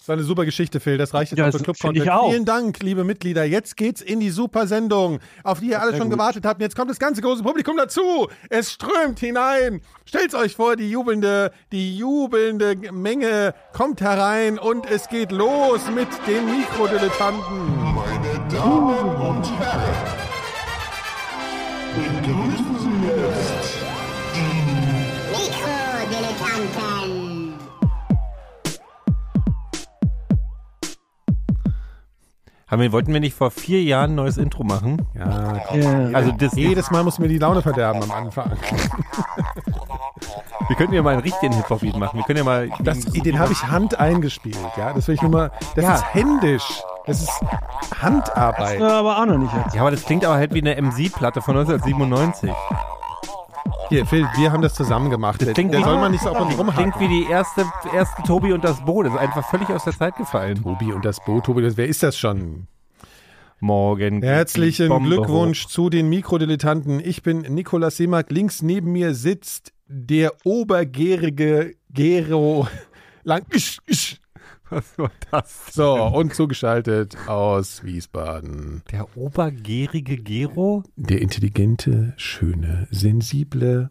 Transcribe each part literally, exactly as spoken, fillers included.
Das war eine super Geschichte, Phil. Das reicht jetzt Ja, auch für das Club finde ich Content. auch. Vielen Dank, liebe Mitglieder. Jetzt geht's in die super Sendung, auf die ihr alle schon gut. gewartet habt. Und jetzt kommt das ganze große Publikum dazu. Es strömt hinein. Stellt euch vor, die jubelnde, die jubelnde Menge kommt herein und es geht los mit den Mikrodilettanten. Meine Damen und Herren, begrüßen Sie jetzt die Mikrodilettanten. Haben wir, wollten wir nicht vor vier Jahren ein neues Intro machen? Ja, Ja. Also das, jedes Mal muss mir die Laune verderben am Anfang. wir könnten ja mal einen richtigen Hip-Hop-Beat machen. Wir können ja mal... Das, den habe ich Hand eingespielt, ja. Das will ich nur mal. Das Ja. ist händisch. Das ist Handarbeit. Ja, aber auch noch nicht jetzt. Ja, aber das klingt aber halt wie eine M C-Platte von neunzehnhundertsiebenundneunzig. Hier, Phil, wir haben das zusammen gemacht. Der, klingt der wie- soll man nicht so auf uns rumhacken. Klingt wie die erste, erste Tobi und das Boot. Das ist einfach völlig aus der Zeit gefallen. Tobi und das Boot. Tobi, das, wer ist das schon? Morgen. Herzlichen Bombe Glückwunsch zu den Mikrodilettanten. Ich bin Nikolaus Seemack. Links neben mir sitzt der obergärige Gero Lang. Isch, isch. Was war das? So, und zugeschaltet aus Wiesbaden. Der obergärige Gero? Der intelligente, schöne, sensible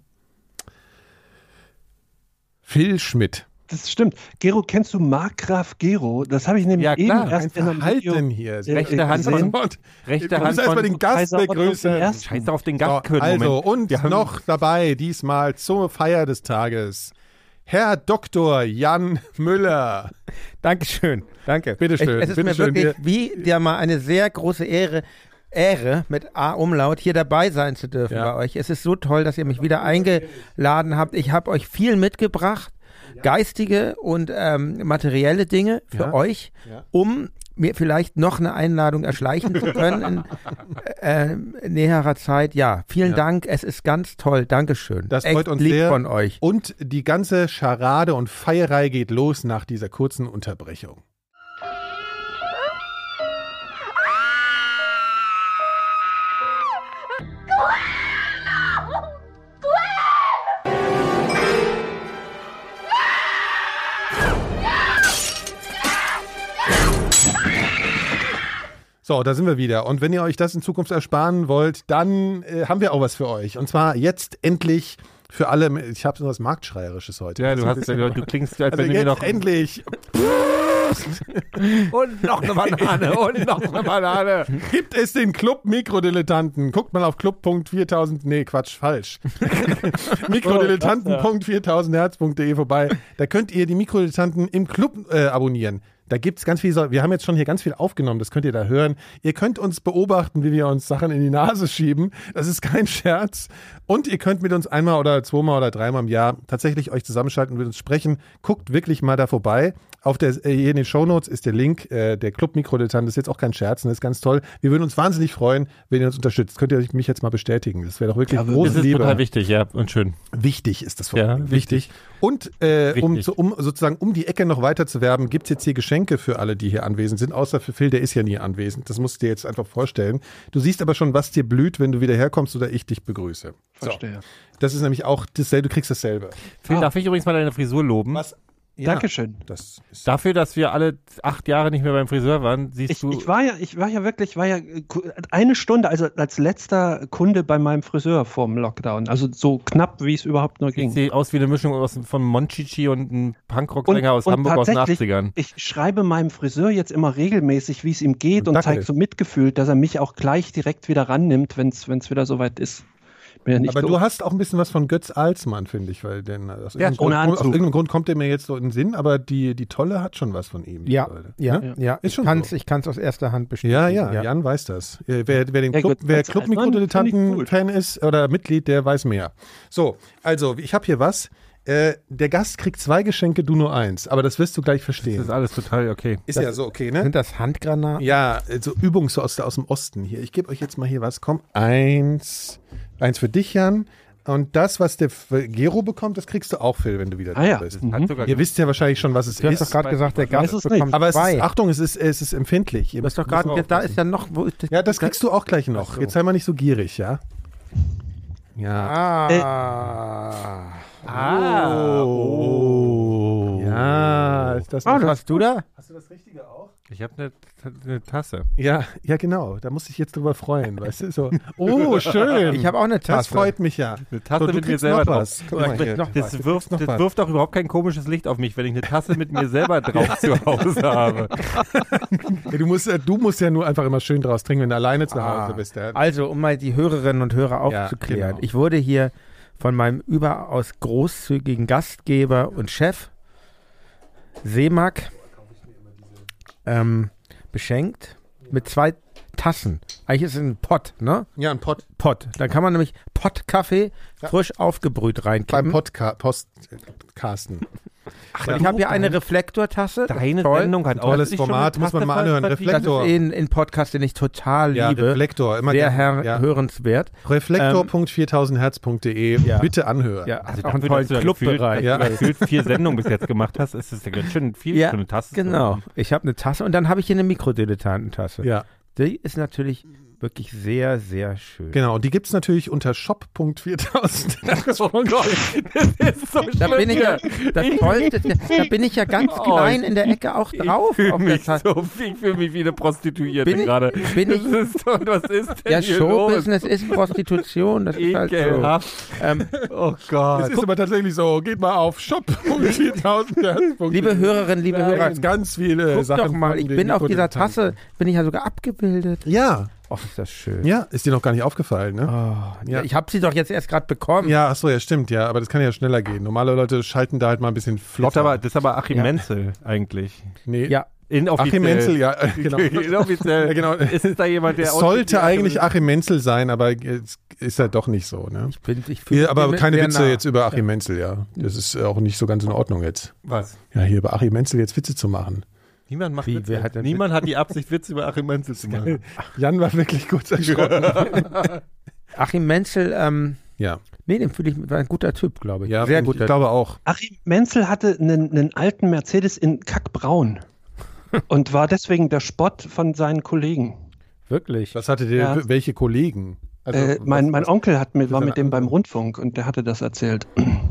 Phil Schmidt. Das stimmt. Gero, kennst du Markgraf Gero? Das habe ich nämlich Ja, klar. eben erst in einem Video Halten hier. äh, Rechte Hand gesehen. von- Rechte Man Hand muss erstmal von den Gast Kaiser Otto begrüßen. I. Scheiß auf den So, Gast können. also, Moment. und Wir haben- noch dabei, diesmal zur Feier des Tages, Herr Doktor Jan Müller. Dankeschön, danke. Bitteschön, Es, es ist bitteschön. mir wirklich wie dir mal eine sehr große Ehre, Ehre mit A-Umlaut, hier dabei sein zu dürfen Ja. bei euch. Es ist so toll, dass ihr mich wieder eingeladen habt. Ich habe euch viel mitgebracht, geistige und ähm, materielle Dinge für Ja. euch, Ja. um mir vielleicht noch eine Einladung erschleichen zu können in äh, näherer Zeit. Ja, vielen Ja. Dank. Es ist ganz toll. Dankeschön. Das Echt freut uns lieb sehr. von euch. Und die ganze Scharade und Feierei geht los nach dieser kurzen Unterbrechung. So, da sind wir wieder. Und wenn ihr euch das in Zukunft ersparen wollt, dann äh, haben wir auch was für euch. Und zwar jetzt endlich für alle. Ich habe so was Marktschreierisches heute. Ja, du, So ein hast, bisschen- du, du klingst, als also wenn du mir jetzt noch... endlich. Und noch eine Banane und noch eine Banane. Gibt es den Club Mikrodilettanten? Guckt mal auf club punkt viertausend, nee, Quatsch, falsch. mikrodilettanten punkt viertausend herz punkt de vorbei. Da könnt ihr die Mikrodilettanten im Club äh, abonnieren. Da gibt es ganz viel, wir haben jetzt schon hier ganz viel aufgenommen, das könnt ihr da hören. Ihr könnt uns beobachten, wie wir uns Sachen in die Nase schieben. Das ist kein Scherz. Und ihr könnt mit uns einmal oder zweimal oder dreimal im Jahr tatsächlich euch zusammenschalten und mit uns sprechen. Guckt wirklich mal da vorbei. Auf der, äh, hier in den Shownotes ist der Link, äh, der Club Mikrodilettanten. Das ist jetzt auch kein Scherz, das ist ganz toll. Wir würden uns wahnsinnig freuen, wenn ihr uns unterstützt. Könnt ihr mich jetzt mal bestätigen. Das wäre doch wirklich Ja, Das große ist Liebe. total wichtig, ja, und schön. Wichtig ist das. Ja, wichtig. Und äh, um, Wichtig. zu, um sozusagen um die Ecke noch weiter zu werben, gibt es jetzt hier Geschenke für alle, die hier anwesend sind, außer für Phil, der ist ja nie anwesend. Das musst du dir jetzt einfach vorstellen. Du siehst aber schon, was dir blüht, wenn du wieder herkommst oder ich dich begrüße. So. Verstehe. Das ist nämlich auch dasselbe, du kriegst dasselbe. Phil, Ah. darf ich übrigens mal deine Frisur loben? Was? Ja, Dankeschön. das ist Dafür, dass wir alle acht Jahre nicht mehr beim Friseur waren, siehst Ich, du... ich war ja, ich war ja wirklich, war ja äh, ku- eine Stunde, also als letzter Kunde bei meinem Friseur vorm Lockdown. Also so knapp, wie es überhaupt nur Ich ging. sehe aus wie eine Mischung aus, von Monchichi und einem Punkrock-Sänger aus Hamburg aus den tatsächlich, achtzigern. ich schreibe meinem Friseur jetzt immer regelmäßig, wie es ihm geht und Dackel. zeige so Mitgefühl, dass er mich auch gleich direkt wieder rannimmt, wenn es wieder soweit ist. Bin ja nicht aber doof. du hast auch ein bisschen was von Götz Alsmann, finde ich, weil denn aus, Ja, irgendeinem ohne Grund, aus Anzug. irgendeinem Grund kommt der mir jetzt so in den Sinn, aber die, die Tolle hat schon was von ihm. die Ja, Tolle. ja, Ne? ja. Ist Ich schon kann's, so. ich kann's aus erster Hand bestätigen. Ja, ja, Jan weiß das. Äh, Wer, wer, den Ja, Club, gut, wer als Club Altmann finde ich Mikrodilettanten-Fan ist oder Mitglied, der weiß mehr. So, also, ich habe hier was. Äh, der Gast kriegt zwei Geschenke, du nur eins. Aber das wirst du gleich Das verstehen. ist alles total okay. Ist ja so okay, ne? Sind das Handgranaten? Ja, so Übung so aus, aus dem Osten hier. Ich gebe euch jetzt mal hier was. Komm, eins. Eins für dich, Jan. Und das, was der F- Gero bekommt, das kriegst du auch, Phil, wenn du wieder Ah ja. da bist. Mhm. Hat sogar Ihr wisst ja wahrscheinlich schon, was es Du hast ist. doch gerade gesagt, der weiß Gast es bekommt nicht. Aber es ist, zwei. Achtung, es ist, es ist empfindlich. Ihr Du hast doch müsst gerade, aufpassen. da ist ja noch, wo ist das? Ja, das kriegst du auch gleich noch. Jetzt sei mal nicht so gierig, ja? Ja. Ah. Ah. Oh. Ja. Ja, ist das Was noch- hast du da? Hast du das Richtige auch? Ich habe eine, eine Tasse. Ja, ja, genau. Da muss ich jetzt drüber freuen, weißt du? So. Oh, schön. Ich habe auch eine Das Tasse. freut mich ja. Eine Tasse So, du mit mir kriegst selber noch drauf. was. Guck mal hier. noch was. Das, wirft, noch das was. wirft auch überhaupt kein komisches Licht auf mich, wenn ich eine Tasse mit mir selber drauf zu Hause habe. Ja, du, musst, äh, du musst ja nur einfach immer schön draus trinken, wenn du alleine zu Ah. Hause bist. Ja. Also, um mal die Hörerinnen und Hörer aufzuklären. genau. Ich wurde hier von meinem überaus großzügigen Gastgeber und Chef Seemack ähm, beschenkt mit zwei Tassen. Eigentlich ist es ein Pott, ne? Ja, ein Pod, Pott. Da kann man nämlich Pottkaffee Ja. frisch aufgebrüht beim reinkippen. Podca Postcasten. Ach, ich habe hier eine Reflektortasse. Deine Toll. Sendung hat Tolles auch sich schon Format, mit muss man Tasse mal anhören. vertieft. Das Reflektor. ist ein, ein Podcast, den ich total Ja, liebe. Reflektor. Immer Sehr gern. her ja. hörenswert. Reflektor punkt viertausend herz punkt de. Ja. Bitte anhören. Ja, Also hat auch einen dafür, tollen dass du da Clubbereich. gefühlt, Ja. ja. gefühlt vier Sendungen bis jetzt gemacht hast, ist es ja ganz schön viel Ja, für eine Tasse. genau. Ich habe eine Tasse und dann habe ich hier eine Mikrodilettantentasse. Ja, Die ist natürlich wirklich sehr, sehr schön. genau. Und die gibt es natürlich unter shop punkt viertausend. Oh Gott, das ist so Da schlimm bin ich ja, hier. das Tollste, ist ja- da bin ich ja ganz Oh, klein in der Ecke auch drauf. Ich fühle auf der mich, Tasse. so, ich fühl mich wie eine Prostituierte Bin ich- gerade. bin ich- Das ist, und was ist denn Ja, hier los? Showbusiness ist Prostitution. Das ist halt so. Ekelhaft. Ähm, Oh Das Gott. ist aber tatsächlich so. Geht mal auf shop punkt viertausend herz punkt de. liebe Hörerinnen, liebe Da Hörer, gibt's ganz viele guck Sachen. doch mal, von ich den bin auf dieser Mikrodilettanten. Tasse, bin ich ja sogar abgebildet. Ja, Och, ist das schön. ja, ist dir noch gar nicht aufgefallen, ne? Oh, Ja. Ich habe sie doch jetzt erst gerade bekommen. Ja, achso, ja, stimmt, ja, aber das kann ja schneller gehen. Normale Leute schalten da halt mal ein bisschen Das ist flotter. aber, das ist aber Achim Ja. Menzel eigentlich. nee. Ja. Inoffiziell. Achim Menzel, ja, äh, genau. Inoffiziell. Ja, genau. Ist es da jemand, der Es sollte ausgeht- eigentlich Achim Menzel sein, aber es ist halt doch nicht so, ne? Ich bin, ich fühl Hier, aber mir keine sehr Witze nah. jetzt über Achim Menzel, ja. Das ist äh, auch nicht so ganz in Ordnung jetzt. Was? Ja, hier über Achim Menzel jetzt Witze zu machen. Niemand macht Wie, Witze. wer hat denn Niemand hat die Absicht, Witze über Achim Menzel zu machen. Jan war wirklich kurz erschrocken. Achim Menzel, ähm, Ja, nee, den fühle ich, war ein guter Typ, glaube ich. ja, sehr ich guter glaube auch. Achim Menzel hatte einen, einen alten Mercedes in kackbraun und war deswegen der Spott von seinen Kollegen. Wirklich. Was hatte der, Ja. welche Kollegen? Also, äh, mein was- mein was- Onkel hat mit, war ist mit eine dem beim andere- Rundfunk und der hatte das erzählt.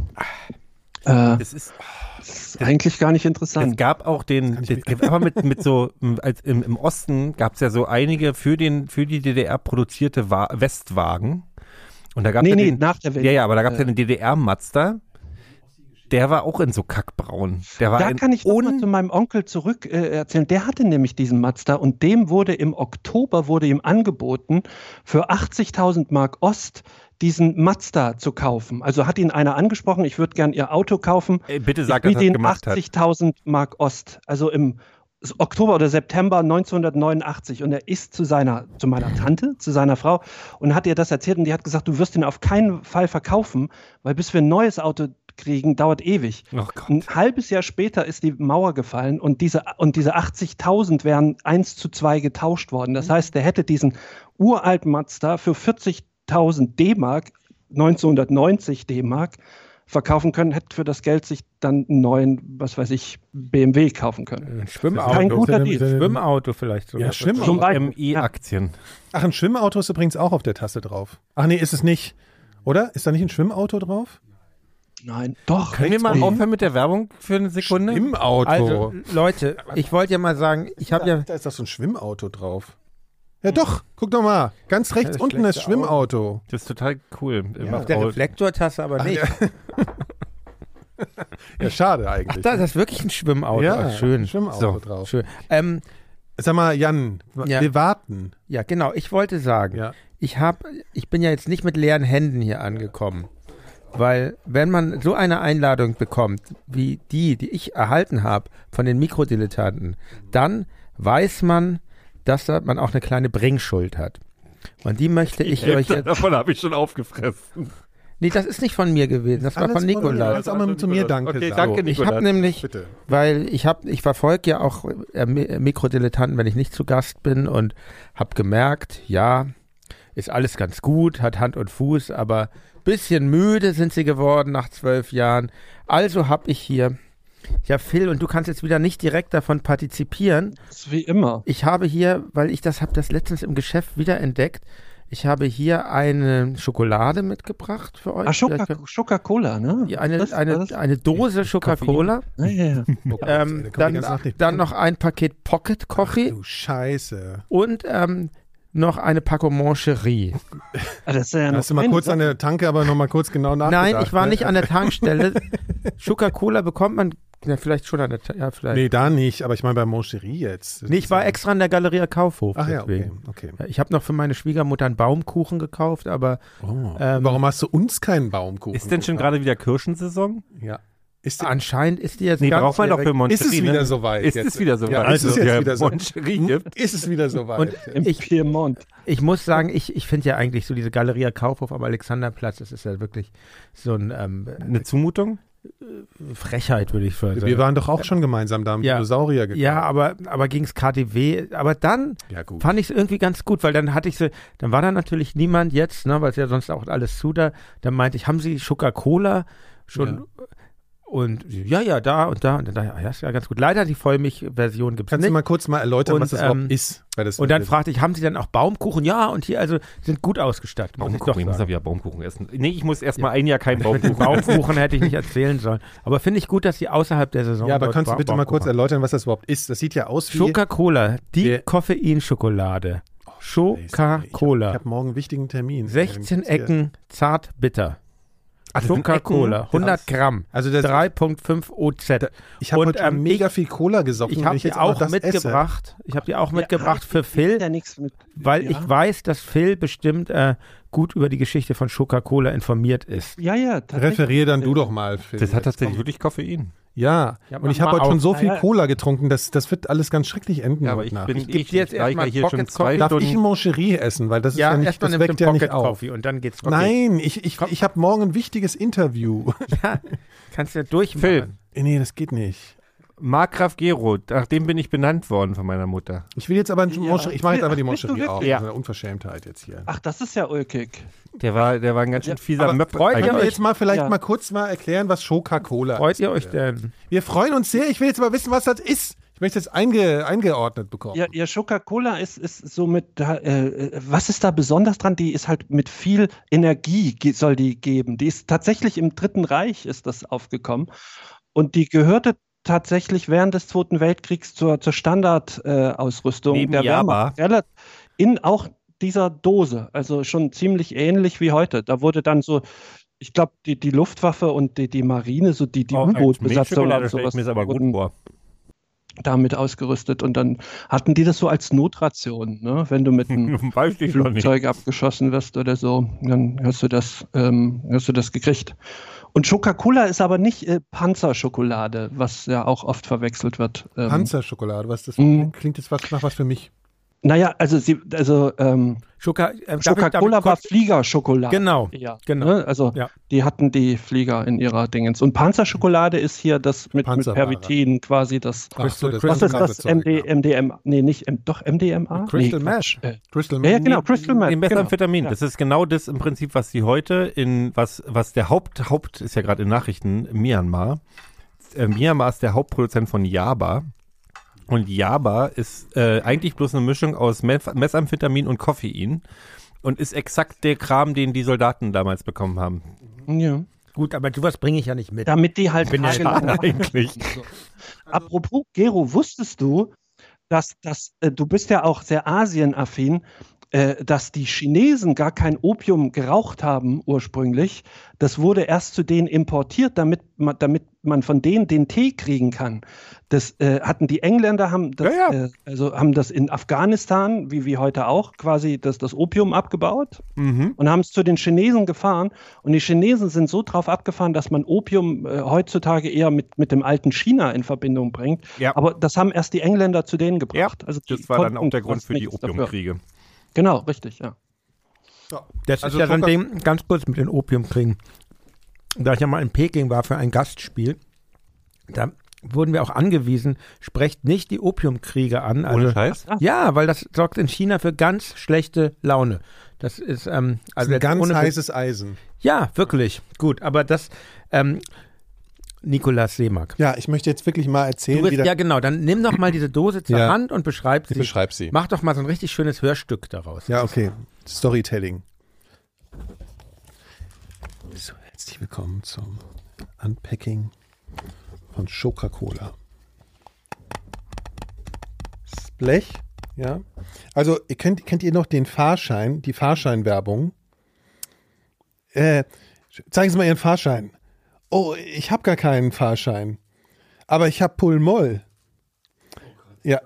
äh, Das ist, das ist eigentlich gar nicht es interessant. gab auch den, es gab aber mit, mit so, m, als im, im Osten gab es ja so einige für den, für die D D R produzierte Wa Westwagen. Und da gab es Nee, ja nee, den, nach der Wende. ja, ja, aber da gab es ja Äh, den D D R-Mazda. Der war auch in so kackbraun. Der war Da ein kann ich noch mal un zu meinem Onkel zurück äh, erzählen. Der hatte nämlich diesen Mazda und dem wurde im Oktober wurde ihm angeboten, für achtzigtausend Mark Ost diesen Mazda zu kaufen. Also hat ihn einer angesprochen, ich würde gern ihr Auto kaufen. Ey, bitte sag, ich dass er biete es ihn gemacht hat. achtzigtausend Mark Ost. Also im Oktober oder September neunzehnhundertneunundachtzig und er ist zu seiner, zu meiner Tante, zu seiner Frau und hat ihr das erzählt und die hat gesagt, du wirst ihn auf keinen Fall verkaufen, weil bis wir ein neues Auto kriegen, dauert ewig. Oh Gott. Ein halbes Jahr später ist die Mauer gefallen und diese, und diese achtzigtausend wären eins zu zwei getauscht worden. Das heißt, der hätte diesen uralten Mazda für vierzigtausend D-Mark, neunzehnhundertneunzig D-Mark, verkaufen können, hätte für das Geld sich dann einen neuen, was weiß ich, B M W kaufen können. Ein Schwimmauto. Kein guter Deal. Schwimmauto vielleicht sogar. Ja, Schwimmauto. Zum Beispiel. M I-Aktien. Ach, ein Schwimmauto ist übrigens auch auf der Tasse drauf. Ach nee, ist es nicht. Oder? Ist da nicht ein Schwimmauto drauf? Nein, doch. Können wir mal rechts oben. aufhören mit der Werbung für eine Sekunde? Schwimmauto. Also, Leute, ich wollte ja mal sagen, ich habe ja, Da ist doch so ein Schwimmauto drauf. Ja doch, guck doch mal. Ganz rechts das unten das schlechte Schwimmauto. Das ist total cool. Immer auf der Frau- Reflektortasse aber nicht. Ja, schade Ach, eigentlich. da, das ist wirklich ein Schwimmauto. ja, Ach, schön. ein Schwimmauto So, drauf. Schön. Ähm, Sag mal, Jan, Ja. wir warten. ja, genau. Ich wollte sagen, Ja. ich hab, ich bin ja jetzt nicht mit leeren Händen hier angekommen. Weil, wenn man so eine Einladung bekommt, wie die, die ich erhalten habe von den Mikrodilettanten, dann weiß man, dass da man auch eine kleine Bringschuld hat. Und die möchte ich Die euch Hälfte jetzt. davon habe ich schon aufgefressen. Nee, das ist nicht von mir gewesen, das war Alles von von dir. Nikolas. Kannst auch mal zu mir Danke Okay, sagen. danke, Ich Nikolas. habe nämlich, Bitte. weil ich habe, ich verfolge ja auch äh, Mi- Mikrodilettanten, wenn ich nicht zu Gast bin und habe gemerkt, ja, ist alles ganz gut, hat Hand und Fuß, aber bisschen müde sind sie geworden nach zwölf Jahren. Also habe ich hier, ja Phil, und du kannst jetzt wieder nicht direkt davon partizipieren. Das ist wie immer. Ich habe hier, weil ich das habe das letztens im Geschäft wieder entdeckt, Ich habe hier eine Schokolade mitgebracht für euch. Ah, Vielleicht Schoka- könnt- Schoka-Cola, ne? Ja, eine, Das- eine, das- eine Dose Coca-Cola. Ja, ja, ja. Ähm, Da kommt die dann, ganze Nacht nicht- dann noch ein Paket Pocket Coffee Du Scheiße. und ähm, noch eine Packung Moncherie. Ah, das ist ja noch Hast du mal eine kurz Sache. an der Tanke, aber noch mal kurz genau nachgedacht. Nein, ich war ne? nicht an der Tankstelle. Coca-Cola bekommt man ja, vielleicht schon an der Tankstelle. Ja, vielleicht. Nee, da nicht, aber ich meine bei Moncherie jetzt. Nee, ich war extra an der Galeria Kaufhof. Ach ja, okay. deswegen. okay. Ja, Ich habe noch für meine Schwiegermutter einen Baumkuchen gekauft, aber Oh. Ähm, Warum hast du uns keinen Baumkuchen? Ist denn schon gekauft? gerade wieder Kirschensaison? Ja. Ist, anscheinend ist die jetzt Nee, ganz braucht man doch für Moncherie. ist es wieder ne? soweit? Ist jetzt? es wieder soweit? Ja, ist es Also, jetzt ja, wieder so? Moncherie gibt. Ist es wieder soweit? Und Im ich, Piemont. ich muss sagen, ich, ich finde ja eigentlich so diese Galeria Kaufhof am Alexanderplatz, das ist ja wirklich so ein ähm, Eine Zumutung? Frechheit, würde ich sagen. Wir waren doch auch schon gemeinsam da am Ja. Dinosaurier gekommen. Ja, aber, aber gegen das K D W, aber dann Ja, gut. fand ich es irgendwie ganz gut, weil dann hatte ich so, dann war da natürlich niemand jetzt, ne, weil es ja sonst auch alles zu da, dann meinte ich, haben Sie Coca-Cola schon? Und ja, ja, da und da und dann dachte ich, ja, ist ja ganz gut. Leider die Vollmilch-Version gibt es Kannst du nicht. mal kurz mal erläutern, Und, was das ähm, überhaupt ist? Weil das Und dann fragte ich, haben Sie dann auch Baumkuchen? Ja, und hier also sind gut ausgestattet. muss ich Baumkuchen, ich doch muss ja sagen. wieder Baumkuchen essen. Nee, ich muss erst mal ein Jahr keinen Mit dem Baumkuchen essen. Baumkuchen hätte ich nicht erzählen sollen. Aber finde ich gut, dass Sie außerhalb der Saison Ja, aber dort kannst du Ba- bitte mal kurz Baumkuchen haben. erläutern, was das überhaupt ist? Das sieht ja aus wie... Coca-Cola, die Wir- Koffeinschokolade. Coca-Cola. Ich habe morgen einen wichtigen Termin. sechzehn Ecken zart bitter. Ach, das sind Coca-Cola, Ecken? hundert Gramm. Also das, drei Komma fünf O Z. ich habe Und, heute ähm, mega ich- viel Cola gesoffen. Ich wenn habe jetzt die noch auch das mitgebracht. Ich habe die auch mitgebracht für Ja, Phil, nichts mit, weil ja. ich weiß, dass Phil bestimmt äh, gut über die Geschichte von Coca-Cola informiert ist. Ja, ja. Esse. tatsächlich. Referier dann du doch mal, Phil. Das hat Jetzt tatsächlich komm. wirklich Koffein. Ja, Ja, und ich mach habe mal heute schon auf. so viel Ja, ja. Cola getrunken, das, das wird alles ganz schrecklich enden. Ja, aber heute ich Nacht. bin Ich geb ich, dir jetzt ich steige erstmal hier Pocket schon zwei Darf ich Stunden. Moncherie essen? Weil das ist ja, Ja, nicht, erstmal das nimmst weckt du ja nicht Pocket auf. Coffee und dann geht's. Okay. Nein, ich, ich, ich habe morgen ein wichtiges Interview. Ja, kannst du ja durchmachen. Phil. Nee, das geht nicht. Markgraf Gero, nach dem bin ich benannt worden von meiner Mutter. Ich will jetzt aber ein Moncherie, ich mache jetzt Ach, aber die bist du Moncherie wirklich? auf. Ja. Das ist eine Unverschämtheit jetzt hier. Ach, das ist ja ulkig. Der war, der war ein ganz schön fieser aber Möpp. freut ihr Können wir euch- jetzt mal vielleicht Ja. mal kurz mal erklären, was Coca-Cola ist? Freut ihr euch denn? Wir freuen uns sehr. Ich will jetzt mal wissen, was das ist. Ich möchte es jetzt einge, eingeordnet bekommen. Ja, ja, Coca-Cola ist, ist so mit, da, äh, was ist da besonders dran? Die ist halt mit viel Energie, ge- soll die geben. Die ist tatsächlich im Dritten Reich ist das aufgekommen. Und die gehörte tatsächlich während des Zweiten Weltkriegs zur, zur Standardausrüstung äh, Ausrüstung Neben der Java. Wehrmacht. Rela- In auch dieser Dose, also schon ziemlich ähnlich wie heute. Da wurde dann so, ich glaube, die, die Luftwaffe und die, die Marine, so die, die Oh, als U-Boot-Besatzung Milchschokolade und stelle sowas ich mir das aber gut wurden vor. damit ausgerüstet. Und dann hatten die das so als Notration, ne? Wenn du mit einem Weiß ich noch nicht. Flugzeug abgeschossen wirst oder so, dann hast du das, ähm, hast du das gekriegt. Und Coca-Cola ist aber nicht äh, Panzerschokolade, was ja auch oft verwechselt wird. Ähm, Panzerschokolade, was ist das? Mhm. Klingt jetzt was, nach was für mich. Naja, also sie, also ähm, Schoka äh, darf ich- darf ich Coca-Cola war kurz- Fliegerschokolade. Genau, Ja, genau. Ne? Also Ja. die hatten die Flieger in ihrer Dingens. Und Panzerschokolade ist hier das mit, mit Panzerware. Pervitin quasi das. Ach so, das Was ist ganze das? Zeug, M D, ja. M D M A? Nee, nicht, M, doch M D M A? Crystal nee, Meth. Quatsch. Äh, Crystal Ja, ja, Meth. genau, Crystal Meth. Im genau. Methamphetamin. Ja. Das ist genau das im Prinzip, was sie heute in, was, was der Haupt, Haupt ist ja gerade in Nachrichten, Myanmar. Äh, Myanmar ist der Hauptproduzent von Yaba. Und Yaba ist äh, eigentlich bloß eine Mischung aus Meth- Methamphetamin und Koffein. Und ist exakt der Kram, den die Soldaten damals bekommen haben. Ja. Gut, aber sowas bringe ich ja nicht mit. Damit die halt Bin ja tagelang schade eigentlich. So. Apropos, Gero, wusstest du, dass, dass äh, du bist ja auch sehr asienaffin, äh, dass die Chinesen gar kein Opium geraucht haben ursprünglich. Das wurde erst zu denen importiert, damit man, damit man von denen den Tee kriegen kann. Das äh, hatten die Engländer, haben das, Ja, ja. Äh, also haben das in Afghanistan, wie, wie heute auch, quasi das, das Opium abgebaut Mhm. und haben es zu den Chinesen gefahren. Und die Chinesen sind so drauf abgefahren, dass man Opium äh, heutzutage eher mit, mit dem alten China in Verbindung bringt. Ja. Aber das haben erst die Engländer zu denen gebracht. Also die Das war dann konnten auch der Grund fast für die nichts dafür. Opiumkriege. Genau, richtig, ja. Das Also ist ja dann Coca- dem, ganz kurz mit den Opiumkriegen. Da ich ja mal in Peking war für ein Gastspiel, da wurden wir auch angewiesen, sprecht nicht die Opiumkriege an. Also, Ohne Scheiß? ja, weil das sorgt in China für ganz schlechte Laune. Das ist ähm, Das also ist ein jetzt ganz ohne- heißes Eisen. Ja, wirklich. Gut, aber das ähm, Nikolaus Seemack. Ja, ich möchte jetzt wirklich mal Du erzählen, bist, wie der, ja, genau. Dann nimm doch mal diese Dose zur Ja. Hand und beschreib sie. beschreib sie. Mach doch mal so ein richtig schönes Hörstück daraus. Ja, okay. Storytelling. So, herzlich willkommen zum Unpacking von Coca-Cola. Das Blech, ja. Also, ihr könnt, kennt ihr noch den Fahrschein, die Fahrscheinwerbung? Äh, zeigen Sie mal Ihren Fahrschein. Oh, ich habe gar keinen Fahrschein. Aber ich habe Pull-Moll. Ja.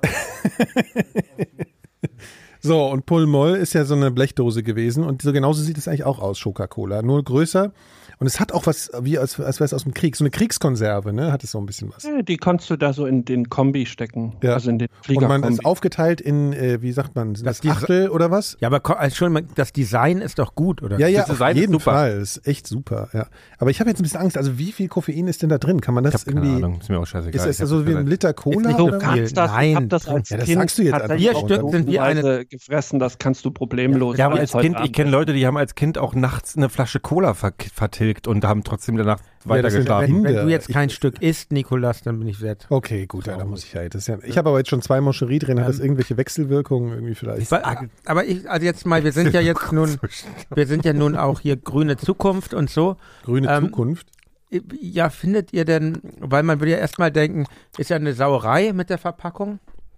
So, und Pull-Moll ist ja so eine Blechdose gewesen und so genauso sieht es eigentlich auch aus, Coca-Cola. Nur größer und es hat auch was, wie als, als wäre es aus dem Krieg. So eine Kriegskonserve, ne? Hat es so ein bisschen was. Ja, die kannst du da so in den Kombi stecken. Ja. Also in den Und Fliegerkombi. man ist aufgeteilt in, äh, wie sagt man, sind das, Das Achtel oder was? Ja, aber ko- also schon, mal, das Design ist doch gut, oder? Ja, ja, Das auf Design ist jeden super. Fall. Das ist echt super, ja. Aber ich habe jetzt ein bisschen Angst. Also wie viel Koffein ist denn da drin? Kann man das Ich habe keine irgendwie... Ahnung, ist mir auch scheißegal. Ist das Ich hab so das wie ein gesagt. Liter Cola? nicht So so oder was? viel. kannst das, Nein. ich hab das als Ja, das Kind sagst du jetzt tatsächlich einfach. auch Vier Stück sind wie eine- dosisweise gefressen, das kannst du problemlos. Ja, aber jetzt als Kind, heute ich kenne Abend Leute, die haben als Kind auch nachts eine Flasche Cola ver vertilgt und haben trotzdem danach weiter das sind geschlafen. Kinder. Wenn du jetzt kein Ich- Stück isst, Nikolas, dann bin ich sehr traurig. Okay, gut, ja, da muss ich ja. Das ist ja ich habe aber jetzt schon zwei Moncherie drin. Hat das irgendwelche Wechselwirkungen irgendwie vielleicht? Weil- Aber ich, also jetzt mal, wir sind ja jetzt nun, wir sind ja nun auch hier grüne Zukunft und so. Grüne ähm, Zukunft? Ja, findet ihr denn, weil man würde ja erstmal denken, ist ja eine Sauerei mit der Verpackung.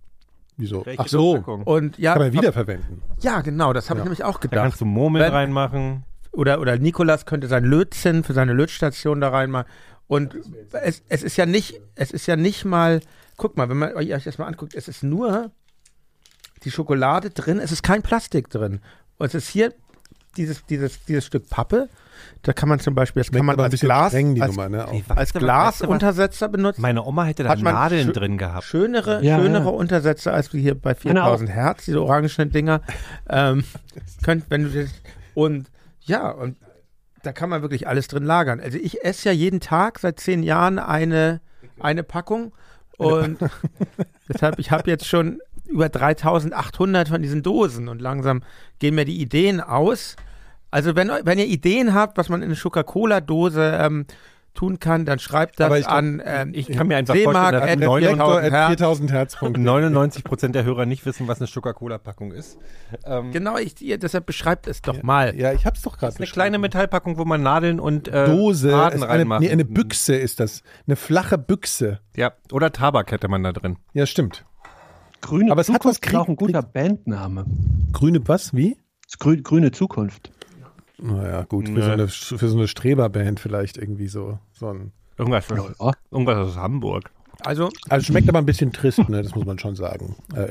Wieso? Welche Ach so, Verpackung? Und ja, kann man Ver- wiederverwenden. ja, genau, das habe ich Ja. nämlich auch Da gedacht. kannst du Murmeln Wenn- reinmachen. Oder, oder Nikolas könnte sein Lötzinn für seine Lötstation da reinmachen. Und es, es ist ja nicht, es ist ja nicht mal, guck mal, wenn man euch das mal anguckt, es ist nur die Schokolade drin, es ist kein Plastik drin. Und es ist hier dieses, dieses, dieses Stück Pappe, da kann man zum Beispiel, das kann Schmeckt man aber ein als bisschen Glas, streng, die als, Nummer, ne? Auch. Ey, als weißt du was- weißt du was? Glasuntersetzer benutzen. Meine Oma hätte da Hat man Nadeln schö- drin gehabt. Schönere, Ja, schönere ja. Untersetzer als wir hier bei Genau. viertausend Hertz, diese orangenen Dinger. ähm, könnt, wenn du das, und ja, und da kann man wirklich alles drin lagern. Also ich esse ja jeden Tag seit zehn Jahren eine, eine Packung und deshalb, ich habe jetzt schon über dreitausendachthundert von diesen Dosen und langsam gehen mir die Ideen aus. Also wenn, wenn ihr Ideen habt, was man in eine Coca-Cola-Dose ähm, tun kann, dann schreibt das Aber ich glaub, an ähm, Ich kann mir einfach D-Mark vorstellen, dass at neunundneunzig Direktor at Hertz. viertausend Hertz. neunundneunzig Prozent der Hörer nicht wissen, was eine Coca-Cola-Packung ist. Ähm, Genau, ich, ihr, deshalb beschreibt es doch mal. Ja, ich hab's doch gerade Das ist eine kleine Metallpackung, wo man Nadeln und äh, Dose, Faden ist eine, reinmacht. nee, eine Büchse ist das. Eine flache Büchse. Ja, oder Tabak hätte man da drin. Ja, stimmt. Grüne Aber es hat was Zukunft ist auch ein Krieg- guter Bandname. Grüne was? Wie? Das Grü grüne Zukunft. Naja, gut, für, Nö. so eine, für so eine Streberband vielleicht irgendwie so. so ein, Irgendwas, Ja. irgendwas aus Hamburg. Also, also schmeckt aber ein bisschen trist, ne? Das muss man schon sagen. Äh,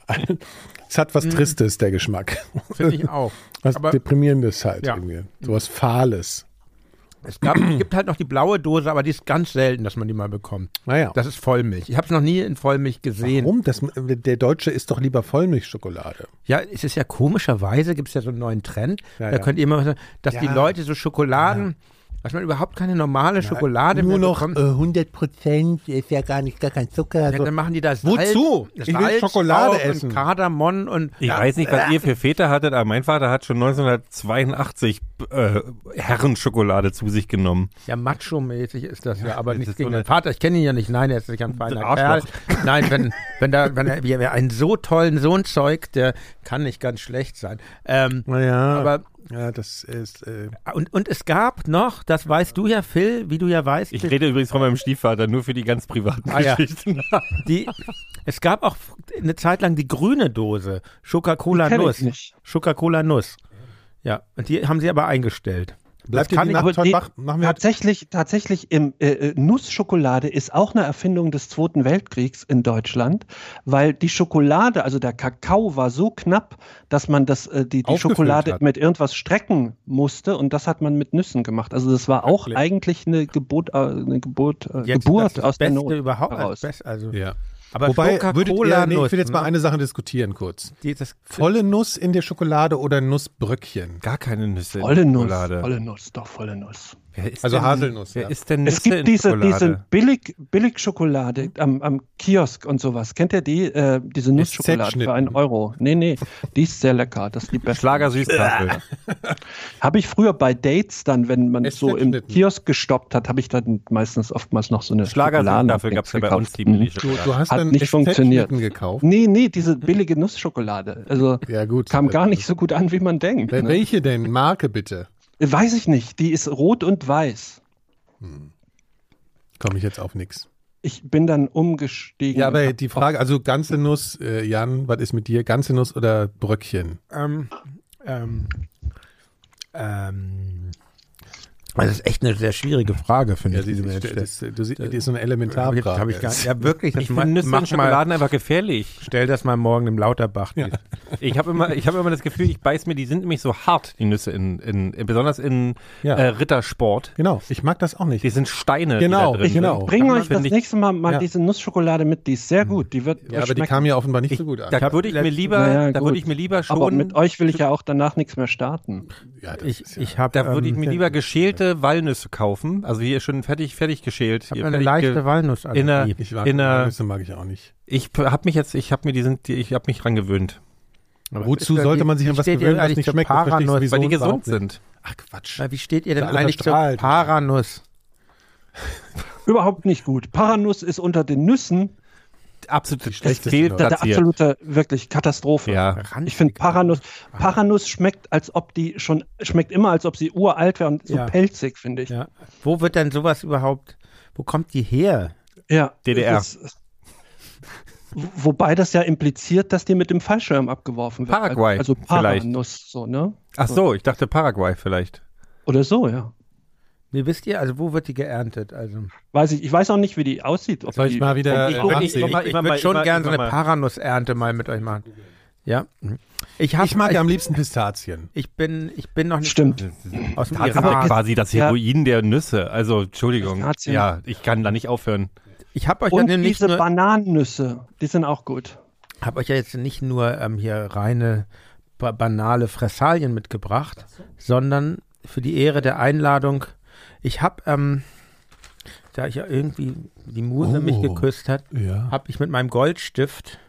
es hat was Tristes, der Geschmack. finde ich auch. Was Aber- Deprimierendes halt Ja. irgendwie. So was Fahles. Es gab, gibt halt noch die blaue Dose, aber die ist ganz selten, dass man die mal bekommt. Naja. Das ist Vollmilch. Ich habe es noch nie in Vollmilch gesehen. Warum? Das, der Deutsche isst doch lieber Vollmilchschokolade. Ja, es ist ja komischerweise, gibt es ja so einen neuen Trend. Ja, da ja. könnt ihr immer sagen, dass die Ja. Leute so Schokoladen, dass man überhaupt keine normale Schokolade Nur mehr noch bekommt. äh, hundert Prozent, ist ja gar nicht, gar kein Zucker. Ja, So. dann machen die das Wozu? Salz, Ich will Salz Schokolade drauf essen. Und Kardamom und Ich weiß nicht, was ihr für Väter hattet, aber mein Vater hat schon neunzehnhundertzweiundachtzig äh, Herrenschokolade zu sich genommen. ja, macho-mäßig ist das ja, aber das nicht ist gegen so eine- den Vater. Ich kenne ihn ja nicht. Nein, er ist nicht ein feiner Kerl. Arschloch. Nein, wenn, wenn da, wenn er, wer einen so tollen Sohn zeugt, der kann nicht ganz schlecht sein. Ähm, Naja, aber ja, das ist. Äh, und, und es gab noch, das weißt du ja, Phil, wie du ja weißt, Ich rede übrigens von meinem Stiefvater, nur für die ganz privaten Ah, ja. Geschichten. die, es gab auch eine Zeit lang die grüne Dose, Coca-Cola Kenn ich Nuss. nicht. Coca-Cola Nuss. Ja, und die haben sie aber eingestellt. bleibt Das dir kann die ich- Nacht aber heute die- wach? Machen wir Tatsächlich, tatsächlich im äh, äh, Nussschokolade ist auch eine Erfindung des Zweiten Weltkriegs in Deutschland, weil die Schokolade, also der Kakao war so knapp, dass man das, äh, die, die Aufgefüllt Schokolade hat. mit irgendwas strecken musste und das hat man mit Nüssen gemacht. Also das war auch Wirklich? eigentlich eine Geburt, äh, eine Geburt, äh, Jetzt Geburt das, das aus der Beste Not überhaupt. heraus. Das Beste, also, Ja. aber Wobei, würdet Coca-Cola ihr, nee, ich Nuss, will jetzt mal ne? eine Sache diskutieren kurz. Die, das, Volle Nuss in der Schokolade oder Nussbröckchen? Gar keine Nüsse. in Volle Nuss, Schokolade. volle Nuss, doch volle Nuss. Wer ist Also denn, Haselnuss, Wer ja. ist denn Nüsse Es gibt in diese, Schokolade? diese billig, Billigschokolade am, am Kiosk und sowas. Kennt ihr die? Äh, diese Nussschokolade Z-Schnitt. für einen Euro. Nee, nee, die ist sehr lecker. Das ist die beste. Schlager-Süßtafel. Habe ich früher bei Dates dann, wenn man Es so im Z-Schnitten. Kiosk gestoppt hat, habe ich dann meistens oftmals noch so eine Schlager-Süßtafel gab es ja bei uns, die Mhm. Du, Billigschokolade. du hast Hat dann nicht funktioniert. S Z-Schnitten gekauft. Nee, nee, diese billige Nussschokolade. Also Ja, gut. kam gar nicht so gut an, wie man denkt. Wel- Ne? Welche denn? Marke bitte. Weiß ich nicht. Die ist rot und weiß. Komme ich jetzt auf nix. Ich bin dann umgestiegen. Ja, und aber hab die Frage, also ganze Nuss, äh, Jan, was ist mit dir? Ganze Nuss oder Bröckchen? Ähm, ähm, ähm, das ist echt eine sehr schwierige Frage, finde Ja, ich. die, die du mir die, jetzt stellst. das, du, sie- die ist so eine Hab ich, Elementarfrage. hab ich gar, ja, wirklich. Das Ich ma- finde Nüsse mach in Schokoladen einfach gefährlich. Mal, stell das mal morgen im Lauterbach. Ja. Ich habe immer, ich habe immer das Gefühl, ich beiß mir, die sind nämlich so hart, die Nüsse in, in, in besonders in Ja. äh, Rittersport. Genau, ich mag das auch nicht. Die sind Steine, Genau, die da drin ich- genau. sind. Bring euch Find das ich- nächste Mal mal Ja. diese Nussschokolade mit, die ist sehr gut. Die wird Ja, euch aber die schmecken. kam ja offenbar nicht Ich, so gut an. da würde ich mir letztens- lieber, Naja, da gut. würde ich mir lieber schon, Aber mit euch will ich ja auch danach nichts mehr starten. Ja, das Ich, ist ja- ich habe da würde ich ähm, mir lieber geschälte Walnüsse kaufen. Also hier schon fertig, fertig geschält. ich hab Hier eine fertig leichte ge- Walnussallergie. in der- ich mag, in der- Nüsse mag ich auch nicht. Ich habe mich jetzt, ich habe mir die sind, die, ich habe mich dran gewöhnt, Aber Wozu ist da sollte die- man sich wie an was steht ihr gewöhnen, was eigentlich nicht zur schmeckt? Das verstehe ich Paranuss? sowieso weil die gesund überhaupt nicht. sind. Ach Quatsch. Na, wie steht ihr denn Alles eigentlich zur verstrahlt. Paranuss? Überhaupt nicht gut. Paranuss ist unter den Nüssen Absolut Die schlechteste fehlt Nuss. der, der platziert. absolute, wirklich Katastrophe. Ja. Ich finde Paranuss, Paranuss schmeckt, als ob die schon, schmeckt immer, als ob sie uralt wäre und so Ja. pelzig, finde ich. Ja. Wo wird denn sowas überhaupt, wo kommt die her? Ja, D D R. das ist- Wobei das ja impliziert, dass die mit dem Fallschirm abgeworfen wird. Paraguay Also vielleicht. Paranuss, so, ne? Ach so, ich dachte Paraguay vielleicht. Oder so, ja. Wie wisst ihr, also wo wird die geerntet? Also Weiß ich, ich weiß auch nicht, wie die aussieht. Ob Soll ich die, mal wieder Ich äh, guck- ich- nachsehen? ich- ich immer würde mal- schon immer- gerne so immer eine mal. Paranussernte mal mit euch machen. Ja. Ich, hab, Ich mag ich, am liebsten Pistazien. ich bin, ich bin noch nicht Stimmt. aus dem Tatsache Iran. quasi das Ja. Heroin der Nüsse. Also, Entschuldigung. Pistazien. Ja, ich kann da nicht aufhören. Ich habe euch, ja Und nicht diese nur- Bananennüsse, die sind auch gut. hab euch ja jetzt nicht nur ähm, hier reine, ba banale Fressalien mitgebracht, sondern für die Ehre der Einladung, ich habe, ähm, da ich ja irgendwie die Muse Oh. mich geküsst hat, Ja. habe ich mit meinem Goldstift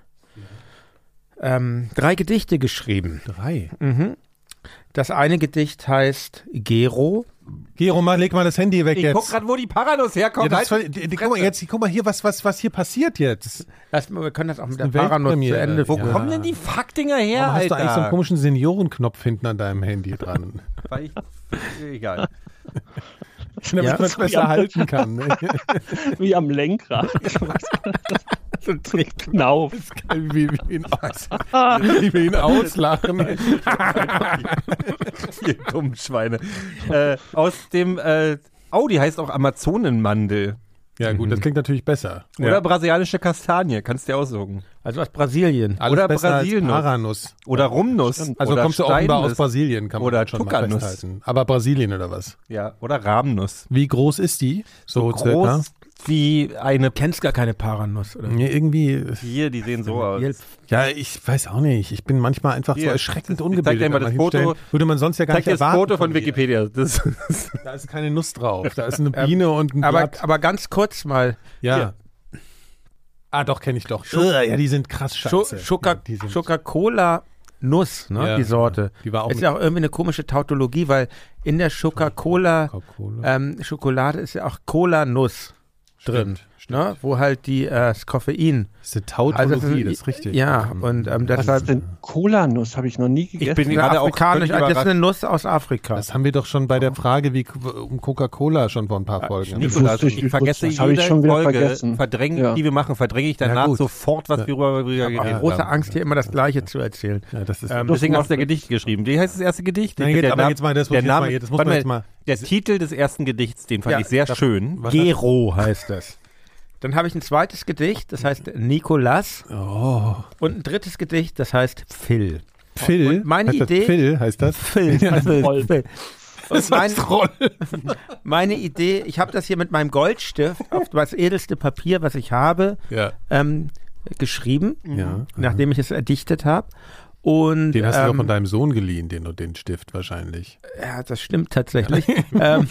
ähm, drei Gedichte geschrieben. Drei. Mhm. Das eine Gedicht heißt Gero. Gero, mal, leg mal das Handy weg Ich jetzt. guck gerade, wo die Paranuss ja, herkommt. das ist Halt voll, die die, die, guck mal, Fresse. jetzt, guck mal hier, was, was, was hier passiert jetzt. Lass, wir können das auch mit der eine Paranuss zu Weltpremiere. Ende Wo Ja. führen. kommen denn die Fuckdinger her, Warum hast Alter? du eigentlich so einen komischen Seniorenknopf hinten an deinem Handy dran? Weil ich, egal. Damit Ja. man es besser halten kann. Ne? Wie am Lenkrad. so ein Knauf. wie, wie, ihn aus, wie wir ihn auslachen. Ihr dummen Schweine. äh, aus dem, äh, oh, die heißt auch Amazonenmandel. Ja gut, das klingt natürlich besser. Oder Ja. brasilianische Kastanie, kannst du dir aussuchen. Also aus Brasilien. Alles oder besser als Brasilien. Paranuss. Oder Rumnuss. Also oder kommst du offenbar aus Steinnuss. Brasilien, kann man Oder schon mal Tuckernuss. festhalten. Aber Brasilien oder was? Ja, oder Rahmnuss. Wie groß ist die? So, circa? Groß wie eine. Du kennst gar keine Paranuss, oder? Nee, irgendwie. Hier, die sehen so aus. Ja, ich weiß auch nicht. Ich bin manchmal einfach so Hier, erschreckend ich zeig ungebildet. dir mal an das manchen Foto. Stellen. Würde man sonst ja gar Zeig nicht dir das erwarten. Foto von dir. Wikipedia. Das Da ist keine Nuss drauf. Da ist eine Biene und ein Aber, Blatt. aber ganz kurz mal. Ja. Hier. Ah, doch, kenne ich doch. Ugh, ja, die sind krass Scho- scheiße. Schoka- ja, die sind, Coca-Cola Nuss, ne, Ja, die Sorte. ja. Die war auch ist mit- ja auch irgendwie eine komische Tautologie, weil in der Coca-Cola Coca-Cola. ähm, Schokolade ist ja auch Cola-Nuss drin, Stimmt, ne, wo halt die äh, das Koffein. Das ist eine Tautologie, Also das ist- das ist richtig. Ja, und ähm, Was deshalb ist denn Cola-Nuss? Habe ich noch nie gegessen. Ich bin eine gerade auch afrikanisch, völlig das ist überrascht. eine Nuss aus Afrika. Das haben wir doch schon bei der Frage wie um Coca-Cola schon vor ein paar Folgen. nicht. Nikolas, wusste ich, ich ich vergesse wusste, das habe ich jede schon wieder Folge, vergessen. verdränge, Ja. die wir machen, verdränge ich danach Ja, gut. sofort, was Ja. wir darüber Ich habe geredet auch große haben. Angst, hier immer das Gleiche zu erzählen. Ja, das ist Ähm, Deswegen hast du der Gedicht geschrieben. Wie heißt das erste Gedicht? Nein, jetzt- Der aber Name- jetzt mal, das muss der ich jetzt Name, mal- das muss warte man jetzt mal- Der Titel des ersten Gedichts, den fand Ja, ich sehr das- schön. Was Gero heißt das. Dann habe ich ein zweites Gedicht, das heißt Nikolas. Oh. Und ein drittes Gedicht, das heißt Phil. Phil? Und meine heißt Idee- Das Phil heißt das? Phil. Roll. Phil. Und mein, Roll. meine Idee, ich habe das hier mit meinem Goldstift auf das edelste Papier, was ich habe, Ja. ähm, geschrieben, Ja. nachdem ich es erdichtet habe. Und, Den hast du ähm, doch von deinem Sohn geliehen, den, den Stift wahrscheinlich. Ja, das stimmt tatsächlich. ähm,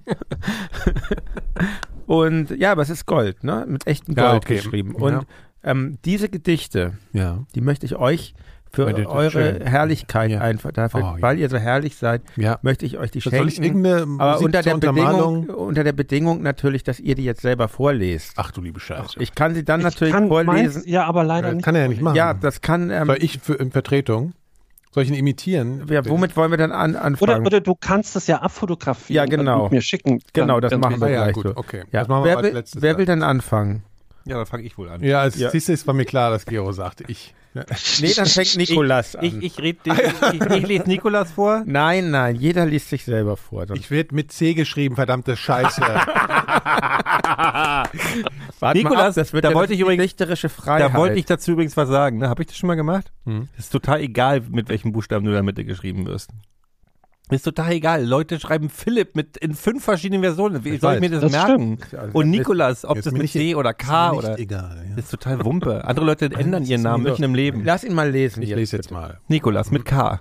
und ja, aber es ist Gold, ne? Mit echtem Gold Ja, okay. geschrieben. Ja. Und ähm, diese Gedichte, Ja. die möchte ich euch für Weil das ist eure schön. Herrlichkeit Ja. einfach, dafür, Oh, ja. weil ihr so herrlich seid, Ja. möchte ich euch die Soll schenken. ich irgendeine aber Musik unter der, zur Bedingung, Untermalung? unter der Bedingung natürlich, dass ihr die jetzt selber vorlest. Ach du liebe Scheiße. Ich kann sie dann Ich natürlich kann vorlesen. meins, ja, aber leider das nicht. kann er ja nicht machen. Ja, das kann. Ähm, Soll ich für, in Vertretung? Soll ich ihn imitieren? ja, womit wollen wir dann an, anfangen? Oder, oder du kannst es ja abfotografieren Ja, genau. und mir schicken. Genau, das machen wir Ah ja, gleich gut, so. okay. Ja. Das machen wir Wer, als will, letztes wer dann. will denn anfangen? Ja, dann fange ich wohl an. Ja, als Ja. siehst du, es war mir klar, dass Gero sagte, ich. Ja. Nee, dann fängt Nikolas an. Ich, ich, red, ich, ich, ich lese Nikolas vor. Nein, nein, jeder liest sich selber vor. Sonst- Ich werde mit C geschrieben, verdammte Scheiße. Warte mal Nikolas, ab, das wird da ja wollte ich die übrigens- dichterische Freiheit. Da wollte ich dazu übrigens was sagen. Ne? Habe ich das schon mal gemacht? Hm. Ist total egal, mit welchem Buchstaben du in der Mitte geschrieben wirst. Ist total egal. Leute schreiben Philipp mit in fünf verschiedenen Versionen. Wie Ich soll ich weiß. mir das, Das merken? stimmt. Und Nikolas, ob Jetzt das mir mit nicht- C oder K Nicht oder. egal. Ja. Ist total Wumpe. Andere Leute ändern ihren Namen so. mitten im Leben. Lass ihn mal lesen. Ich lese jetzt mal. Nikolas mit K.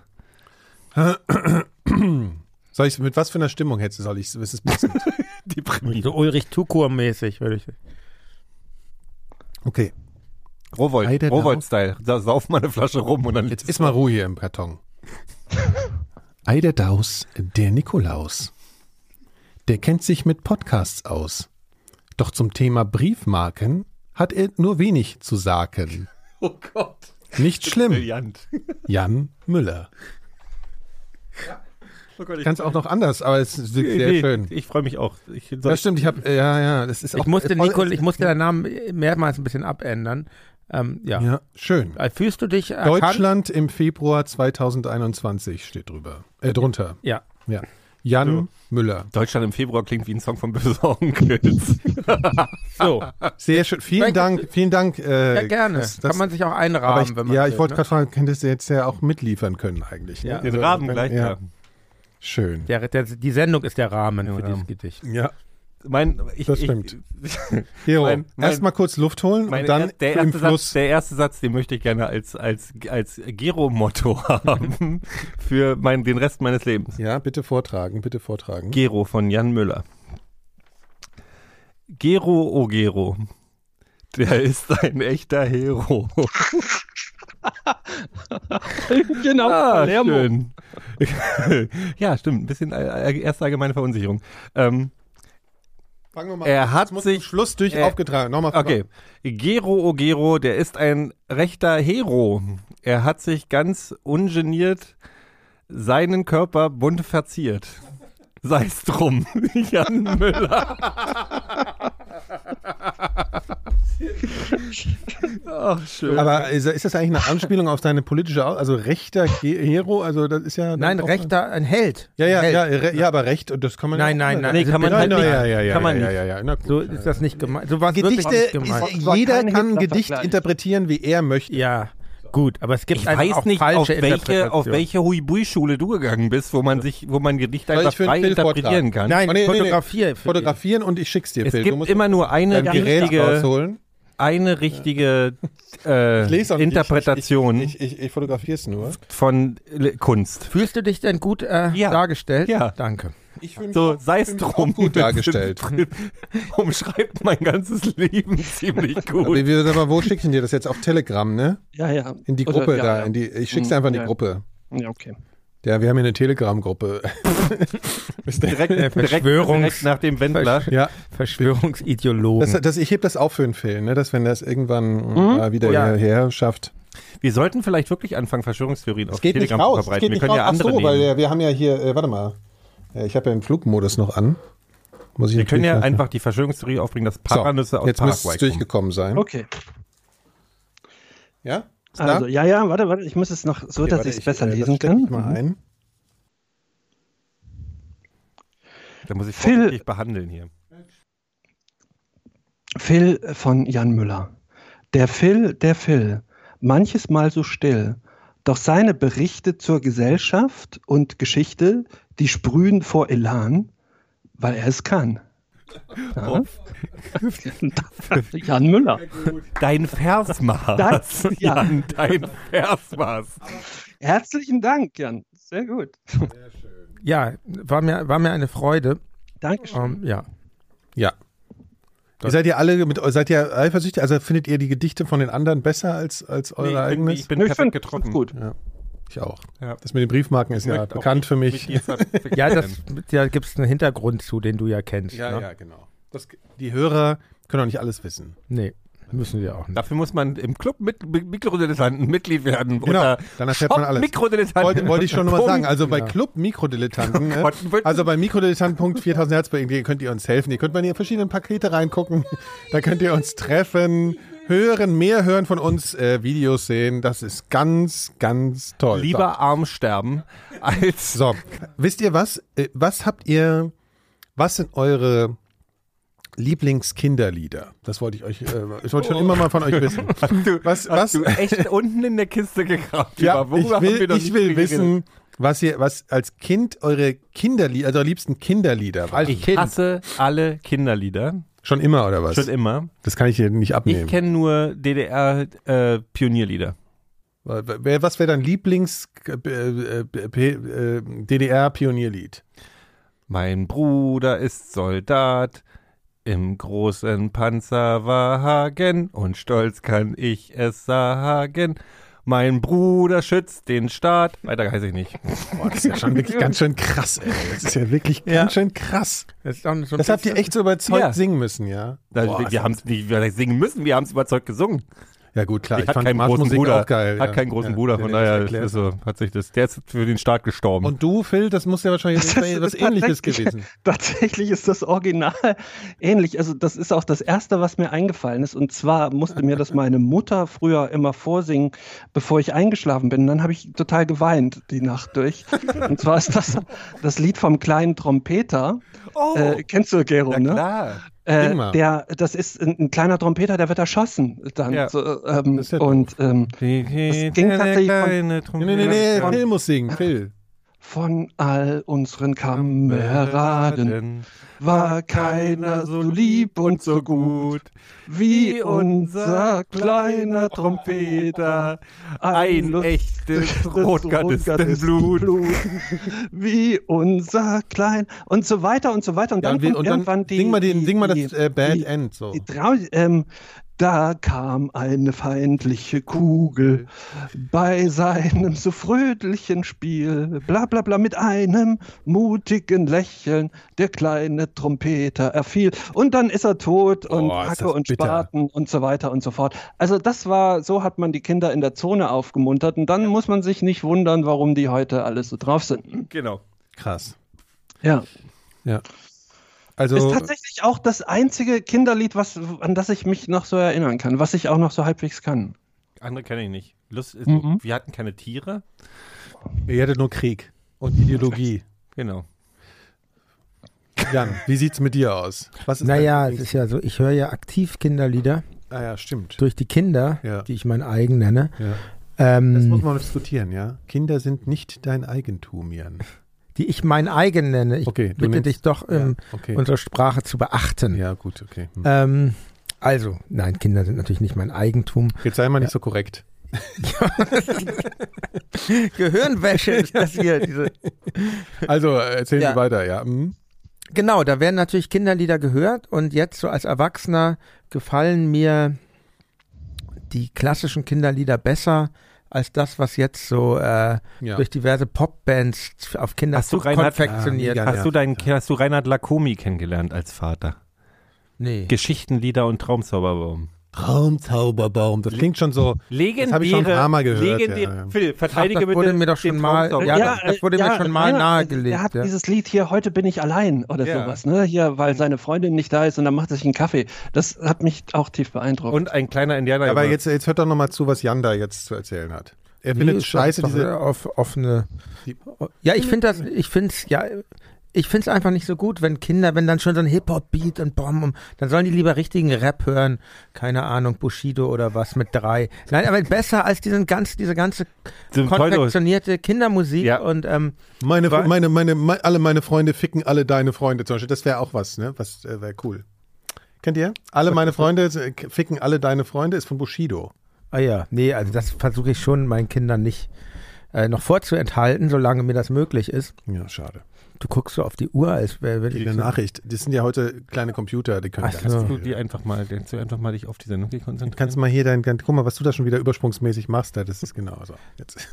Soll ich, mit was für einer Stimmung hättest du, soll ich, ist es passend? Die So Ulrich Tukur-mäßig, würde ich sagen. Okay, Rowold, Heide Rowold-Style. Sa- Sauf mal eine Flasche rum und dann. jetzt ist mal Ruhe hier im Karton. Ei der Daus, der Nikolaus. Der kennt sich mit Podcasts aus. Doch zum Thema Briefmarken hat er nur wenig zu sagen. Oh Gott. Nicht schlimm, Brillant. Jan Müller. Oh Gott, ich Kannst auch noch anders, aber es ist sehr nee, schön. Ich freue mich auch. Ich, soll Das stimmt, ich habe, ja, ja, das ist auch. Ich musste, voll- Nicol, ich musste deinen Namen mehrmals ein bisschen abändern. Ähm, ja. Ja, schön. Äh, Fühlst du dich erkannt? Deutschland im Februar zweitausendeinundzwanzig steht drüber. Äh, drunter. Ja. Ja. Jan So. Müller. Deutschland im Februar klingt wie ein Song von Böse Onkels. So. Sehr schön. Vielen Dank, vielen Dank. Äh, Ja, gerne. das- das- Kann man sich auch aber einrahmen, ich, wenn man ja, will, ich wollte ne? gerade fragen, könntest du jetzt ja auch mitliefern können eigentlich. Ne? Ja. Den Also, Rahmen wenn- gleich. Ja. Ja. Schön. Der, der, die Sendung ist der Rahmen für Ja. dieses Gedicht. Ja, Mein, ich, das ich, stimmt. Gero, Mein- mein- erst mal kurz Luft holen Mein und dann erst, der, im erste Satz, Fluss. der erste Satz, den möchte ich gerne als, als, als Gero-Motto haben für mein, den Rest meines Lebens. Ja, bitte vortragen, bitte vortragen. Gero von Jan Müller. Gero, oh Gero, der ist ein echter Hero. Genau, Ah, Palermo. schön. Ja, stimmt, ein bisschen äh, erste allgemeine Verunsicherung. Ähm, Fangen wir mal Er an. hat Es muss sich- zum Schluss durch er- aufgetragen. Nochmal. Okay. Gero, oh Gero, der ist ein rechter Hero. Er hat sich ganz ungeniert seinen Körper bunt verziert. Sei's drum. Jan Müller. Ach, schön. Aber ist, ist das eigentlich eine Anspielung auf seine politische, Au- also rechter Ge Hero? Also das ist ja Nein, auch- rechter, ein Held. Ja, ja, Held. ja, re, ja, aber recht und das kann man. Nein, ja auch- nein, nein. Nee, Also kann man bitte halt Nein, nicht. ja, ja, ja, Kann man ja, nicht. ja, ja, na gut. So ist das nicht gemeint. So war es wirklich Gedichte nicht gemeint. ist, war jeder kein kann ein Gedicht Hitler-Vergleich. interpretieren, wie er möchte. Ja, gut, aber es gibt Ich einfach weiß auch nicht, auf falsche welche, auf Interpretationen. welche Huibui-Schule du gegangen bist, wo man sich, wo man Gedicht Soll einfach ich für frei Phil interpretieren vortragen? kann. Nein, Oh, nee, nee, nee. fotografier. für Fotografieren und ich schick's dir, Es Phil. Du gibt musst immer nur eine dein Gerät richtige, rausholen. eine richtige äh, Ich lese auch nicht. Interpretation Ich, ich, ich, ich fotografiere es nur. von L- Kunst. Fühlst du dich denn gut äh, Ja. dargestellt? Ja. Danke. Ich fühle mich So, auch- sei es fühl mich drum. auch gut dargestellt. Umschreibt mein ganzes Leben ziemlich Aber, gut. wie, aber wo schicke ich denn dir das jetzt? Auf Telegram, ne? Ja, ja. In die Oder- Gruppe ja, da. ja. In die, ich schick's Mhm, dir einfach in die ja. Gruppe. Ja, okay. Ja, wir haben hier eine Telegram-Gruppe. Direkt, direkt, Verschwörungs- direkt nach dem Wendler. Ja, Verschwörungsideologen. das, das, ich heb das auf für einen Film, ne? Dass wenn das irgendwann äh, wieder Ja. hierher schafft. Wir sollten vielleicht wirklich anfangen, Verschwörungstheorien auf Es geht nicht Telegram zu raus. Es verbreiten. geht Wir nicht können raus. ja Ach andere so, weil nehmen. äh, wir haben ja hier, äh, warte mal. Äh, ich habe ja den Flugmodus noch an. Muss ich Wir können ja natürlich- einfach die Verschwörungstheorie aufbringen, dass Paranüsse aus Jetzt müsste Paraguay es kommen. durchgekommen sein. Okay. Ja? Ist da? Also, ja, ja, warte, warte, ich muss es noch so, Okay, dass warte, ich es besser äh, das lesen steck kann. ich mal ein. Da muss ich Phil- vorsichtig behandeln hier. Phil von Jan Müller. Der Phil, der Phil, manches Mal so still, doch seine Berichte zur Gesellschaft und Geschichte, die sprühen vor Elan, weil er es kann. Ja. Jan Müller. Dein Versmaß. Das, ja. Jan, dein Versmaß. Herzlichen Dank, Jan. Sehr gut. Ja, war mir, war mir eine Freude. Dankeschön. Ähm, ja. Ja. Ihr seid ihr alle mit, seid ihr eifersüchtig? Also findet ihr die Gedichte von den anderen besser als, als eure Nee, ich bin- eigenes? ich bin Nö, ich perfekt find- getroffen. find's gut. Ja, ich auch. Ja. Das mit den Briefmarken ist Ich ja möchte auch bekannt für mich. mit dir Ja, das, da gibt es einen Hintergrund zu, den du ja kennst. Ja, ne? ja, genau. Das, die Hörer können auch nicht alles wissen. Nee, müssen wir auch nicht. Dafür muss man im Club mit Mikrodilettanten Mitglied werden. Genau, Unter dann erfährt man Shop alles. Mikrodilettanten. Wollte, wollte ich schon nochmal sagen. Also bei Ja. Club Mikrodilettanten, ne? Gott, wird- also bei mikrodilettanten Punkt viertausend Hertz bei irgendwie könnt ihr uns helfen. Ihr könnt mal in die verschiedenen Pakete reingucken. Da könnt ihr uns treffen, hören, mehr hören von uns, äh, Videos sehen. Das ist ganz, ganz toll. Lieber arm sterben als So, wisst ihr was? Äh, Was habt ihr, was sind eure Lieblingskinderlieder? Das wollte ich euch, äh, ich wollte schon immer mal von euch wissen. du, Was, hast was? du echt unten in der Kiste gekramt. Ja, Worüber ich haben wir will, noch ich nicht will geredet? wissen, was ihr, was als Kind eure Kinderlieder, also eure liebsten Kinderlieder waren. Ich Kind. hasse alle Kinderlieder. Schon immer oder was? Schon immer. Das kann ich dir nicht Ich abnehmen. kenne nur D D R-Pionierlieder. Wer- Was wäre dein Lieblings äh, äh, äh, äh, D D R-Pionierlied? Mein Bruder ist Soldat im großen Panzerwagen und stolz kann ich es sagen. Mein Bruder schützt den Staat. Weiter weiß ich nicht. Boah, das ist ja schon wirklich ganz schön krass, ey. Das ist ja wirklich ganz schön krass. Das, ist auch so ein Das habt ihr bisschen- echt so überzeugt Ja. singen müssen, ja? Da, Boah, wir ist haben es nicht wir singen müssen, wir haben es überzeugt gesungen. Ja gut, klar. Ich hat keinen großen Marschmusik Bruder. auch geil. Hat ja. keinen großen Ja, Bruder, der von dir das daher erklärt. ist so, hat sich das, der ist für den Staat gestorben. Und du, Phil, das muss ja wahrscheinlich Das was ist Ähnliches tatsächlich- gewesen. Tatsächlich ist das Original ähnlich. Also das ist auch das Erste, was mir eingefallen ist. Und zwar musste mir das meine Mutter früher immer vorsingen, bevor ich eingeschlafen bin. Und dann habe ich total geweint die Nacht durch. Und zwar ist das das Lied vom kleinen Trompeter. oh, Äh, kennst du, Gero, na ne? klar. Äh, Sing mal. der, das ist ein, ein kleiner Trompeter, der wird erschossen dann. Ja. So, ähm, Das ist ja und ähm, ging tatsächlich von- Nee, nee, nee, nee, Phil muss singen, Phil. von all unseren Kameraden war keiner so lieb und so gut wie unser kleiner Trompeter. Ein lustiges echtes Rotgardistenblut. Wie unser klein und so weiter und so weiter. Und Ja, dann und, wir, kommt und dann irgendwann die, sing mal, den, die, sing mal die, das äh, Bad die, End. So. die Trau ähm, da kam eine feindliche Kugel bei seinem so fröhlichen Spiel, bla bla bla, mit einem mutigen Lächeln, der kleine Trompeter erfiel. Und dann ist er tot und Oh, ist Hacke das und bitter. Spaten und so weiter und so fort. Also das war, so hat man die Kinder in der Zone aufgemuntert und dann muss man sich nicht wundern, warum die heute alles so drauf sind. Genau. Krass. Ja. Ja. Also, Ist tatsächlich auch das einzige Kinderlied, was, an das ich mich noch so erinnern kann, was ich auch noch so halbwegs kann. Andere kenne ich nicht. Lust ist, Mhm. Wir hatten keine Tiere. ihr hattet nur Krieg und Ideologie. Genau. Jan, wie sieht's mit dir aus? Was ist Naja, dein es Lieblings- ist ja so, ich höre ja aktiv Kinderlieder Ah ja, stimmt. durch die Kinder, Ja. die ich mein eigen nenne. Ja. Das muss Ähm, man mal diskutieren, ja? Kinder sind nicht dein Eigentum, Jan. die ich mein eigen nenne. Ich Okay, du bitte nennst- dich doch, ähm, ja, okay. unsere Sprache zu beachten. Ja, gut, okay. Hm. Ähm, also, nein, Kinder sind natürlich nicht mein Eigentum. Jetzt sei mal nicht so korrekt. Gehirnwäsche ist das hier. Diese. Also, äh, erzählen Ja. Sie weiter, ja. Hm? Genau, da werden natürlich Kinderlieder gehört und jetzt so als Erwachsener gefallen mir die klassischen Kinderlieder besser als das, was jetzt so äh, Ja. durch diverse Popbands auf Kinder Hast du Reinhard- konfektioniert. Ja, Hast ja. du deinen, hast du Reinhard Lacomi kennengelernt als Vater? Nee. Geschichtenlieder und Traumzauberbaum. Traumzauberbaum. Das klingt schon so. Legendäre, Das hab ich schon ein paar Mal gehört, Legendäre, ja, ja. Phil, Ach, verteidige das bitte wurde mir doch schon den mal- Traumzauberbaum. ja, das wurde mir schon mal Rainer, nahegelegt, Er hat ja. dieses Lied hier, heute bin ich allein oder Ja. sowas, ne? Hier, weil seine Freundin nicht da ist und dann macht er sich einen Kaffee. Das hat mich auch tief beeindruckt. Und ein kleiner Indianer. Aber über- jetzt, jetzt hört doch noch mal zu, was Jan da jetzt zu erzählen hat. Er Nee, findet ist scheiße doch diese. auf offene. Die- Ja, ich finde das, ich finde es ja ich finde es einfach nicht so gut, wenn Kinder, wenn dann schon so ein Hip-Hop-Beat und Bom, dann sollen die lieber richtigen Rap hören, keine Ahnung, Bushido oder was mit drei. Nein, aber besser als diesen ganz, diese ganze konfektionierte Kindermusik Ja. und ähm, Meine, Weil- meine, meine, meine, alle meine Freunde ficken alle deine Freunde zum Beispiel. Das wäre auch was, ne? Was äh, wäre cool. Kennt ihr? Alle meine Freunde äh, ficken alle deine Freunde ist von Bushido. ah ja, nee, also das versuche ich schon meinen Kindern nicht äh, noch vorzuenthalten, solange mir das möglich ist. Ja, schade. Du guckst so auf die Uhr, als wäre Die ich so, Nachricht. Das sind ja heute kleine Computer, die können Ach ganz so. Du viel. die einfach mal, kannst du einfach mal dich auf die Sendung konzentrieren. Kannst du mal hier dein, dein, guck mal, was du da schon wieder übersprungsmäßig machst, ja, das ist genau so. Jetzt.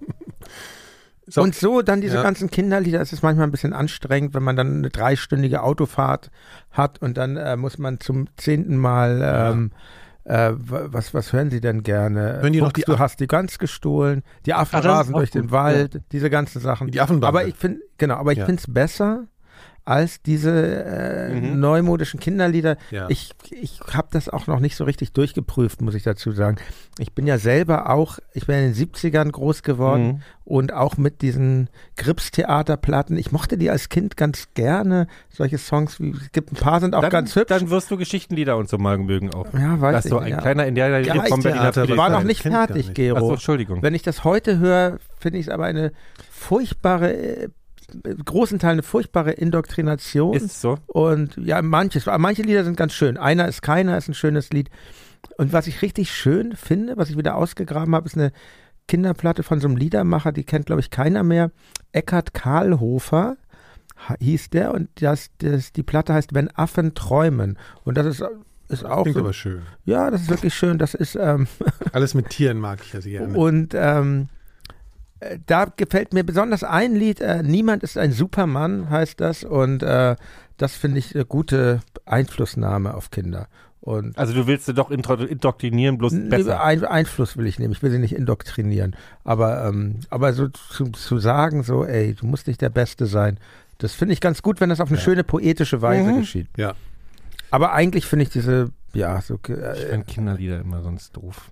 So. Und so dann diese Ja. ganzen Kinderlieder, es ist manchmal ein bisschen anstrengend, wenn man dann eine dreistündige Autofahrt hat und dann äh, muss man zum zehnten Mal, ähm, äh, w- was, was hören Sie denn gerne? Hören die noch Fuchs, die du Affen? hast die Gans gestohlen, die Affen Ah, das ist rasen auch durch den gut, Wald, diese ganzen Sachen. Die Affenbande. Aber ich finde, genau, aber ich Ja. finde es besser als diese äh, Mhm. neumodischen Kinderlieder. Ja. Ich, ich habe das auch noch nicht so richtig durchgeprüft, muss ich dazu sagen. Ich bin ja selber auch, ich bin in den siebzigern groß geworden Mhm. und auch mit diesen Grips-Theaterplatten. Ich mochte die als Kind ganz gerne. Solche Songs, wie, es gibt ein paar, sind auch dann, ganz hübsch. Dann wirst du Geschichtenlieder und so mal mögen auch. ja, weiß Das ist so ich, ein ja. kleiner Indianer Ja, vom ich- Berliner Theater, Ich was war Friedrichshain. noch nicht Kennt gar fertig, nicht. Gero. Achso, Entschuldigung. Wenn ich das heute höre, finde ich es aber eine furchtbare, äh, großen Teil eine furchtbare Indoktrination. Ist es so? Und ja, manches, manche Lieder sind ganz schön. Einer ist keiner, ist ein schönes Lied. Und was ich richtig schön finde, was ich wieder ausgegraben habe, ist eine Kinderplatte von so einem Liedermacher, die kennt, glaube ich, keiner mehr. Eckhard Karlhofer ha- hieß der und das, das, die Platte heißt Wenn Affen träumen. Und das ist, ist auch Klingt so, aber schön. ja, das ist wirklich schön. Das ist, ähm, Alles mit Tieren mag ich ja sehr gerne. und ähm, äh, da gefällt mir besonders ein Lied, äh, Niemand ist ein Supermann, heißt das. Und äh, das finde ich eine gute Einflussnahme auf Kinder. Und Also du willst sie doch intro- indoktrinieren, bloß besser. Ein, Einfluss will ich nehmen, ich will sie nicht indoktrinieren. Aber, ähm, aber so zu, zu sagen, so, ey, du musst nicht der Beste sein, das finde ich ganz gut, wenn das auf eine schöne poetische Weise Mhm. geschieht. Ja. Aber eigentlich finde ich diese, ja, so, Ich äh, finde Kinderlieder immer sonst doof.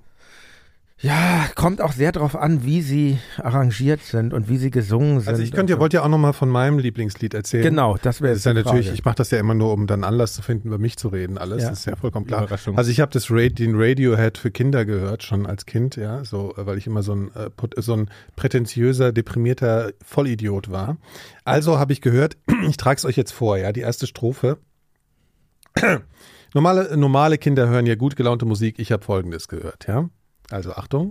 ja, kommt auch sehr drauf an, wie sie arrangiert sind und wie sie gesungen sind. Also ich könnte ja, und so. wollte ja auch nochmal von meinem Lieblingslied erzählen. Genau, das wäre Das ist ja die natürlich, Frage. ich mache das ja immer nur, um dann Anlass zu finden, über mich zu reden, alles. Ja. Das ist ja vollkommen klar. Überraschung. Also ich habe das Ra- den Radiohead für Kinder gehört, schon als Kind, ja, so, äh, weil ich immer so ein, äh, pot- so ein prätentiöser, deprimierter Vollidiot war. Also habe ich gehört, ich trage es euch jetzt vor, ja, die erste Strophe. Normale, normale Kinder hören ja gut gelaunte Musik. Ich habe Folgendes gehört, ja. Also Achtung.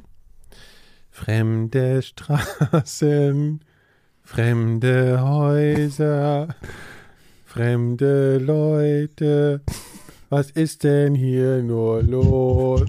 Fremde Straßen, fremde Häuser, fremde Leute. Was ist denn hier nur los?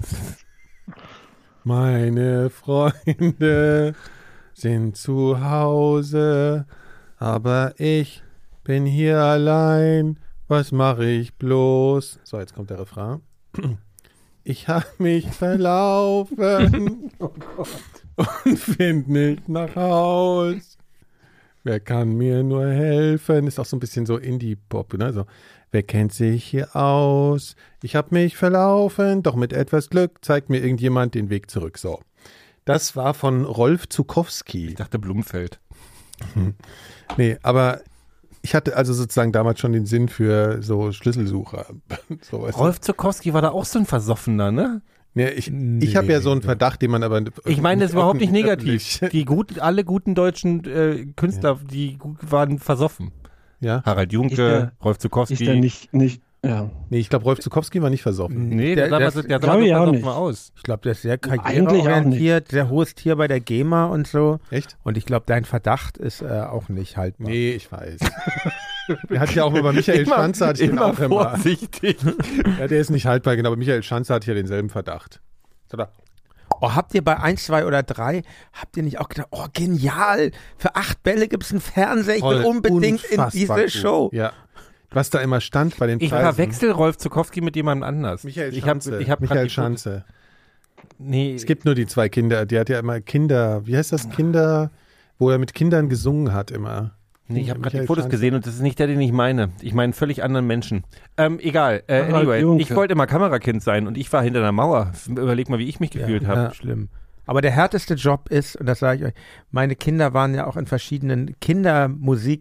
Meine Freunde sind zu Hause, aber ich bin hier allein. Was mache ich bloß? So, jetzt kommt der Refrain. Ich habe mich verlaufen und find nicht nach Haus. Wer kann mir nur helfen? Ist auch so ein bisschen so Indie-Pop, ne? So, wer kennt sich hier aus? Ich habe mich verlaufen, doch mit etwas Glück zeigt mir irgendjemand den Weg zurück. So, das war von Rolf Zukowski. Ich dachte Blumfeld. Nee, aber ich hatte also sozusagen damals schon den Sinn für so Schlüsselsucher. So, weißt du? Rolf Zukowski war da auch so ein Versoffener, ne? Nee, ich ich habe ja so einen Verdacht, den man aber Ich meine, das ist überhaupt nicht negativ. öffentlich- Die gut, alle guten deutschen äh, Künstler, die gut waren versoffen. Ja, Harald Junke, Ist der- Rolf Zukowski. Ist der nicht, nicht, ja. nee, ich glaube, Rolf Zukowski war nicht versoffen. Nee, Der- der, der, der- der, der glaub sah ich auch doch nicht. mal aus. Ich glaube, der ist sehr Eigentlich auch karriereorientiert, sehr hohes Tier bei der GEMA und so. Echt? Und ich glaube, dein Verdacht ist äh, auch nicht haltbar. Nee, ich weiß. Der hat ja auch über Michael Immer- Schanze hatte ich den immer auch immer. vorsichtig. Ja, der ist nicht haltbar, genau, aber Michael Schanze hatte ja denselben Verdacht. So, da. Oh, habt ihr bei eins, zwei oder drei, habt ihr nicht auch gedacht, oh genial, für acht Bälle gibt es einen Fernseher, ich will Toll, unbedingt in unfassbar diese gut. Show. Ja. Was da immer stand bei den Ich Preisen. verwechsel Rolf Zukowski mit jemandem anders. Michael ich hab, Schanze. ich hab grad Michael die- Schanze. Nee, Es gibt nur die zwei Kinder. Die hat ja immer Kinder, wie heißt das, Kinder, wo er mit Kindern gesungen hat immer. nee, ich habe gerade die Michael Fotos Schanze. gesehen und das ist nicht der, den ich meine. Ich meine einen völlig anderen Menschen. Ähm, egal. Äh, Harald anyway, Junke. ich wollte immer Kamerakind sein und ich war hinter einer Mauer. Überleg mal, wie ich mich gefühlt habe. Ja, schlimm. Aber der härteste Job ist, und das sage ich euch, meine Kinder waren ja auch in verschiedenen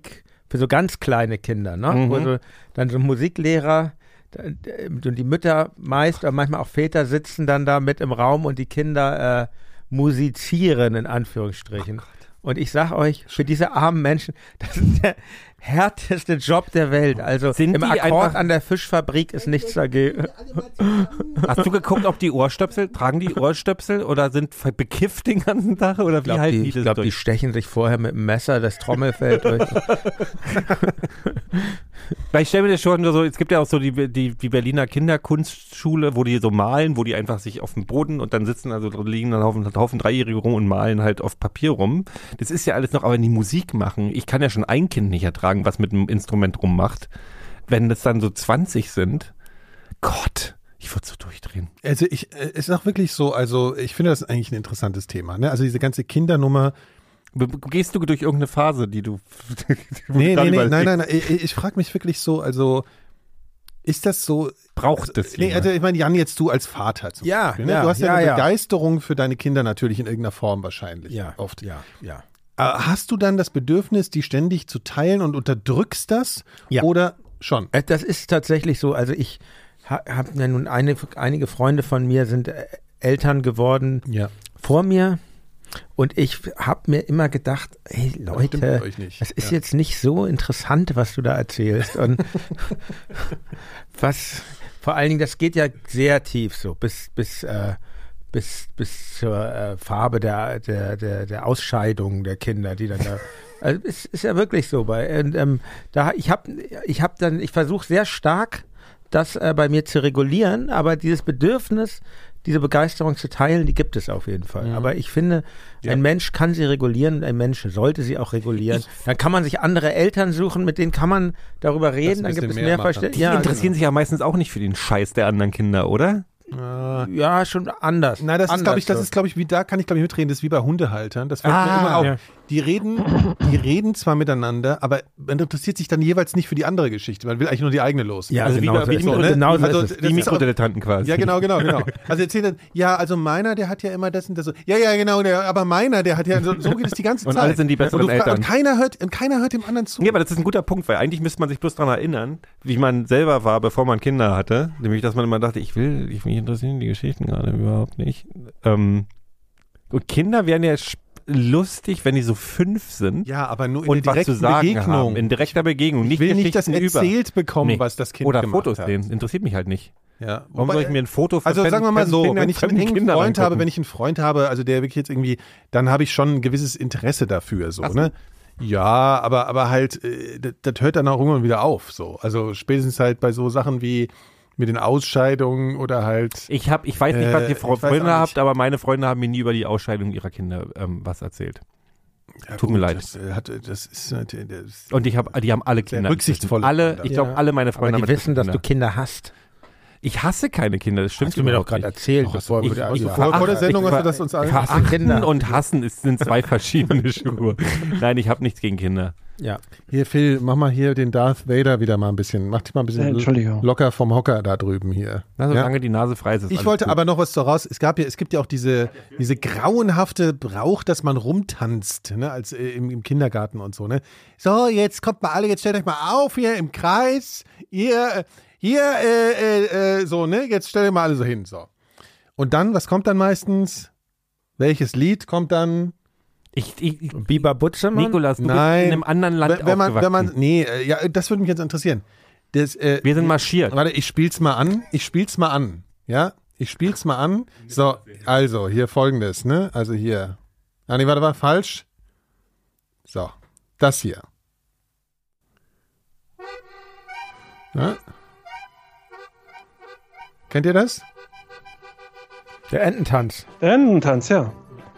für so ganz kleine Kinder, ne? Mhm. Wo so, dann so ein Musiklehrer und die Mütter meist, aber manchmal auch Väter sitzen dann da mit im Raum und die Kinder äh, musizieren, in Anführungsstrichen. Und ich sag euch, für diese armen Menschen, das ist der härteste Job der Welt. Also Sind im die Akkord einfach- an der Fischfabrik ist nichts dagegen. Hast du geguckt, ob die Ohrstöpsel, tragen die Ohrstöpsel oder sind ver- bekifft den ganzen Tag oder wie Ich glaube, halten die, die ich das glaub, die durch? stechen sich vorher mit dem Messer das Trommelfell durch. Weil ich stelle mir das schon so, es gibt ja auch so die, die, die Berliner Kinderkunstschule, wo die so malen, wo die einfach sich auf dem Boden und dann sitzen, also liegen dann Haufen, Haufen Dreijährige rum und malen halt auf Papier rum. Das ist ja alles noch, aber wenn die Musik machen, ich kann ja schon ein Kind nicht ertragen, was mit einem Instrument rummacht. Wenn das dann so zwanzig sind, Gott, ich würde so durchdrehen. Also ich, äh, es ist auch wirklich so, also ich finde das eigentlich ein interessantes Thema, ne? Also diese ganze Kindernummer. Be- Gehst du durch irgendeine Phase, die du... wo du Nee, gerade nee, nee, überlegst? nein, nein, nein, ich, ich frage mich wirklich so, also ist das so, Braucht das nee, jemand? also ich meine, Jan, jetzt du als Vater zum Ja, Beispiel, ne? ja, Du hast ja, ja, eine ja. Begeisterung für deine Kinder natürlich in irgendeiner Form wahrscheinlich, oft. ja, ja. Äh, Hast du dann das Bedürfnis, die ständig zu teilen und unterdrückst das? Ja. Oder schon? Äh, Das ist tatsächlich so. Also ich ha, habe ja nun eine, einige Freunde von mir sind äh, Eltern geworden Ja. vor mir und ich habe mir immer gedacht, hey stimmt Leute, bei euch nicht. das ist Ja. jetzt nicht so interessant, was du da erzählst und was vor allen Dingen, das geht ja sehr tief so bis bis äh, bis bis zur äh, Farbe der der der der Ausscheidung der Kinder, die dann da also es ist ja wirklich so bei und, ähm, da ich habe ich habe dann ich versuche sehr stark das äh, bei mir zu regulieren, aber dieses Bedürfnis, diese Begeisterung zu teilen, die gibt es auf jeden Fall. Mhm. Aber ich finde, Ja. ein Mensch kann sie regulieren, ein Mensch sollte sie auch regulieren. Dann kann man sich andere Eltern suchen, mit denen kann man darüber reden, dann bisschen gibt es mehr mehr machen. Verständnis. Die Ja, interessieren sich ja meistens auch nicht für den Scheiß der anderen Kinder, oder? Äh, ja, schon anders. Nein, das ist, anders glaube ich, das so. ist, glaube ich, wie da kann ich, glaube ich, mitreden. Das ist wie bei Hundehaltern. Das fällt Ah, mir immer auf. ja. Die reden, die reden zwar miteinander, aber man interessiert sich dann jeweils nicht für die andere Geschichte. Man will eigentlich nur die eigene los. Ja, Also wie genau bei- so wie ist die es. Mikro- Genau so also ist es. das Die ist auch- Mikrodilettanten quasi. Ja, genau, genau, genau. Also erzählen dann, ja, also meiner, der hat ja immer das und das so. Ja, ja, genau, der, aber meiner, der hat ja, so, so geht es die ganze Und Zeit. alle sind die besseren und du, fra- Eltern. Und keiner hört, und keiner hört dem anderen zu. Ja, aber das ist ein guter Punkt, weil eigentlich müsste man sich bloß daran erinnern, wie man selber war, bevor man Kinder hatte. Nämlich, dass man immer dachte, ich will, ich mich interessieren die Geschichten gerade überhaupt nicht. Ähm, und Kinder werden ja sp- lustig, wenn die so fünf sind Ja, aber nur in und der was zu direkten sagen Begegnung. haben. In direkter Begegnung, ich nicht will nicht das Geschichten erzählt über. bekommen, Nee. was das Kind Oder gemacht Fotos hat. sehen. Interessiert mich halt nicht. Ja. Warum Wobei- soll ich mir ein Foto von Also fremden- sagen wir mal so, fremden wenn ich einen fremden engen Kindern Freund habe, angucken? wenn ich einen Freund habe, also der wirklich jetzt irgendwie, dann habe ich schon ein gewisses Interesse dafür, so, Ach so. ne? Ja, aber, aber halt, äh, das, das hört dann auch irgendwann wieder auf, so. Also spätestens halt bei so Sachen wie mit den Ausscheidungen oder halt. Ich hab, ich weiß nicht, was Äh, ihr ich Fre- weiß auch Freunde nicht. habt, aber meine Freunde haben mir nie über die Ausscheidung ihrer Kinder ähm, was erzählt. Ja, tut mir leid. Das, äh, hat, das ist natürlich. Das, Und ich habe, die haben alle Sehr Kinder. rücksichtsvoll Alle, miteinander. ich glaube, Ja. alle meine Aber Freunde die haben wissen, dass Kinder. du Kinder hast. Ich hasse keine Kinder, das stimmt Hast du mir doch überhaupt gerade nicht. erzählt, Oh, hast bevor du- wir ich- ja. vor- vor der Ach, Sendung ich hast du war- das uns allen ich hasse Achten Kinder. und hassen ist, sind zwei verschiedene Schuhe. Nein, ich habe nichts gegen Kinder. Ja. Hier, Phil, mach mal hier den Darth Vader wieder mal ein bisschen. Mach dich mal ein bisschen Äh, Entschuldigung. locker vom Hocker da drüben hier. Na, solange Ja? die Nase frei ist. ist Ich alles wollte gut. aber noch was daraus. Es gab ja, es gibt ja auch diese, diese grauenhafte Brauch, dass man rumtanzt, ne, als äh, im, im Kindergarten und so, ne. So, jetzt kommt mal alle, jetzt stellt euch mal auf hier im Kreis. Ihr, äh, hier, äh, äh, äh, so, ne, jetzt stellt euch mal alle so hin, so. Und dann, was kommt dann meistens? Welches Lied kommt dann? Ich, ich, Biber Butzemann? Nikolas, du Nein. bist in einem anderen Land wenn, wenn man, wenn man, aufgewachsen. nee, äh, ja, das würde mich jetzt interessieren. Das, äh, Wir sind marschiert. Warte, ich spiel's mal an. Ich spiel's mal an. Ja, ich spiel's mal an. So, also hier folgendes, ne? Also hier. Ah, nee, warte, war falsch. So, das hier. Ja. Kennt ihr das? Der Ententanz. Ententanz, ja.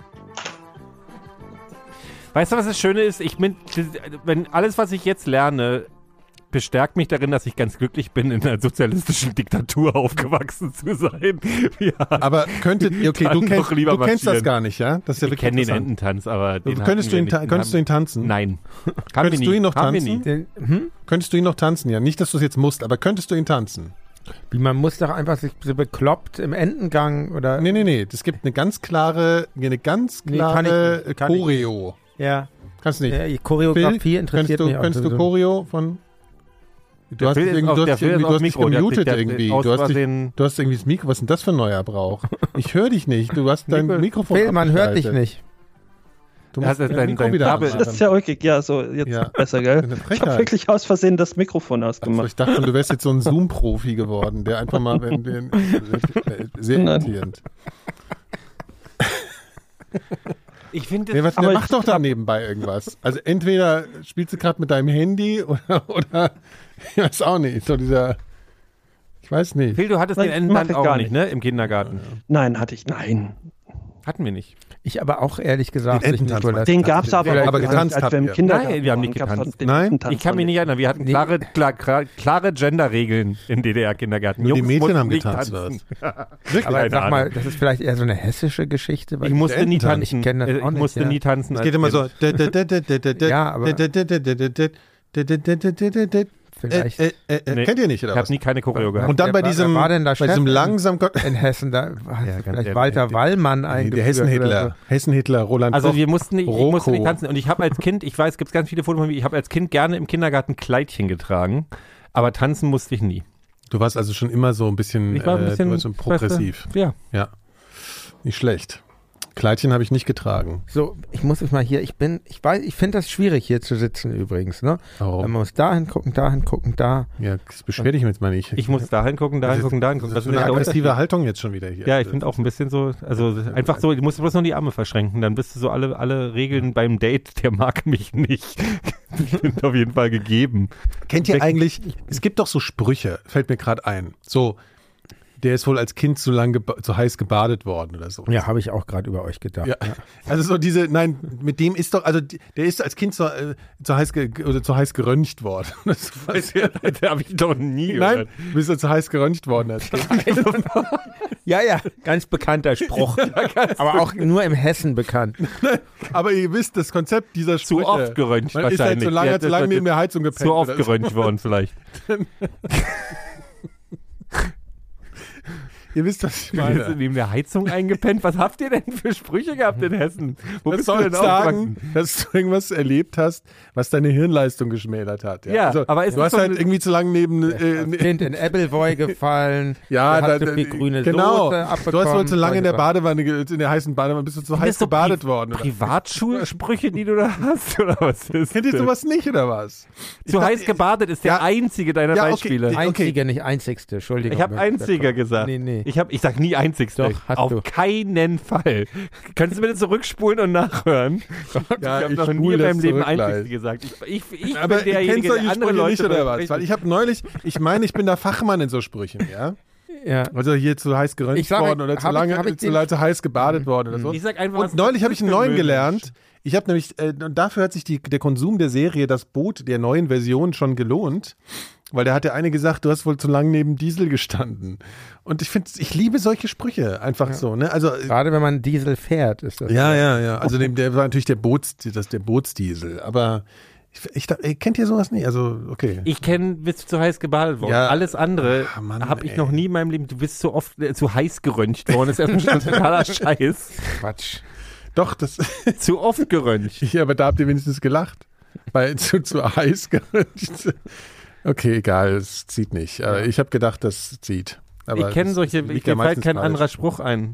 Weißt du, was das Schöne ist? Ich bin, wenn alles, was ich jetzt lerne, bestärkt mich darin, dass ich ganz glücklich bin, in einer sozialistischen Diktatur aufgewachsen zu sein. Ja. Aber könntet ihr, okay, Dann du, kennst, doch lieber du kennst das marschieren. gar nicht, ja? Das ist ja Ich wirklich kenne den interessant. Ententanz, aber den Könntest, hatten du wir ihn, ta- nicht. könntest du ihn tanzen? Nein. Haben Könntest wir du nie. ihn noch Haben wir tanzen? nie. Den, hm? Könntest du ihn noch tanzen? Ja, nicht, dass du es jetzt musst, aber könntest du ihn tanzen? Wie, man muss doch einfach sich so bekloppt im Entengang oder. Nee, nee, nee. Es gibt eine ganz klare, eine ganz Nee, kann klare ich nicht. Kann ich Choreo. Ja. Kannst nicht. Ja, die Choreografie Phil, interessiert könntest du, mich auch. Könntest du sowieso. Choreo von... Du Der hast, Phil dich ist irgendwie- auf- du der hast, Phil irgendwie- ist du hast aufs dich Mikro, der hat- gemutet der hat irgendwie. aus Du hast, dich, Versehen- du hast irgendwie das Mikro. Was ist denn das für ein neuer Brauch? Ich höre dich nicht. Du hast dein Mikro- Mikrofon Phil, man hört dich abgeschaltet. nicht. Du Er musst hat dein dein- Mikro dein wieder Kabel- anmachen. Das ist ja ulkig. Ja, so, jetzt Ja. besser, gell? Eine Ich habe Frechheit. wirklich aus Versehen das Mikrofon Also ausgemacht. ich dachte schon, du wärst jetzt so ein Zoom-Profi geworden, der einfach mal, wenn den, sehr Nein. irritierend. Ich finde, Nee, was, Aber der mach ich doch da hab- nebenbei irgendwas. Also entweder spielst du gerade mit deinem Handy oder, oder ich weiß auch nicht, so dieser, ich weiß nicht. Phil, du hattest Nein, den mach Ententanz ich auch gar nicht, nicht. ne? Im Kindergarten. Nein, hatte ich. Nein. Hatten wir nicht. Ich aber auch ehrlich gesagt Den nicht, Ententanz Nikolas. Den gab es aber, Aber auch gar getanzt nicht, als habt wir im ihr. Kindergarten Nein, wir haben waren, nicht gab's getanzt. den Nein? Ententanz Ich kann mich noch nicht erinnern. Wir hatten Nee. klare, klar, klar, klare Gender-Regeln im D D R-Kindergarten. Nur die Mädchen mussten haben nicht getanzt, tanzen. Wirklich? Aber Keine sag mal, Ahnung. das ist vielleicht eher so eine hessische Geschichte. weil Ich musste nie Ententanz, tanzen. ich kenn das Äh, auch Ich nicht, musste ja. nie tanzen. Es als geht immer so. Kind. Ja, aber- Vielleicht. Äh, äh, äh, Nee. Kennt ihr nicht, oder Ich habe was? nie keine Choreo gehabt. Und dann Wer bei war- diesem, wer war denn da bei diesem Chef? langsam in Hessen, da war Ja, ganz vielleicht ehrlich. Walter Wallmann Nee, eingeführt. der Hessen-Hitler. oder Hessen-Hitler, Roland Also Koch. wir mussten nicht, ich Roko. musste nicht tanzen. Und ich habe als Kind, ich weiß, es gibt ganz viele Fotos von mir, ich habe als Kind gerne im Kindergarten Kleidchen getragen, aber tanzen musste ich nie. Du warst also schon immer so ein bisschen, Ich war ein äh, bisschen du warst so progressiv. Ja. Ja. Nicht schlecht. Kleidchen habe ich nicht getragen. So, ich muss mich mal hier, ich bin, ich weiß, ich finde das schwierig hier zu sitzen übrigens, ne? Warum? Man muss dahin gucken, dahin gucken, da. Ja, das beschwer dich jetzt mal nicht. Ich muss dahin gucken, dahin gucken, dahin gucken. Das Was ist ist eine denn der aggressive Unterschied? Haltung jetzt schon wieder hier. Ja, ich finde auch ein bisschen so, also einfach so, du musst bloß nur die Arme verschränken, dann bist du so alle, alle Regeln beim Date, der mag mich nicht. Die sind auf jeden Fall gegeben. Kennt ihr Weg- eigentlich, es gibt doch so Sprüche, fällt mir gerade ein. So, der ist wohl als Kind zu lang geba- zu heiß gebadet worden oder so. Ja, habe ich auch gerade über euch gedacht. Ja. Also so diese, nein, mit dem ist doch, also die- der ist als Kind zu, äh, zu heiß ge, oder zu heiß geröntgt worden. Das weiß ich- Der habe ich doch nie Nein, gehört. du bist ja zu heiß geröntgt worden als Kind. Ja, ja, ganz bekannter Spruch. Aber auch nur im Hessen bekannt. Aber ihr wisst das Konzept dieser Zu Sprüche. oft geröntgt Man ist halt wahrscheinlich. so lange, Ja, zu das lange wird neben der Heizung gepennt. Zu oft oder so. geröntgt worden vielleicht. Ihr wisst, was ich Bist du meine. neben der Heizung eingepennt? Was habt ihr denn für Sprüche gehabt in Hessen? Wo Das bist du soll denn sagen, aufgewachsen? dass du irgendwas erlebt hast, was deine Hirnleistung geschmälert hat. Ja, Ja, also, aber ist du das hast doch halt eine- irgendwie zu lange neben äh, ne- Kind in Ebbelwoi gefallen. ja, der hat da, so viel grüne genau. Soße Du abbekommen. hast wohl zu lange in der solche Badewanne, ge- in der heißen Badewanne, bist du zu heiß das so gebadet Pri- worden. Oder? Privatschulsprüche, die du da hast? Oder was ist Kennt ihr das? sowas nicht, oder was? Ich Zu dachte- heiß gebadet ist der Ja. einzige deiner Ja, okay. Beispiele. Die- Einzige, nicht einzigste, Entschuldigung. Ich habe einziger gesagt. Nee, nee. Ich, hab, ich sag nie einzigste. Doch, hast Auf du. keinen Fall. Könntest du bitte zurückspulen und nachhören? Ja, ich habe ich noch nie spule in meinem das Leben zurück einzigste gleich. gesagt. Ich, ich, ich Aber bin ihr kennt derjenige, der solche andere Sprüche Leute nicht, oder was? richtig- Weil ich habe neulich, ich meine, ich bin da Fachmann in so Sprüchen, ja? Ja. Also hier zu heiß geröntgt Ich sage, worden oder zu hab ich- lange, hab ich zu den- lange heiß gebadet worden oder so. Ich sag einfach, was Und neulich habe ich einen für neuen Müll. gelernt. Ich habe nämlich, äh, und dafür hat sich die, der Konsum der Serie Das Boot der neuen Version schon gelohnt. Weil da hat der eine gesagt, du hast wohl zu lange neben Diesel gestanden. Und ich finde, ich liebe solche Sprüche einfach so, ne? Also, äh, Gerade wenn man Diesel fährt, ist das. ja, ja, ja. Also dem, der war natürlich der Boots, das der Bootsdiesel. Aber ich, ich, dachte, ey, kennt ihr sowas nicht? Also, okay. Ich kenne, bist du zu heiß gebadet worden. Ja. Alles andere Ah, Mann, habe ich ey. noch nie in meinem Leben. Du bist zu oft äh, zu heiß geröntgt worden. Das ist erstmal schon totaler Scheiß. Quatsch. Doch, das, Zu oft geröntgt. ja, aber da habt ihr wenigstens gelacht. Weil zu, zu heiß geröntgt. Okay, egal, es zieht nicht. Aber ich habe gedacht, das zieht. Aber ich kenne das- solche, das ich liegt ja mir fällt meistens kein falsch. anderer Spruch ein.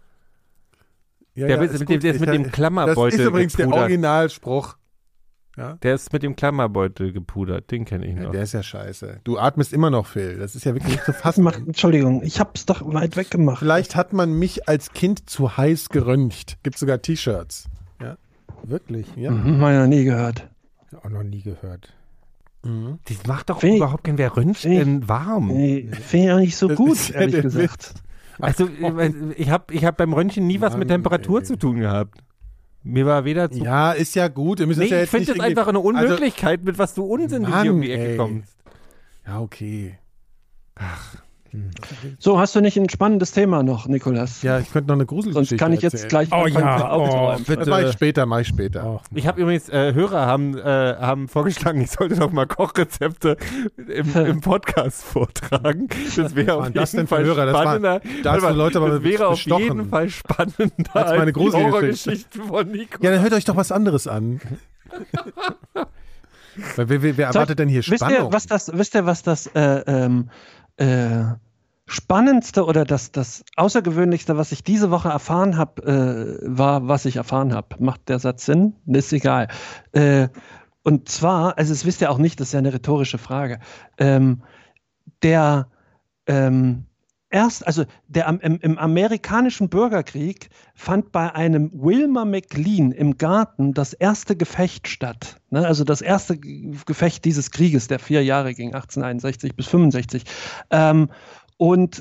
Ja, Der ja, mit- ist mit dem- gut. der ist Ich- mit dem Klammerbeutel Das ist übrigens der gepudert. Originalspruch. Der ist mit dem Klammerbeutel gepudert. Den kenne ich Ja, noch. der ist ja scheiße. Du atmest immer noch, Phil. Das ist ja wirklich nicht zu Was fassen. macht, Entschuldigung, ich hab's doch weit weg gemacht. Vielleicht hat man mich als Kind zu heiß geröntgt. Gibt sogar T-Shirts. Wirklich? Ja. Mhm, hab ich noch nie gehört. Auch noch nie gehört. Mhm. Das macht doch Finde ich- überhaupt keinen. Wer röntgt finde ich- denn warm? Nee, finde ich auch nicht so Das gut, ist ja ehrlich der gesagt. Also, ich habe ich hab beim Röntgen nie was mit Mann, Temperatur ey. zu tun gehabt. Mir war weder zu. Ja, ist ja gut. Ihr müsst nee, es ja ich jetzt finde nicht das irgendwie- einfach eine Unmöglichkeit, mit was du Unsinn Mann, hier um die Ecke ey. kommst. Also, ja, okay. So, hast du nicht ein spannendes Thema noch, Nikolas? Ja, ich könnte noch eine Gruselgeschichte Sonst kann ich jetzt erzählen. gleich Oh anfangen ja, zu aufzuräumen. oh, Das mache ich später, mache ich später. Oh. Ich habe übrigens, äh, Hörer haben, äh, haben vorgeschlagen, ich sollte doch mal Kochrezepte im, im Podcast vortragen. Das wäre auf waren jeden das denn für Fall Hörer? Das war- spannender. da hast du Warte mal, Leute aber das wäre auf bestochen. jeden Fall spannender Als meine die Gruselgeschichte. Horrorgeschichte von Nico. Ja, dann hört euch doch was anderes an. Weil wer, wer, wer erwartet denn hier wisst Spannung? ihr, was das, wisst ihr, was das äh, ähm, äh, Spannendste oder das, das Außergewöhnlichste, was ich diese Woche erfahren habe, äh, war, was ich erfahren habe. Macht der Satz Sinn? Ist egal. Äh, und zwar, also das wisst ihr auch nicht, das ist ja eine rhetorische Frage. Ähm, der ähm, erst, also der im, im amerikanischen Bürgerkrieg fand bei einem Wilmer McLean im Garten das erste Gefecht statt. Ne? Also das erste Gefecht dieses Krieges, der vier Jahre ging, achtzehnhunderteinundsechzig bis fünfundsechzig. Ähm, und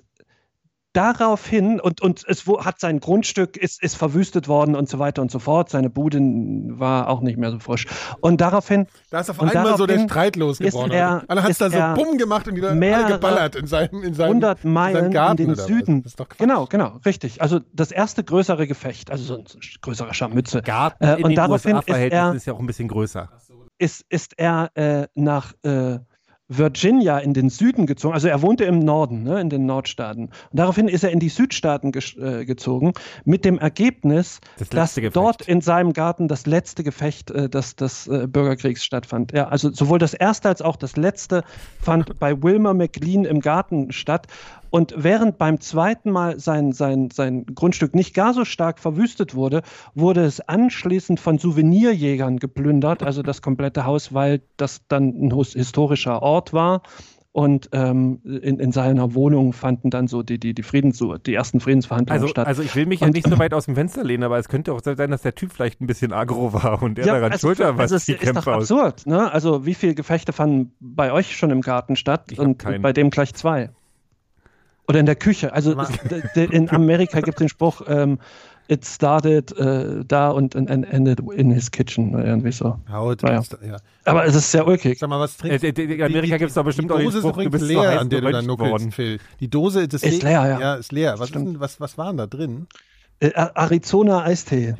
daraufhin, und, und es wo, hat sein Grundstück, ist, ist verwüstet worden und so weiter und so fort. Seine Bude war auch nicht mehr so frisch. Und daraufhin. Da ist auf und einmal so der daraufhin Streit losgebrochen. er- Alle hat es ist da so er bumm gemacht und die dann alle mehrere geballert in seinem, in seinem, hundert in Meilen seinem Garten in den oder was? Süden. Das ist doch Quatsch. Genau, genau, richtig. Also das erste größere Gefecht, also so ein größerer Scharmützel. Garten Äh, in und den daraufhin U S A-Verhältnissen ist ist ja auch ein bisschen größer. Ist, ist er äh, nach äh, Virginia in den Süden gezogen. Also er wohnte im Norden, ne, in den Nordstaaten. Und daraufhin ist er in die Südstaaten ges- äh, gezogen, mit dem Ergebnis, Das dass letzte Gefecht. dort in seinem Garten das letzte Gefecht äh, des, des äh, Bürgerkriegs stattfand. Ja, also sowohl das erste als auch das letzte fand bei Wilmer McLean im Garten statt. Und während beim zweiten Mal sein, sein, sein Grundstück nicht gar so stark verwüstet wurde, wurde es anschließend von Souvenirjägern geplündert, also das komplette Haus, weil das dann ein hus- historischer Ort war. Und ähm, in, in seiner Wohnung fanden dann so die, die, die, Friedens, die ersten Friedensverhandlungen Also, statt. also ich will mich ja Und- nicht so weit aus dem Fenster lehnen, aber es könnte auch sein, dass der Typ vielleicht ein bisschen aggro war und der daran also, schuld war, was also es die ist doch Kämpfe aus. absurd, ne? Also wie viele Gefechte fanden bei euch schon im Garten statt Ich hab und keinen. bei dem gleich zwei? Oder in der Küche. Also es, d- d- in Amerika gibt es den Spruch, ähm, it started äh, da und and, and ended in his kitchen. Oder irgendwie so. Haut, Naja. ja. Aber es ist sehr ulkig. Sag mal, was Äh, trinkst d- d- in Amerika gibt es doch bestimmt die auch den Dose ist Spruch, du übrigens bist so leer, heiß an der du da geröntgt nuckelst, worden. Phil. Die Dose das Ist leer, ja. Ja, ist leer. Was, ist Stimmt. denn, was, was war denn da drin? Äh, Arizona Eistee.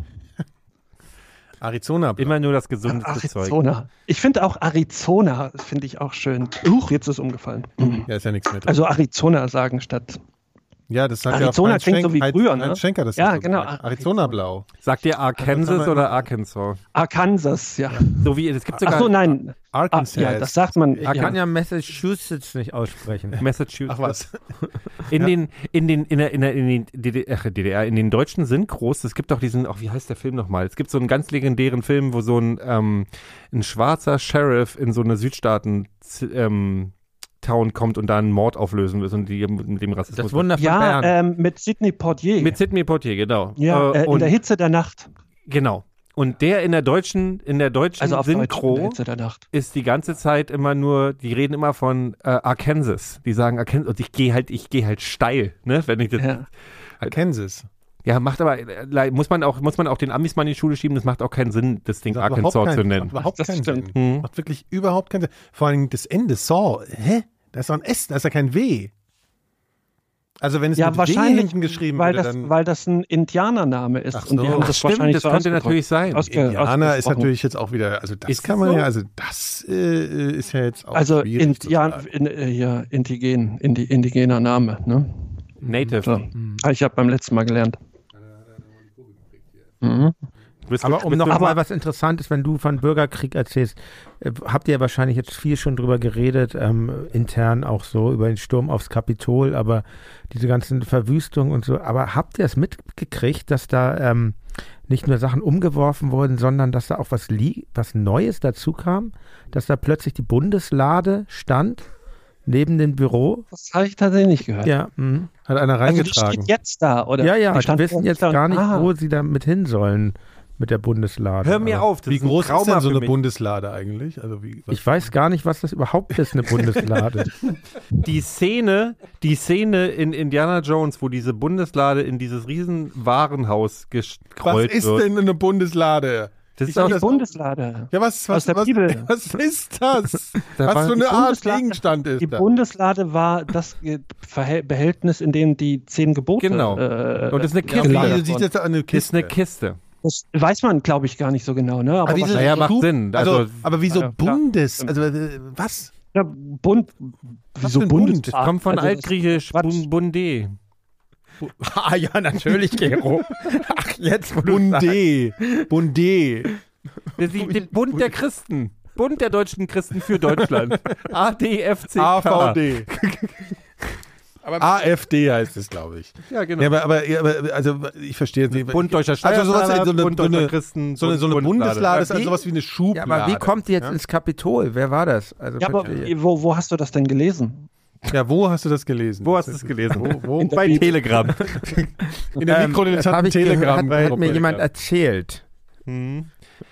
Arizona. Immer nur das gesundeste Zeug. Arizona. Ich finde auch Arizona, finde ich auch schön. Huch, jetzt ist umgefallen. Ja, ist ja nichts mehr drin. Also Arizona sagen statt. Ja, das sagt Arizona ja auch klingt so wie Heinz, früher, Heinz ne? Schenker, das Ja, ist so genau. gesagt. Arizona Blau. Sagt ihr Arkansas haben wir- oder Arkansas? Arkansas, ja. So wie, es gibt sogar Ach so, nein. Ah, Arkansas. ja, das sagt man. Ich ja. kann ja Massachusetts nicht aussprechen. Massachusetts. Ach was. In den, in den, in der, in der, in den D D R, D D R, in den deutschen Synchros, es gibt auch diesen, auch wie heißt der Film nochmal? Es gibt so einen ganz legendären Film, wo so ein, ähm, ein schwarzer Sheriff in so eine Südstaaten, ähm, Town kommt und da einen Mord auflösen will und die mit dem Rassismus. Das Wunder von Ja, Bern. ähm, mit Sidney Poitier. Mit Sidney Poitier, genau. ja, äh, in und, der Hitze der Nacht. Genau. Und der in der deutschen, in der deutschen Also auf Deutsch, in Synchro der Hitze der Nacht. ist die ganze Zeit immer nur, die reden immer von äh, Arkansas. Die sagen Arkansas und ich gehe halt, ich gehe halt steil, ne, wenn ich das. Ja, Ja. Arkansas. macht aber, äh, muss man auch, muss man auch den Amis mal in die Schule schieben, das macht auch keinen Sinn, das Ding Das macht Arkansas überhaupt zu keinen- nennen. Macht überhaupt Das keinen stimmt. Sinn. Mhm. Macht wirklich überhaupt keinen Sinn. Vor allem das Ende, Saw. Hä? Da ist doch ein S, da ist ja kein W. Also wenn es Ja, mit W wahrscheinlich, hinten geschrieben weil würde, das, dann... weil das ein Indianername ist. Ach Und die so. haben Ach, das Stimmt, wahrscheinlich das so könnte ausgedrückt. natürlich sein. Ausge- Indianer ist ausgesprochen. natürlich jetzt auch wieder, also das Ist kann es man so? ja, also das äh, ist ja jetzt auch Also schwierig zu Indian, sagen. in, äh, ja, indigen, indi, indigener Name. Ne? Native. So. Ah, Ich habe beim letzten Mal gelernt. Mhm. Du bist- Aber du um bist- noch aber- mal was Interessantes, wenn du von Bürgerkrieg erzählst, äh, habt ihr wahrscheinlich jetzt viel schon drüber geredet, ähm, intern auch so, über den Sturm aufs Kapitol, aber diese ganzen Verwüstungen und so. Aber habt ihr es mitgekriegt, dass da ähm, nicht nur Sachen umgeworfen wurden, sondern dass da auch was, li- was Neues dazu kam? Dass da plötzlich die Bundeslade stand, neben dem Büro? Das habe ich tatsächlich nicht gehört. Ja, mh. Hat einer Also die reingetragen. steht jetzt da, oder? ja, ja, die die stand wissen jetzt da und- gar nicht, ah. wo sie damit hin sollen mit der Bundeslade. Hör mir Aber auf, das Wie ist ein groß ist Trauma denn so für eine mich. Bundeslade eigentlich? Also wie, was- Ich weiß gar nicht, was das überhaupt ist, eine Bundeslade. Die Szene, die Szene in Indiana Jones, wo diese Bundeslade in dieses riesen Warenhaus was gescrollt ist wird. denn eine Bundeslade? Das Ich ist sag doch Die das- Bundeslade. Ja, was, Aus was, der was, Bibel. was ist das? Da was war- für die eine Art Bundeslade- Gegenstand ist Die da? Bundeslade war das Ge- Verhält- Behältnis, in dem die zehn Gebote. Genau. Äh, Und das ist eine Ja, Kiste. wie gelagert sieht wurden. jetzt eine Das ist Kiste? eine Kiste. Das weiß man, glaube ich, gar nicht so genau. Ne? Aber Aber wieso, Naja, macht Schub- Sinn. Also, Also- aber wieso Ja, klar. Bundes? Also äh, was? ja, Bund. Wieso für ein Bundes? Bund? Das kommt von Also das- altgriechisch Quatsch. Bun- Bunde. Ah ja, natürlich, Gero. Ach, jetzt, wo du sagst. Bunde. Bunde. Der, die, den Bund der Christen. Bund der deutschen Christen für Deutschland. A D F C K. A V D. Aber A F D heißt es, glaube ich. Ja, genau. Ja, aber, aber, ja, aber also ich verstehe jetzt nicht. Bund deutscher Also sowas, Steuerzahler, so eine, Bund so eine, deutscher Christen, so eine, so eine Bundeslade. Bundeslade ist Ja, also wie- sowas wie eine Ja, Schublade. aber wie kommt die jetzt ja? ins Kapitol? Wer war das? Also Ja, aber bitte. wo, wo hast du das denn gelesen? Ja, wo hast du das gelesen? Wo hast du es gelesen? Wo, wo? Bei Telegram. In der Ähm, das hab ich gehört, Mikrodilettanten-Telegram. hat, hat mir jemand erzählt. Hm.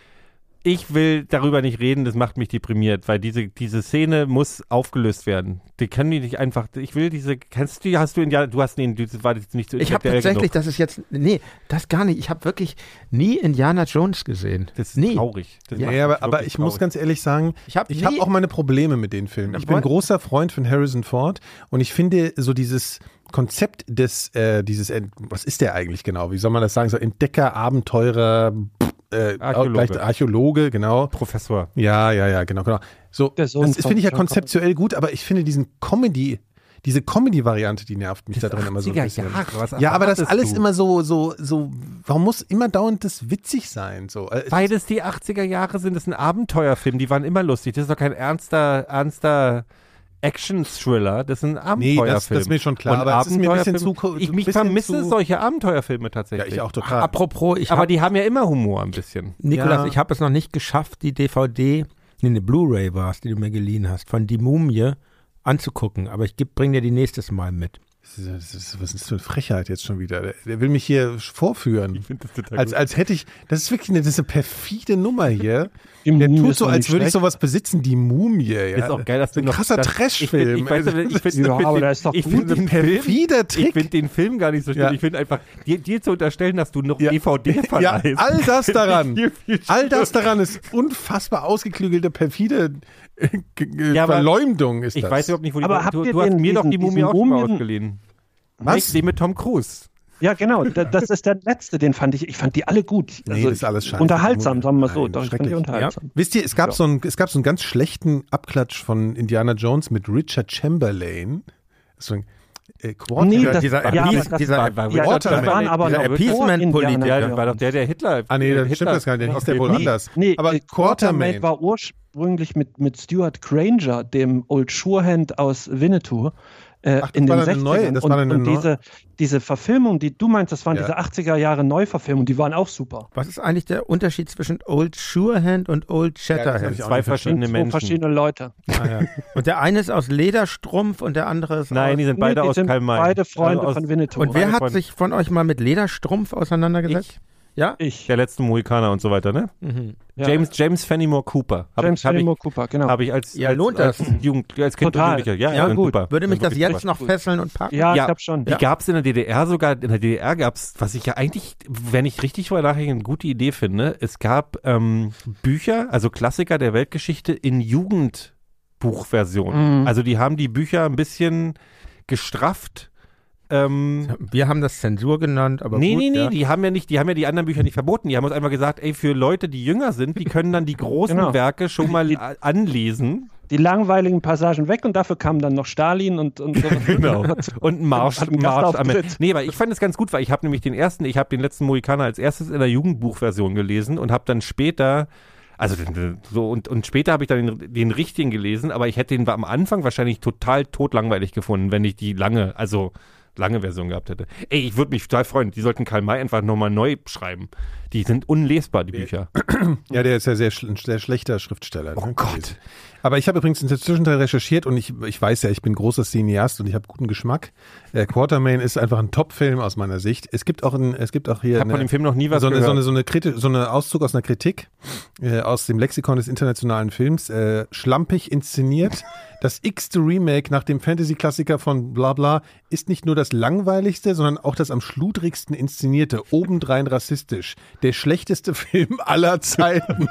Ich will darüber nicht reden, das macht mich deprimiert, weil diese, diese Szene muss aufgelöst werden. Die können die nicht einfach, ich will diese, kennst du, hast du Indiana, du hast den, das war jetzt nicht so Ich habe intellektuell tatsächlich, genug. das ist jetzt, nee, das gar nicht. Ich habe wirklich nie Indiana Jones gesehen. Das ist nie. traurig. Das Ja, macht Ja, mich aber, aber wirklich ich muss traurig. ganz ehrlich sagen, Ich habe ich habe auch meine Probleme mit den Filmen. Ich bin Wollen- großer Freund von Harrison Ford und ich finde so dieses Konzept des, äh, dieses, Ent- was ist der eigentlich genau? Wie soll man das sagen? So Entdecker, Abenteurer, pff, äh, Archäologe. gleich Archäologe, genau. Professor. Ja, ja, ja, genau, genau. So, Der Sohn das von finde ich ja John konzeptuell gut, aber ich finde diesen Comedy, diese Comedy-Variante, die nervt mich da drin immer so ein bisschen. Jahre, was Ja, aber das erwartest alles du? immer so, so, so, warum muss immer dauernd das witzig sein? So, äh, Weil das die achtziger Jahre sind, das ist ein Abenteuerfilm, die waren immer lustig. Das ist doch kein ernster, ernster Action-Thriller, das ist ein Nee, Abenteuerfilm. das, das ist mir schon klar, Und aber es ist mir ein bisschen Abenteuerfilme- zu... Ich mich bisschen vermisse zu, solche Abenteuerfilme Ja, tatsächlich. ich auch total. Apropos, ich aber habe, die haben ja immer Humor ein bisschen. Nikolas, Ja. ich habe es noch nicht geschafft, die D V D, nee, eine Blu-ray war es, die du mir geliehen hast, von Die Mumie anzugucken. Aber ich bring dir die nächstes Mal mit. Das ist, das ist, was ist das für eine Frechheit jetzt schon wieder? Der, der will mich hier vorführen. Ich finde das total Als, gut. als hätte ich, das ist wirklich eine, das ist eine perfide Nummer hier. Die Der Mumie tut ist so, doch als nicht würde ich schlecht. sowas besitzen, die Mumie. Ja. Ist auch geil, dass du ein noch krasser das- Trashfilm. Ich, find, ich, weiß, ich, find, Ja, ich aber find, der ist doch ich gut. find den Film, Perfider Trick. ich finde den Film gar nicht so schlimm. Ja. Ich finde einfach, dir, dir zu unterstellen, dass du noch Ja. D V D Ja, verleihst. all das find ich daran. viel, viel All das schlimmer. daran ist unfassbar ausgeklügelte, perfide äh, G- G- Ja, aber Verleumdung ist Ich das. weiß überhaupt nicht, wo die Aber war. habt Du, ihr du hast den- mir doch die diesen- Mumie diesen auch schon mal Mumien- ausgeliehen. Was? Die mit Tom Cruise. Ja, genau. Da, das ist der letzte, den fand ich, ich fand die alle gut. Nee, Also das ist alles scheiße. unterhaltsam, sagen wir mal so. Nein, Doch, ich fand die schrecklich. unterhaltsam. Wisst ihr, es gab, so einen, es gab so einen ganz schlechten Abklatsch von Indiana Jones mit Richard Chamberlain. So ein äh, Quarter- Nee, Dieser- das, dieser ja, Appease- aber das, dieser- ja, dieser das waren aber dieser noch vor Appeasement-Politiker. Indiana Ja, das war doch der, der Hitler. Ah nee, das Hitler- stimmt das gar nicht, der hieß der wohl Okay. anders. Nee, Aber äh, Quartermain. war ursprünglich mit, mit Stuart Granger, dem Old Surehand aus Winnetou, äh, Ach, das in war den dann eine neue- sechzigern. das und war dann eine und neu- diese, diese Verfilmung, die du meinst, das waren Ja. diese achtziger Jahre Neuverfilmungen, die waren auch super. Was ist eigentlich der Unterschied zwischen Old Surehand und Old Ja, das hab Shatterhand? ich auch Zwei nicht verstanden. verschiedene Zwei Menschen. verschiedene Leute. Ah, ja. Und der eine ist aus Lederstrumpf und der andere ist Nein, die aus... sind beide Nee, die aus sind Karl May. beide Freunde Also aus- von Winnetou. Und wer beide hat Freunde. sich von euch mal mit Lederstrumpf auseinandergesetzt? Ich. Ja? Ich. Der letzte Mohikaner und so weiter, ne? Mhm. Ja. James, James Fenimore Cooper. Hab James ich, hab Fenimore ich, Cooper, genau. Hab ich als, Ja, als, lohnt als das? Jugend, als Kind Total. und Jugendlicher. Ja, Ja, ja, gut. Cooper. Würde mich das Wirklich jetzt super. noch fesseln und packen? ja, Ja. ich glaube schon. Die Ja. gab es in der D D R sogar, in der D D R gab es, was ich ja eigentlich, wenn ich richtig vorher nachher eine gute Idee finde, es gab ähm, Bücher, also Klassiker der Weltgeschichte in Jugendbuchversion. Mhm. Also die haben die Bücher ein bisschen gestrafft. Ähm, Wir haben das Zensur genannt, aber nee, gut, nee, nee, ja. die haben ja nicht, die haben ja die anderen Bücher nicht verboten. Die haben uns einfach gesagt, ey, für Leute, die jünger sind, die können dann die großen Genau. Werke schon mal a- anlesen. Die langweiligen Passagen weg und dafür kam dann noch Stalin und, und so. Genau. Und ein Marsch, Hat einen Marsch am Ende. Gastauftritt. Nee, aber ich fand es ganz gut, weil ich habe nämlich den ersten, ich habe den letzten Mohikaner als erstes in der Jugendbuchversion gelesen und habe dann später, also so und, und später habe ich dann den, den richtigen gelesen, aber ich hätte den am Anfang wahrscheinlich total totlangweilig gefunden, wenn ich die lange, also lange Version gehabt hätte. Ey, ich würde mich total freuen, die sollten Karl May einfach nochmal neu schreiben. Die sind unlesbar, die Bücher. Ja, der ist ja sehr, schl- ein sehr schlechter Schriftsteller. Oh ne, Gott. gewesen. Aber ich habe übrigens in der Zwischenzeit recherchiert und ich, ich weiß ja, ich bin großer Cineast und ich habe guten Geschmack. Äh, Quartermain ist einfach ein Top-Film aus meiner Sicht. Es gibt auch, ein, es gibt auch hier Ich habe von dem Film noch nie was so, eine, gehört. so, eine, so, eine Kriti- so eine Auszug aus einer Kritik äh, aus dem Lexikon des internationalen Films. Äh, schlampig inszeniert. Das x-te Remake nach dem Fantasy-Klassiker von Blabla ist nicht nur das langweiligste, sondern auch das am schludrigsten inszenierte, obendrein rassistisch. Der schlechteste Film aller Zeiten.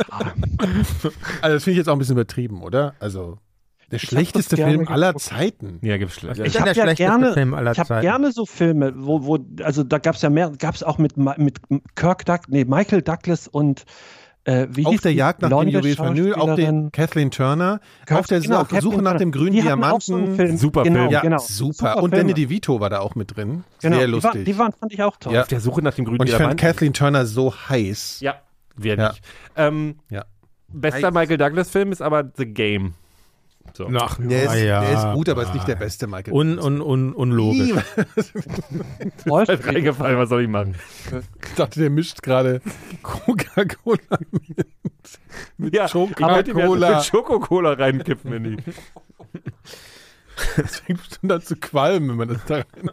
Also das finde ich jetzt auch ein bisschen übertrieben, oder? Also der Ich hab schlechteste das gerne Film aller geguckt. Zeiten. ja, gibt's schlecht. Ich Ich bin habe der ja schlechteste gerne, Film aller ich hab Zeiten. gerne so Filme, wo, wo also da gab es ja mehr, gab es auch mit, Ma- mit Kirk Douglas, nee, Michael Douglas und äh, wie Auf hieß der die Jagd nach dem blonde Juwel von Nil, auch den Schauspielerin? Kathleen Turner, Kirk- auf der genau, Suche Kathleen nach dem Turner. grünen Die hatten auch so einen Diamanten. Film. Super genau, Film. Ja, genau. super. Und Filme. Danny DeVito war da auch mit drin. Genau, Sehr die, lustig. war, die waren, fand ich auch toll. Ja. Auf der Suche nach dem grünen Und ich fand Diamanten. Kathleen Turner so heiß. Ja. Wir Ja. nicht. Ähm, Ja. Bester Michael Douglas-Film ist aber The Game. So. Ach, Der ist, na ja. der ist gut, aber ist nicht der beste Michael. Un, un, un, unlogisch. Ist halt reingefallen, was soll ich machen? Ich dachte, der mischt gerade Coca-Cola mit, mit Ja, ich könnte mir Schokocola. mit Schokocola reinkippen in die. Das fängt bestimmt an zu qualmen, wenn man das da rein.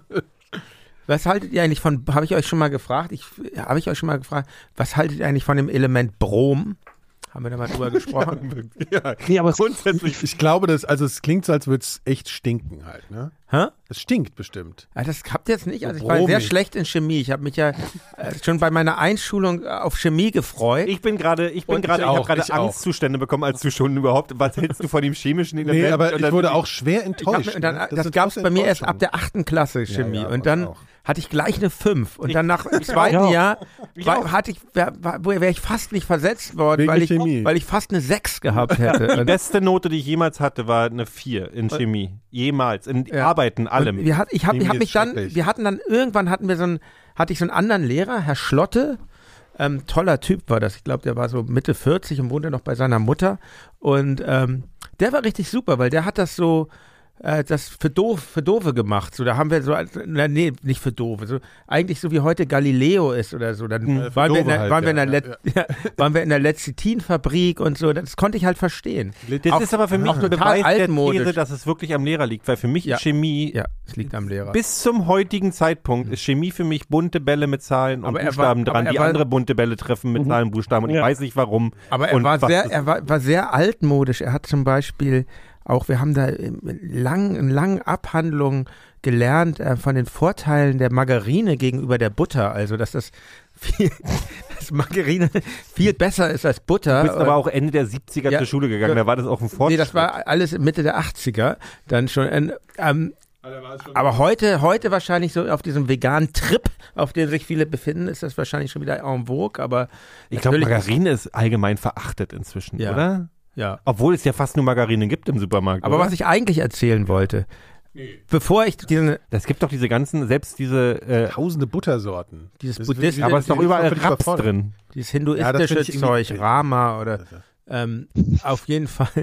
Was haltet ihr eigentlich von, habe ich euch schon mal gefragt, ich habe ich euch schon mal gefragt, was haltet ihr eigentlich von dem Element Brom? Haben wir da mal drüber gesprochen? Ja, Nee, aber es, grundsätzlich. Ich glaube, dass, also es klingt so, als würde es echt stinken halt, ne? Hä? Es stinkt bestimmt. Ja, das habt ihr jetzt nicht. Also ich So war sehr bromig. schlecht in Chemie. Ich habe mich ja äh, schon bei meiner Einschulung auf Chemie gefreut. Ich bin gerade, ich bin Und gerade, ich ich habe auch, gerade ich auch. Angstzustände bekommen, als du schon überhaupt, was hältst du von dem chemischen Nee, Element? aber Und ich dann- wurde auch schwer Ich hab, enttäuscht. mir- und dann, ne? das ist gab es große bei mir erst Enttäuschung. ab der achten Klasse Chemie. ja, und bei dann uns auch. hatte ich gleich eine fünf. Und Ich- dann nach dem zweiten auch. Jahr Ich war, auch. hatte ich, wär, war, wäre ich fast nicht versetzt worden, Wegen weil ich, Chemie. weil ich fast eine sechs gehabt hätte. Die Und- beste Note, die ich jemals hatte, war eine vier in Chemie. Jemals. In Ja. Arbeiten, Und allem. wir hat, ich habe ich Chemie hab ist mich dann, schrecklich. wir hatten dann, irgendwann hatten wir so einen, hatte ich so einen anderen Lehrer, Herr Schlotte, ähm, toller Typ war das. Ich glaube, der war so Mitte vierzig und wohnte noch bei seiner Mutter. Und ähm, der war richtig super, weil der hat das so, äh, das für doof, für Doofe gemacht. So, da haben wir so, als- na, nee, nicht für Doofe, so, eigentlich so wie heute Galileo ist oder so. Dann Äh, für waren, wir in Doofe der, halt, waren, wir in ja, der ja, Let- ja, waren wir in der Lecithin-Fabrik und so. Das konnte ich halt verstehen. Das auch- ist aber für mich auch ein total Beweis der altmodisch. These, dass es wirklich am Lehrer liegt, weil für mich Ja. ist Chemie, Ja, es liegt am Lehrer. bis zum heutigen Zeitpunkt, ist Chemie für mich bunte Bälle mit Zahlen und Aber er war- Buchstaben aber dran, er die war- andere bunte Bälle treffen mit Zahlen und Buchstaben und ich Ja. weiß nicht warum. Aber er und war was sehr, das- er war, war sehr altmodisch. Er hat zum Beispiel auch, wir haben da in langen, in langen Abhandlungen gelernt äh, von den Vorteilen der Margarine gegenüber der Butter. Also, dass das viel, dass Margarine viel besser ist als Butter. Du bist aber auch Ende der siebziger Ja. zur Schule gegangen, da war das auch ein Fortschritt. Nee, das war alles Mitte der achtziger dann schon. Ähm, ähm, aber heute, heute wahrscheinlich so auf diesem veganen Trip, auf dem sich viele befinden, ist das wahrscheinlich schon wieder en vogue. Aber ich glaube, natürlich- Margarine ist allgemein verachtet inzwischen, Ja. oder? ja. Obwohl es ja fast nur Margarine gibt im Supermarkt. Aber oder? was ich eigentlich erzählen wollte, bevor ich diesen, Es gibt doch diese ganzen, selbst diese, äh, Tausende Buttersorten. Dieses Das Buddhist- wieder- aber es ist doch die- die überall völlig Raps überfordert. drin. dieses Ja, das hinduistische finde ich irgendwie- Zeug, Rama oder ähm, auf jeden Fall.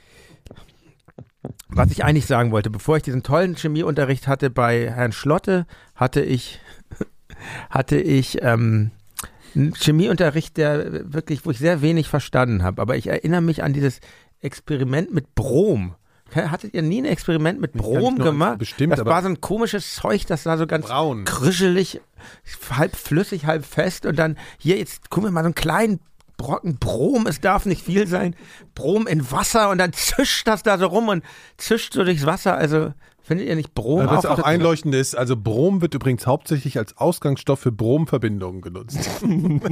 Was ich eigentlich sagen wollte, bevor ich diesen tollen Chemieunterricht hatte bei Herrn Schlotte, hatte ich, hatte ich ähm, einen Chemieunterricht, der wirklich, wo ich sehr wenig verstanden habe. Aber ich erinnere mich an dieses Experiment mit Brom. Hattet ihr nie ein Experiment mit kann Brom ich noch- gemacht? bestimmt, Das aber- war so ein komisches Zeug, das sah so ganz Braun. krischelig, halb flüssig, halb fest. Und dann hier, jetzt gucken wir mal so einen kleinen Brocken Brom, es darf nicht viel sein. Brom in Wasser und dann zischt das da so rum und zischt so durchs Wasser. Also findet ihr nicht Brom Was auch auch einleuchtend ist, also Brom wird übrigens hauptsächlich als Ausgangsstoff für Bromverbindungen genutzt.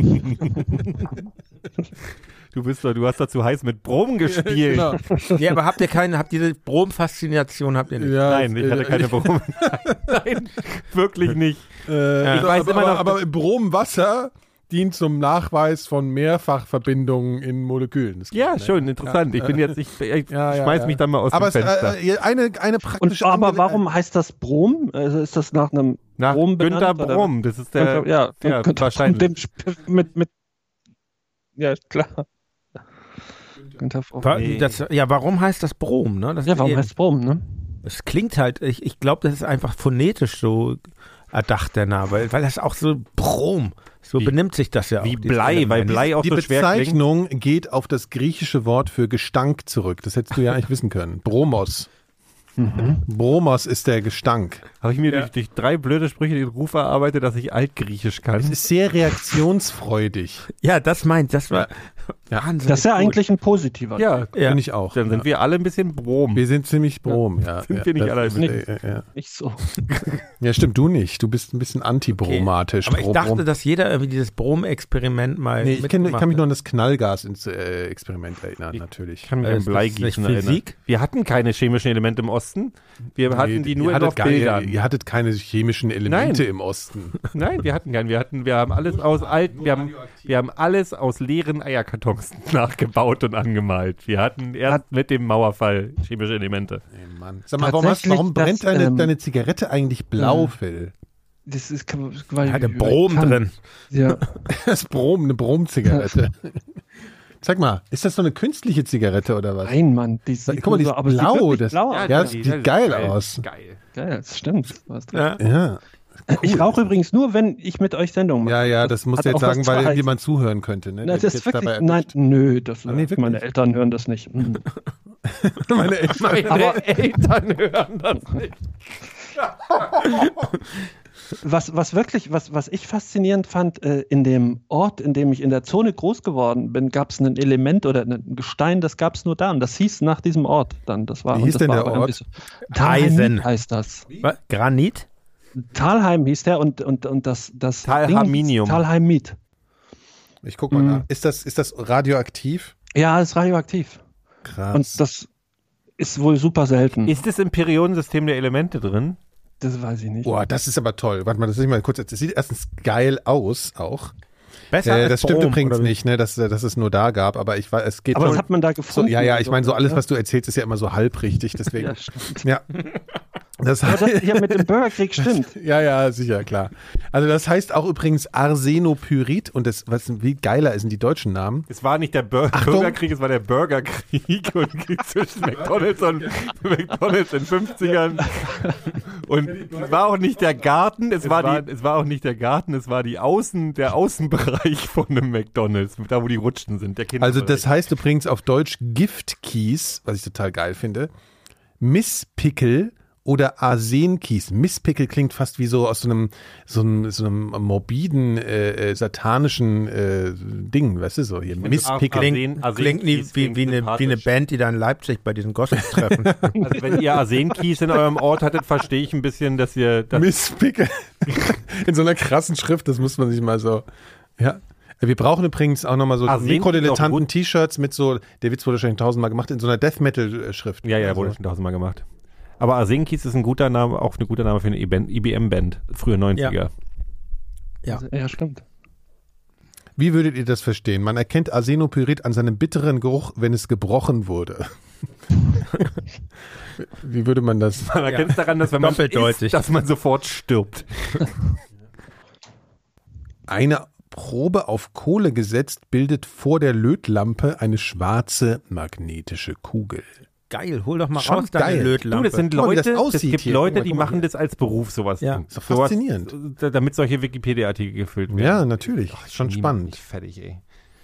Du bist doch, du hast dazu heiß mit Brom gespielt. Genau. Ja, aber habt ihr keine, habt diese Brom-Faszination, habt ihr nicht? Ja, Nein, ich hatte äh, keine Brom. Nein, wirklich nicht. Äh, Ich weiß aber, immer noch- aber, aber Bromwasser dient zum Nachweis von Mehrfachverbindungen in Molekülen. Das Ja, geht, ne? schön, interessant. Ich bin jetzt, ich, ich Ja, ja, schmeiß ja. mich dann mal aus Aber dem es, Fenster. äh, eine, eine und praktische aber Angele- warum heißt das Brom? Also ist das nach einem Nach Brom benannt, Günter oder? Brom, das ist der, Günther- ja, ja, Günther wahrscheinlich. Brom, dem Sp- mit, mit, ja, klar. Günther Brom. Wa- Nee. Das, ja, warum heißt das Brom? Ne? Das Ja, warum eh- heißt es Brom, ne? Es klingt halt, ich, ich glaube, das ist einfach phonetisch so erdacht, der Name, weil, weil das auch so Brom, so Wie- benimmt sich das ja auch. wie dieses Blei, Element. weil Blei auch Die so schwer klingt. Bezeichnung geht auf das griechische Wort für Gestank zurück. Das hättest du ja eigentlich wissen können. Bromos. Bromos ist der Gestank. Habe ich mir Ja. durch, durch drei blöde Sprüche den Ruf erarbeitet, dass ich Altgriechisch kann. Es ist sehr reaktionsfreudig. Ja, das meint, das war wahnsinnig Das ist ja gut. eigentlich ein positiver. Ja, Ja. Finde ich auch. dann sind ja. wir alle ein bisschen Brom. wir sind ziemlich Brom. Ja, Sind ja, wir nicht das alle ist, ein äh, äh, ja. Nicht so. ja, stimmt, du nicht. Du bist ein bisschen antibromatisch. Aber ich Brom- dachte, dass jeder irgendwie dieses Brom-Experiment mal Nee, ich, kenn, ich mitgemacht kann mich hat. noch an das Knallgas-Experiment erinnern, natürlich. Ich kann mich Äh, an ist das Bleigießen nicht erinnern. Physik? Wir hatten keine chemischen Elemente im Osten. Wir hatten Nee, die ihr nur hattet auf gar- Bildern. Ihr, ihr hattet keine chemischen Elemente Nein. im Osten. Nein, wir hatten keinen. Wir hatten, wir haben alles aus alten, wir haben, wir haben alles aus leeren Eierkartons nachgebaut und angemalt. Wir hatten erst mit dem Mauerfall chemische Elemente. Ey, Mann. Sag mal, warum, hast, Tatsächlich, warum brennt das, deine, ähm, deine Zigarette eigentlich blau, Phil? Das ist, weil, Hat der Brom kann, drin. Ja. Das ist Brom, eine Bromzigarette. Sag mal, ist das so eine künstliche Zigarette oder was? Nein, Mann, die sieht Guck mal, die so, ist aber sie blau, sieht wirklich das- blau Ja, aus. das sieht ist geil aus. Geil. Geil, das stimmt. Du hast recht. Ja. Ja. Ich rauche übrigens nur, wenn ich mit euch Sendung mache. Ja, ja, das musst hat du jetzt auch was sagen, zu weil heißen. jemand zuhören könnte. Ne? Na, Der das jetzt ist wirklich, dabei nein, erwischt. nö, das, Ah, nee, wirklich? meine Eltern hören das nicht. Mhm. Meine Eltern. Aber Eltern hören das nicht. was, was wirklich, was, was ich faszinierend fand, äh, in dem Ort, in dem ich in der Zone groß geworden bin, gab es ein Element oder ein Gestein, das gab es nur da und das hieß nach diesem Ort dann. Das war, Wie und hieß das denn war der aber Ort? irgendwie so- Talheim Eisen. heißt das. Was? Granit? Talheim hieß der und, und, und das, das Talhaminium. Ding hieß Talheimit. Ich guck mal Mhm. nach. Ist das, ist das radioaktiv? Ja, ist radioaktiv. Krass. Und das ist wohl super selten. Ist das im Periodensystem der Elemente drin? Das weiß ich nicht. Boah, das ist aber toll. Warte mal, das will ich mal kurz. Das sieht erstens geil aus auch. Besser Äh, als das stimmt Brom, übrigens oder wie? nicht, ne, dass, dass es nur da gab, aber ich weiß, es geht Aber schon. was hat man da So, gefunden? ja, ja, ich meine, so alles, Ja. was du erzählst, ist ja immer so halbrichtig, deswegen. Ja, stimmt. Ja. Das Aber das hier mit dem Bürgerkrieg stimmt. ja, ja, sicher, klar. Also das heißt auch übrigens Arsenopyrit und das, was wie geiler ist, sind die deutschen Namen. Es war nicht der Bur Achtung. Bürgerkrieg, es war der Bürgerkrieg und Krieg zwischen McDonalds und McDonalds in fünfzigern. Und es war auch nicht der Garten, es, war, die, es war auch nicht der Garten, es war die Außen, der Außenbereich von einem McDonalds, da wo die Rutschen sind. Der Also das heißt übrigens auf Deutsch Giftkies, was ich total geil finde, Misspickel oder Arsenkies. Misspickel klingt fast wie so aus so einem so einem, so einem morbiden, äh, äh, satanischen äh, Ding, weißt du, so hier. Misspickel. Arsen- Klingt, Arsen- klingt nie Kies wie, klingt wie, eine, wie eine sympathisch. Band, die da in Leipzig bei diesen Gospels treffen. Also wenn ihr Arsenkies in eurem Ort hattet, verstehe ich ein bisschen, dass ihr... Dass Misspickel. In so einer krassen Schrift, das muss man sich mal so, ja. Wir brauchen übrigens auch nochmal so Arsen ist auch Mikrodilettanten-T-Shirts mit so, der Witz wurde wahrscheinlich tausendmal gemacht, in so einer Death-Metal-Schrift. ja, ja, Also, wurde schon tausendmal gemacht. Aber Arsenkies ist ein guter Name, auch ein guter Name für eine I B M-Band, frühe neunziger. Ja. Ja, stimmt. Wie würdet ihr das verstehen? Man erkennt Arsenopyrit an seinem bitteren Geruch, wenn es gebrochen wurde. Wie würde man das? Man erkennt es daran, dass wenn man Doppeldeutig. isst, dass man sofort stirbt. Eine Probe auf Kohle gesetzt bildet vor der Lötlampe eine schwarze magnetische Kugel. Geil, hol doch mal Schon raus deine geil. Du, Lötlampe. das sind Guck mal, wie Leute, das aussieht es gibt hier. Leute, Guck mal, die guck mal machen hier. das als Beruf, sowas. Ja. Ist doch sowas, faszinierend. äh, damit solche Wikipedia-Artikel gefüllt werden. Ja, natürlich. Schon Nie spannend. Fertig, ey.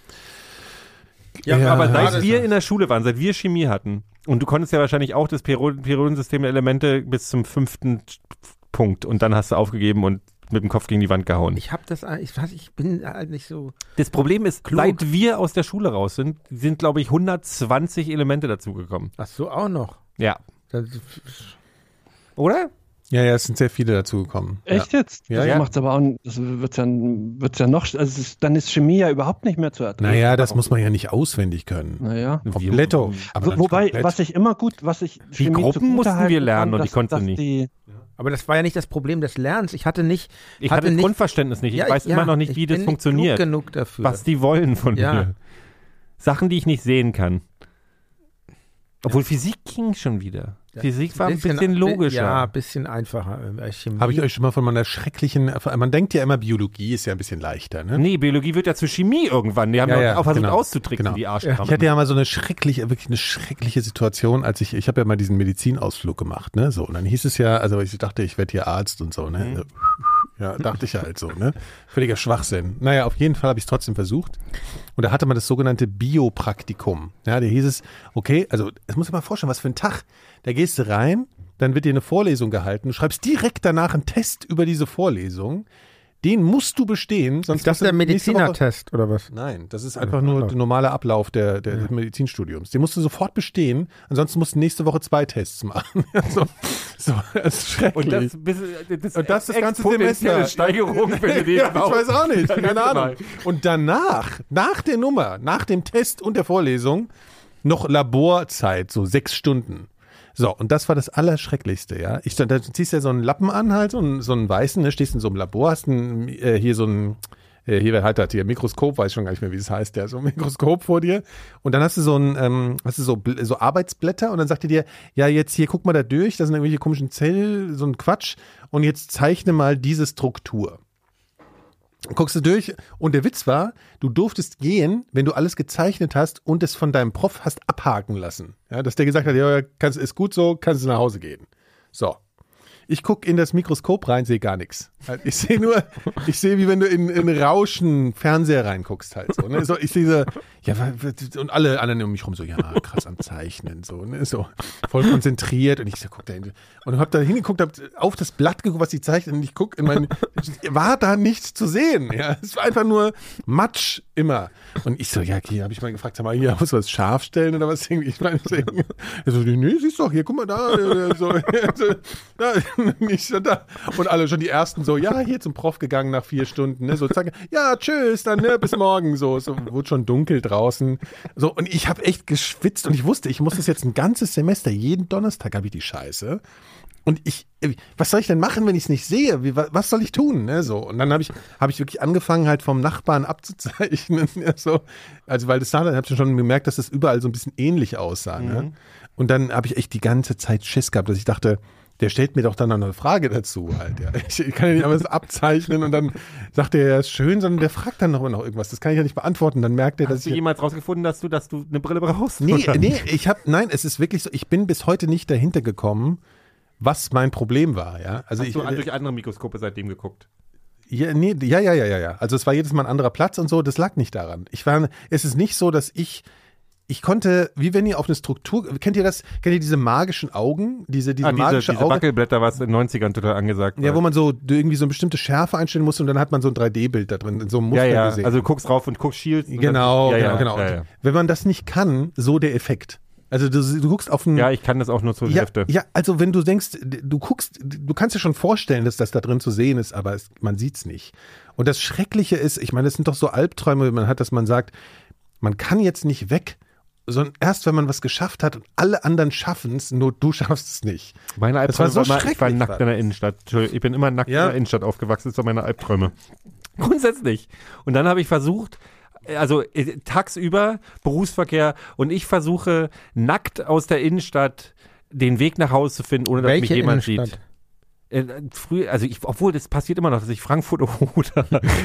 ja, Ja, aber Aber das seit ist wir ja- in der Schule waren, seit wir Chemie hatten, und du konntest ja wahrscheinlich auch das Perioden- Periodensystem der Elemente bis zum fünften Punkt und dann hast du aufgegeben und mit dem Kopf gegen die Wand gehauen. ich hab das, ich weiß, ich bin halt nicht so. Das Problem ist, Klug. seit wir aus der Schule raus sind, sind, glaube ich, hundertzwanzig Elemente dazugekommen. Ach so, auch noch. Ja. Das, Oder? Ja, ja, es sind sehr viele dazugekommen. Echt jetzt? Ja, das ja. macht's aber auch, das wird's ja, wird's ja noch, also es ist, dann ist Chemie ja überhaupt nicht mehr zu Ja. ertragen. Naja, das muss man ja nicht auswendig können. Naja. Kompletto. Aber Wo, das wobei, komplett. was ich immer gut, was ich Die Chemie Gruppen zugute mussten halten wir lernen kann, und die dass- konntest du dass nicht. Die, aber das war ja nicht das Problem des Lernens. Ich hatte nicht. Ich hatte das nicht, Grundverständnis nicht. Ich Ja, weiß ja, immer noch nicht, ich wie das bin funktioniert. Nicht klug genug dafür. Was die wollen von Ja. mir. Sachen, die ich nicht sehen kann. Obwohl Physik ging schon wieder. Ja, Physik war ein bisschen logischer. Ja, ein bisschen einfacher. äh, Chemie. Habe ich euch schon mal von meiner schrecklichen, man denkt ja immer, Biologie ist ja ein bisschen leichter, ne? Nee, Biologie wird ja zu Chemie irgendwann. Die haben Ja, ja, ja, auch versucht genau, auszutricksen, genau. die Arschkrampen. Ich hatte ja mal so eine schreckliche, wirklich eine schreckliche Situation, als ich, ich habe ja mal diesen Medizinausflug gemacht, ne, so, und dann hieß es ja, also ich dachte, ich werde hier Arzt und so, ne, Mhm. ja, dachte ich halt so, ne, völliger Schwachsinn. Naja, auf jeden Fall habe ich es trotzdem versucht und da hatte man das sogenannte Biopraktikum, ja, da hieß es, okay, also, das muss ich mal vorstellen, was für ein Tag, da gehst du rein, dann wird dir eine Vorlesung gehalten, du schreibst direkt danach einen Test über diese Vorlesung, den musst du bestehen, sonst Ist das musst du der nächste Woche- Medizinertest oder was? Nein, das ist einfach nur der normale Ablauf der, der, des Medizinstudiums. Den musst du sofort bestehen, ansonsten musst du nächste Woche zwei Tests machen. so, so, das ist schrecklich. Und das, bis, das, Und das das ganze exponentielle Semester. Steigerung, wenn du den ja, ich baust. weiß auch nicht, keine Mal. Ahnung. Und danach, nach der Nummer, nach dem Test und der Vorlesung, noch Laborzeit, so sechs Stunden. So, und das war das Allerschrecklichste, ja. Ich, da ziehst du ja so einen Lappen an, halt, so einen, so einen weißen, ne, stehst in so einem Labor, hast ein, äh, hier so ein, äh, hier, wer hat das hier, Mikroskop, weiß schon gar nicht mehr, wie es heißt, der so ein Mikroskop vor dir und dann hast du so ein, ähm, hast du so, so Arbeitsblätter und dann sagt er dir, ja jetzt hier, guck mal da durch, da sind irgendwelche komischen Zellen, so ein Quatsch und jetzt zeichne mal diese Struktur. Guckst du durch und der Witz war, du durftest gehen, wenn du alles gezeichnet hast und es von deinem Prof hast abhaken lassen. Ja, dass der gesagt hat, ja, kannst, ist gut so, kannst du nach Hause gehen. So. Ich gucke in das Mikroskop rein, sehe gar nichts. Ich sehe nur, ich sehe, wie wenn du in, in Rauschen Fernseher reinguckst halt so. Ne? So ich sehe, ja, und alle anderen um mich rum so, ja, krass am Zeichnen, so, ne? So voll konzentriert und ich so, guck da hin. Und hab da hingeguckt, hab auf das Blatt geguckt, was die zeichnen und ich guck in mein, war da nichts zu sehen. Ja, es war einfach nur Matsch immer. Und ich so, ja, hier habe ich mal gefragt, sag mal, hier, muss was scharf stellen oder was irgendwie? Ich meine, so, so, nee, siehst du doch, hier, guck mal da, so, so da, nicht so da. Und alle schon die ersten so, ja, hier zum Prof gegangen nach vier Stunden, ne, so zack, ja, tschüss, dann, ne, bis morgen, so, so, wurde schon dunkel draußen, so, und ich habe echt geschwitzt und ich wusste, ich muss das jetzt ein ganzes Semester, jeden Donnerstag habe ich die Scheiße. Und ich, was soll ich denn machen, wenn ich es nicht sehe? Wie, was soll ich tun? Ne, so. Und dann habe ich, hab ich wirklich angefangen, halt vom Nachbarn abzuzeichnen. Ja, so. Also, weil das sah, dann habe ich schon gemerkt, dass das überall so ein bisschen ähnlich aussah. Mhm. Ne? Und dann habe ich echt die ganze Zeit Schiss gehabt, dass ich dachte, der stellt mir doch dann noch eine Frage dazu halt. Ja. Ich kann ja nicht alles abzeichnen und dann sagt er, ja, ist schön, sondern der fragt dann noch, noch irgendwas. Das kann ich ja nicht beantworten. Dann merkt er, dass Hast du ich jemals rausgefunden, dass du, dass du eine Brille brauchst? Nee, oder? nee, ich habe, nein, es ist wirklich so, ich bin bis heute nicht dahinter gekommen, was mein Problem war, ja. Also Hast ich, du an, durch andere Mikroskope seitdem geguckt? Ja, nee, ja, ja, ja, ja, ja. Also es war jedes Mal ein anderer Platz und so, das lag nicht daran. Ich war, es ist nicht so, dass ich, ich konnte, wie wenn ihr auf eine Struktur, kennt ihr das, kennt ihr diese magischen Augen? Diese, diese ah, diese, magische diese Auge? Wackelblätter, was in den neunzigern total angesagt war. Ja, wo man so irgendwie so eine bestimmte Schärfe einstellen muss und dann hat man so ein drei D-Bild da drin, in so einem Muster ja, ja. gesehen. Also du guckst rauf und guckst Shield. Genau, dann, ja, genau, ja, genau. Ja, ja. Wenn man das nicht kann, so der Effekt. Also du, du guckst auf einen... Ja, ich kann das auch nur zur ja, Hälfte. Ja, also wenn du denkst, du guckst, du kannst dir schon vorstellen, dass das da drin zu sehen ist, aber es, man sieht's nicht. Und das Schreckliche ist, ich meine, das sind doch so Albträume, die man hat, dass man sagt, man kann jetzt nicht weg, sondern erst, wenn man was geschafft hat und alle anderen schaffen es, nur du schaffst es nicht. Meine Albträume das war so war, ich war schrecklich, nackt war in der Innenstadt. Entschuldigung, ich bin immer nackt Ja. in der Innenstadt aufgewachsen, das waren meine Albträume. Grundsätzlich. Und dann habe ich versucht, also äh, tagsüber Berufsverkehr und ich versuche nackt aus der Innenstadt den Weg nach Hause zu finden, ohne dass Welche mich jemand Innenstadt? sieht. Äh, früh, also ich, obwohl das passiert immer noch, dass ich Frankfurt oder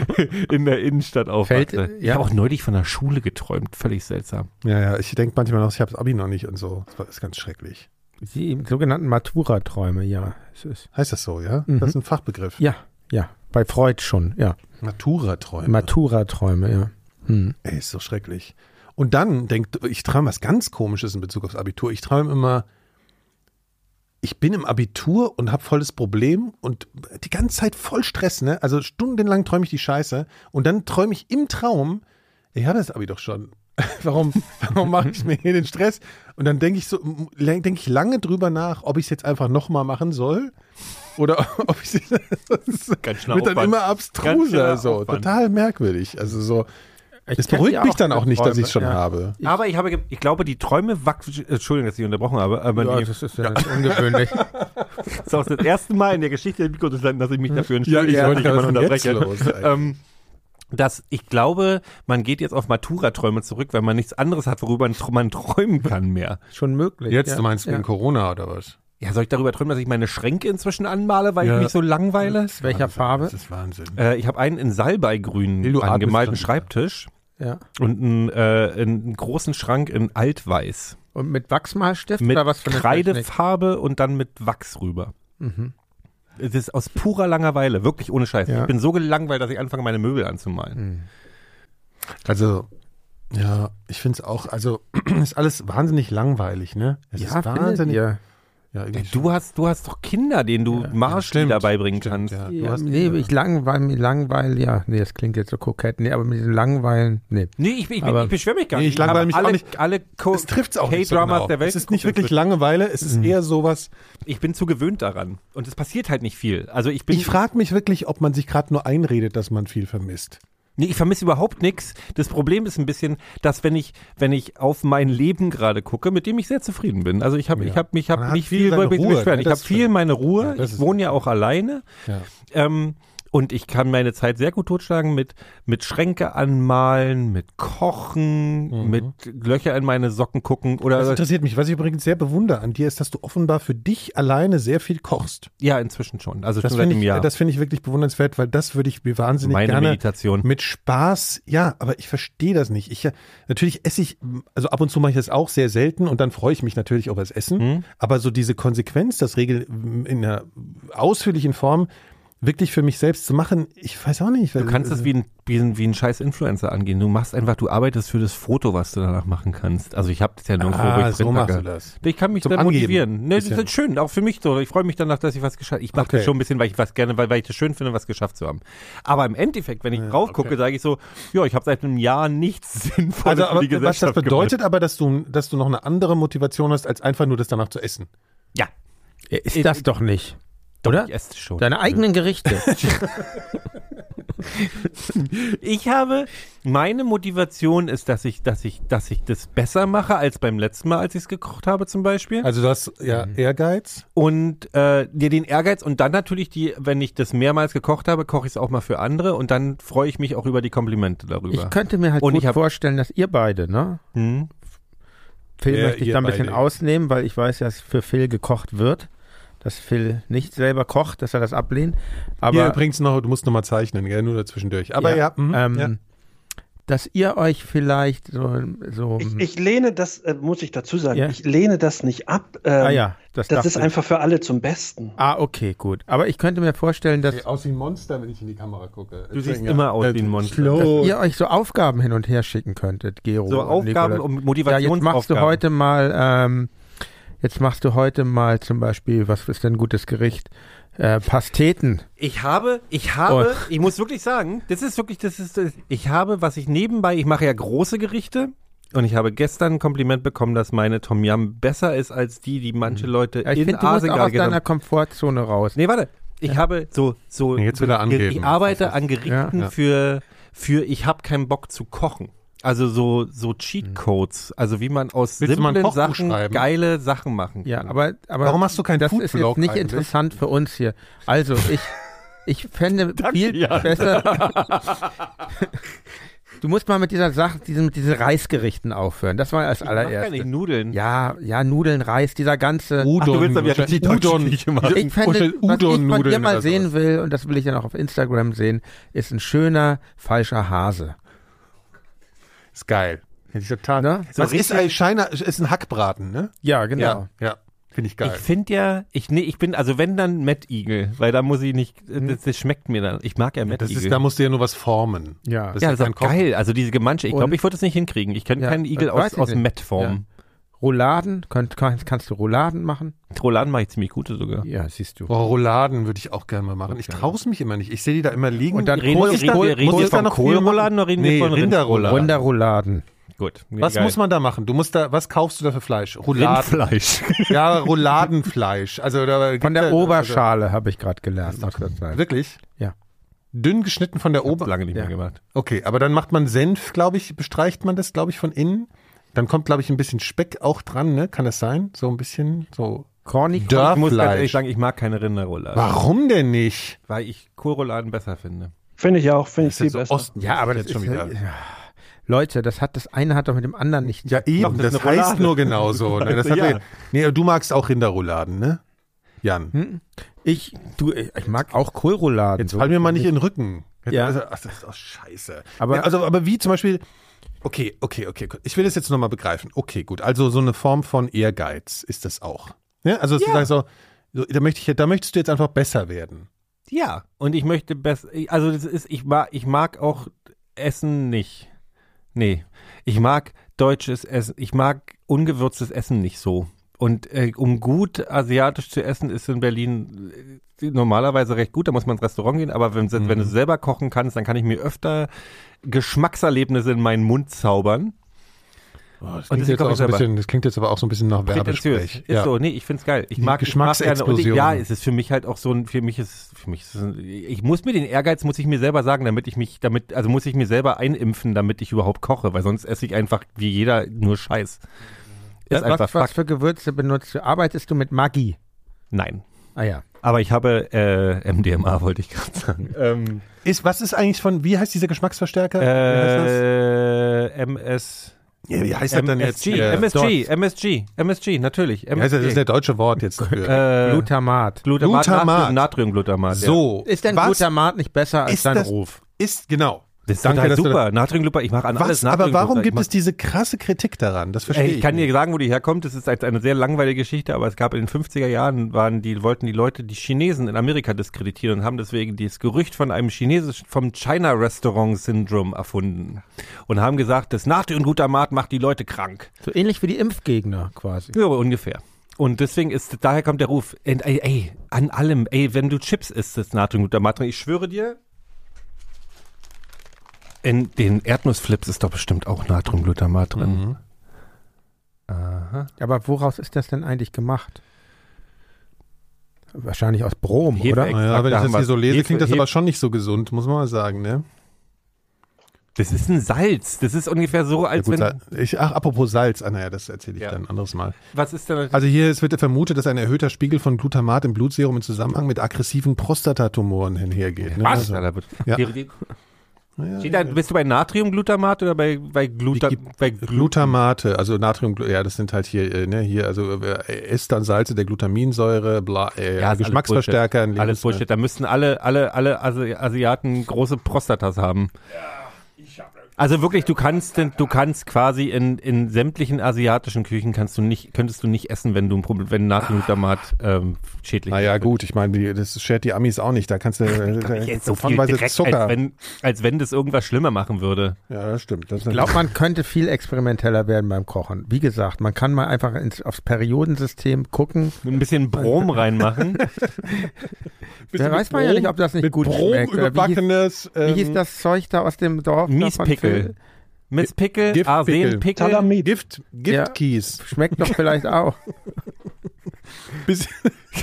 in der Innenstadt aufwache. Fällt- Ich ja. habe auch neulich von der Schule geträumt, völlig seltsam. Ja, ja, ich denke manchmal noch, ich habe das Abi noch nicht und so. Das war- ist ganz schrecklich. Die sogenannten Matura-Träume, ja. Es ist, Heißt das so, ja? Mhm. Das ist ein Fachbegriff. ja, ja. Bei Freud schon, ja. Matura-Träume. Matura-Träume, ja. Hm. Ey, ist so schrecklich. Und dann denkt, ich träume was ganz Komisches in Bezug aufs Abitur. Ich träume immer, ich bin im Abitur und habe volles Problem und die ganze Zeit voll Stress, ne? Also stundenlang träume ich die Scheiße und dann träume ich im Traum, ich habe das Abi doch schon. Warum, warum mache ich mir hier den Stress? Und dann denke ich so, denke ich lange drüber nach, ob ich es jetzt einfach nochmal machen soll oder ob ich es Ganz schön wird dann Aufwand. immer Ganz abstruser, schöner so Aufwand. total merkwürdig. Also so, Ich es kenn beruhigt die mich dann auch nicht, dass ich es schon ja. habe. Aber ich habe, ge- ich glaube, die Träume wachsen. Entschuldigung, dass ich unterbrochen habe, aber Ja, die, das ist ja nicht ungewöhnlich. das ist auch das erste Mal in der Geschichte der Mikrodesign, dass ich mich dafür Ja, entschuldige, ich wollte dass gerade jemanden von jetzt unterbreche. los, ey. ähm, dass ich glaube, man geht jetzt auf Matura-Träume zurück, weil man nichts anderes hat, worüber man tr- man träumen kann mehr. Schon möglich. Jetzt, ja. du meinst ja. wegen Corona oder was? Ja, soll ich darüber träumen, dass ich meine Schränke inzwischen anmale, weil Ja. ich mich so langweile? Welcher Wahnsinn, Farbe? Das ist Wahnsinn. Äh, ich habe einen in Salbeigrün Will, du atmest angemalten dann. Schreibtisch Ja. und einen, äh, einen großen Schrank in Altweiß. Und mit Wachsmalstift Mit oder was für eine Technik? Kreidefarbe und dann mit Wachs rüber. Mhm. Das ist aus purer Langeweile, wirklich ohne Scheiß. Ja. Ich bin so gelangweilt, dass ich anfange, meine Möbel anzumalen. Mhm. Also, ja, ich finde es auch, also ist alles wahnsinnig langweilig, ne? Es Ja, ist findet wahnsinnig. ihr? Ja, irgendwie Du hast, du hast doch Kinder, denen du Ja, Marschlieder stimmt, beibringen stimmt, kannst. ja. Du Ja, hast nee, Kinder. ich langweile, mir langweil, ja, nee, das klingt jetzt so kokett, nee, aber mit diesem Langweilen, nee. Nee, ich, ich, Aber- ich beschwöre mich gar Nee, nicht. ich langweile habe mich alle, auch nicht. Alle Co- Es trifft es auch nicht so K-Dramas genau. der Welt. Es ist nicht geguckt wirklich inzwischen. Langeweile, es ist eher sowas. Ich bin zu gewöhnt daran. Und es passiert halt nicht viel. Also ich bin. Ich frage mich wirklich, ob man sich gerade nur einredet, dass man viel vermisst. Nee, ich vermisse überhaupt nichts. Das Problem ist ein bisschen, dass wenn ich, wenn ich auf mein Leben gerade gucke, mit dem ich sehr zufrieden bin. Also ich habe, Ja. ich habe, ich Man habe hat nicht viel viel seine über mich zu Ruhe, beschweren. ne? Ich habe Das viel stimmt. meine Ruhe. Ja, das ich ist wohne ja auch alleine. Ja. Ähm, Und ich kann meine Zeit sehr gut totschlagen mit, mit Schränke anmalen, mit Kochen, Mhm. mit Löcher in meine Socken gucken Das oder interessiert mich. Was ich übrigens sehr bewundere an dir ist, dass du offenbar für dich alleine sehr viel kochst. ja, inzwischen schon. Also Das schon seit finde einem ich, Jahr. das finde ich wirklich bewundernswert, weil das würde ich mir wahnsinnig Meine gerne Meditation. mit Spaß, ja, aber ich verstehe das nicht. Ich, äh, natürlich esse ich, also ab und zu mache ich das auch sehr selten und dann freue ich mich natürlich über das Essen, Hm? aber so diese Konsequenz, das Regel in einer ausführlichen Form wirklich für mich selbst zu machen, ich weiß auch nicht. Du kannst es wie ein, wie ein, wie ein scheiß Influencer angehen. Du machst einfach, du arbeitest für das Foto, was du danach machen kannst. Also ich habe das ja nirgendwo, wo ah, ich so drin machst du hacke. das. Ich kann mich Zum dann Angeben. motivieren. Ne, das Bisschen. ist schön, auch für mich so. Ich freue mich danach, dass ich was geschafft habe. Ich mache Okay. das schon ein bisschen, weil ich was gerne, weil, weil ich das schön finde, was geschafft zu haben. Aber im Endeffekt, wenn ich Ja, drauf gucke, okay. sage ich so, ja, ich habe seit einem Jahr nichts Sinnvolles Also, aber für die was das Gesellschaft bedeutet aber, dass du, dass du noch eine andere Motivation hast, als einfach nur das danach zu essen. gemacht. Ja, Ist das doch nicht. doch, Oder? ich esse schon. Deine eigenen Gerichte. Ich habe, meine Motivation ist, dass ich, dass ich, dass ich das besser mache als beim letzten Mal, als ich es gekocht habe zum Beispiel. Also du hast ja Ehrgeiz. Und äh, dir den Ehrgeiz und dann natürlich die, wenn ich das mehrmals gekocht habe, koche ich es auch mal für andere und dann freue ich mich auch über die Komplimente darüber. Ich könnte mir halt Und gut ich hab- vorstellen, dass ihr beide, ne? hm? Phil Ja, möchte ich ihr da ein bisschen beide. ausnehmen, weil ich weiß, dass für Phil gekocht wird. Dass Phil nicht selber kocht, dass er das ablehnt. Aber Hier übrigens noch, du musst noch mal zeichnen, gell, nur dazwischendurch. Aber ja, mhm, ähm, ja. dass ihr euch vielleicht so, so Ich, ich lehne das, äh, muss ich dazu sagen, Ja. ich lehne das nicht ab. Ähm, ah ja, das, das dachte ist ich. einfach für alle zum Besten. Ah, okay, gut. Aber ich könnte mir vorstellen, dass, Sieht aus wie ein Monster, wenn ich in die Kamera gucke. Du siehst immer aus wie ein Monster. Slow. ihr euch so Aufgaben hin und her schicken könntet, Gero. So und Aufgaben, Nicola. um Ja, jetzt Motivationsaufgaben. machst du heute mal, ähm, jetzt machst du heute mal zum Beispiel, was ist denn ein gutes Gericht? Äh, Pasteten. Ich habe, ich habe, Oh. ich muss wirklich sagen, das ist wirklich, das ist, ich habe, was ich nebenbei, ich mache ja große Gerichte und ich habe gestern ein Kompliment bekommen, dass meine Tom Yum besser ist als die, die manche Leute Ja, ich in finde, du musst Asien auch gerade aus deiner genommen. Komfortzone raus. Nee, warte. Ich habe so, so, Nee, jetzt will er so angeben. ich arbeite an Gerichten Ja. für, für, ich habe keinen Bock zu kochen. Also so, so Cheatcodes, also wie man aus Willst du mal ein simplen Kochbuch Sachen schreiben? geile Sachen machen kann. Ja, aber, aber Warum hast du keinen das ist jetzt Foodblog nicht eigentlich? interessant für uns hier. Also, ich, ich fände viel Jan. besser. Du musst mal mit dieser Sache, diesen, mit diesen Reisgerichten aufhören. Das war als Ich mag gar nicht allererstes. Nudeln. Ja, ja, Nudeln, Reis, dieser ganze. Udon. Ach, du willst aber ja richtig Udon. deutsch machen. Ich fände, Vorstell, was ich von Udon-Nudeln dir mal oder sehen sowas. will, und das will ich dann auch auf Instagram sehen, ist ein schöner, falscher Hase. Ist geil. Hätte ich total. Ne? So Was ist richtig- ein Scheiner? Ist ein Hackbraten, ne? Ja, genau. Ja, ja. Finde ich geil. Ich finde ja, ich, nee, ich bin, also wenn dann Mad Eagle, weil da muss ich nicht, Hm. das, das schmeckt mir dann. Ich mag ja Mad das Eagle. ist, da musst du ja nur was formen. Ja. Das ja, ist das kein ist auch geil. Also diese Gemansche, ich Und- glaube, ich würde es nicht hinkriegen. Ich könnte Ja, keinen Igel äh, weiß aus, ich aus nicht. Matt formen. Rouladen, könnt, kannst, kannst du Rouladen machen? Rouladen mache ich ziemlich gute sogar. Ja, siehst du. Oh, Rouladen würde ich auch gerne mal machen. Ich traue es mich immer nicht. Ich sehe die da immer liegen. Und dann Reden, Kohl- wir- ist reden, da- wir- reden muss wir ich da von noch viel Kohlrouladen oder reden Nee, wir von Rinderrouladen. Rinderrouladen. Gut. Was geil. muss man da machen? Du musst da, was kaufst du da für Fleisch? Rouladen. Rindfleisch. Ja, Rouladenfleisch. Also da Von der gibt- Oberschale habe ich gerade gelernt. Muss das sein. Wirklich? Ja. Dünn geschnitten von der Hab's Ober. lange nicht Ja. mehr gemacht. Okay, aber dann macht man Senf, glaube ich, bestreicht man das, glaube ich, von innen. Dann kommt, glaube ich, ein bisschen Speck auch dran, ne? Kann das sein? So ein bisschen so. Corny. Dörr- Ich muss ganz Fleisch. ehrlich sagen, ich mag keine Rinderrouladen. Warum denn nicht? Weil ich Kohlrouladen besser finde. Finde ich auch, finde ich Das viel ist ja so besser. Osten. Ja, aber das jetzt ist schon ja, wieder. ja. Leute, das hat das eine hat doch mit dem anderen nicht. Ja, eben, Doch, das das, ist eine heißt Roulade. nur genauso. Ne? Das hat Ja. ja. Nee, du magst auch Rinderrouladen, ne? Jan. Hm? Ich, du, ich mag auch Kohlrouladen. Jetzt fall mir mal nicht in den Rücken. Jetzt, Ja. also, ach, das ist doch scheiße. Aber- Ja, also, aber wie zum Beispiel, okay, okay, okay, gut. Ich will das jetzt nochmal begreifen. Okay, gut. Also so eine Form von Ehrgeiz ist das auch. Ja, also dass du sagst so, so, da, möchte ich, da möchtest du jetzt einfach besser werden. Ja, und ich möchte besser, also das ist, ich mag, ich mag auch Essen nicht. Nee, ich mag deutsches Essen, ich mag ungewürztes Essen nicht so. Und äh, um gut asiatisch zu essen, ist in Berlin äh, normalerweise recht gut, da muss man ins Restaurant gehen, aber wenn, Mhm. wenn du selber kochen kannst, dann kann ich mir öfter Geschmackserlebnisse in meinen Mund zaubern. Oh, das, Und klingt das jetzt koche auch ich so ein selber. bisschen, das klingt jetzt aber auch so ein bisschen nach Prätentiös. Werbesprech. Ist so, nee, ich find's geil. Ich Die mag, ich mag gerne. Und ich, Geschmacksexplosion. ja, es ist für mich halt auch so ein, für mich ist, für mich ist es ein, ich muss mir den Ehrgeiz, muss ich mir selber sagen, damit ich mich, damit, also muss ich mir selber einimpfen, damit ich überhaupt koche, weil sonst esse ich einfach wie jeder nur Scheiß. Ist was, einfach was Fakt. für Gewürze benutzt du? Arbeitest du mit Maggi? Nein. Ah ja. Aber ich habe äh, M D M A, wollte ich gerade sagen. Ähm, Ist, was ist eigentlich von, wie heißt dieser Geschmacksverstärker? wie heißt das? äh, M S... Ja, wie heißt das denn jetzt? M S G, Äh, M S G, M S G, M S G, natürlich. Wie heißt das? Das ist der deutsche Wort jetzt dafür. äh, Glutamat. Glutamat, Glutamat. Natrium, Natriumglutamat. Ja. So. Ist denn was Glutamat nicht besser als ist dein das- Ruf? Ist, genau. Das ist Danke, total dass du super. Natriumglutamat, ich mache an alles Was? Aber Natriumglutamat. warum Ich gibt mach- es diese krasse Kritik daran? Das verstehe Ey, ich. ich kann nicht. dir sagen, wo die herkommt. Das ist halt eine sehr langweilige Geschichte, aber es gab in den fünfziger Jahren, waren die, wollten die Leute die Chinesen in Amerika diskreditieren und haben deswegen das Gerücht von einem chinesischen, vom China Restaurant Syndrome erfunden. Und haben gesagt, das Natriumglutamat macht die Leute krank. So ähnlich wie die Impfgegner quasi. Ja, ungefähr. Und deswegen ist, daher kommt der Ruf, ey, ey, ey an allem, ey, wenn du Chips isst, das Natriumglutamat drin. Ich schwöre dir, in den Erdnussflips ist doch bestimmt auch Natriumglutamat drin. Mhm. Aha. Aber woraus ist das denn eigentlich gemacht? Wahrscheinlich aus Brom, Hefe- oder? Exakt, Naja, wenn da ich das haben hier wir's. so lese, Hefe- klingt das Hefe- aber schon nicht so gesund, muss man mal sagen, ne? Das ist ein Salz. Das ist ungefähr so, Ja, als gut, wenn. Sa- ich, ach, apropos Salz, ah, naja, das erzähle ich Ja. dann ein anderes Mal. Was ist denn? Also hier es wird vermutet, dass ein erhöhter Spiegel von Glutamat im Blutserum in Zusammenhang mit aggressiven Prostatatumoren einhergeht. Ne? Was? Also, Alter, wird- Ja. Die- die- ja, Steht da, bist du bei Natriumglutamat oder bei, bei, Gluta, Die gibt bei Glu- Glutamate, also Natrium, ja, das sind halt hier, äh, ne, hier, also äh, Ester und Salze der Glutaminsäure, bla, äh, Ja, ist Geschmacksverstärker. in Alles Lebensmitteln. Bullshit. Da müssten alle, alle, alle Asi- Asiaten große Prostatas haben. Also wirklich, du kannst, du kannst quasi in, in sämtlichen asiatischen Küchen kannst du nicht, könntest du nicht essen, wenn du ein Problem, wenn Natriumglutamat ähm, schädlich Naja, ist. gut, ich meine, die- das schert die Amis auch nicht. Da kannst du Ich äh, esse so viel tonnenweise Dreck, Zucker. als wenn, als wenn das irgendwas schlimmer machen würde. Ja, das stimmt. Das Ich glaube, man könnte viel experimenteller werden beim Kochen. Wie gesagt, man kann mal einfach ins, aufs Periodensystem gucken. Mit ein bisschen Brom reinmachen. Da weiß man ja nicht, ob das nicht mit gut Brom schmeckt. Oder wie, hieß, überbackenes. wie hieß ähm, das Zeug da aus dem Dorf? da von Miespickel. Phil? Misspickel, Giftpickel. Arsenpickel. Talamid. Gift, Giftkies. Schmeckt doch vielleicht auch. Bisschen,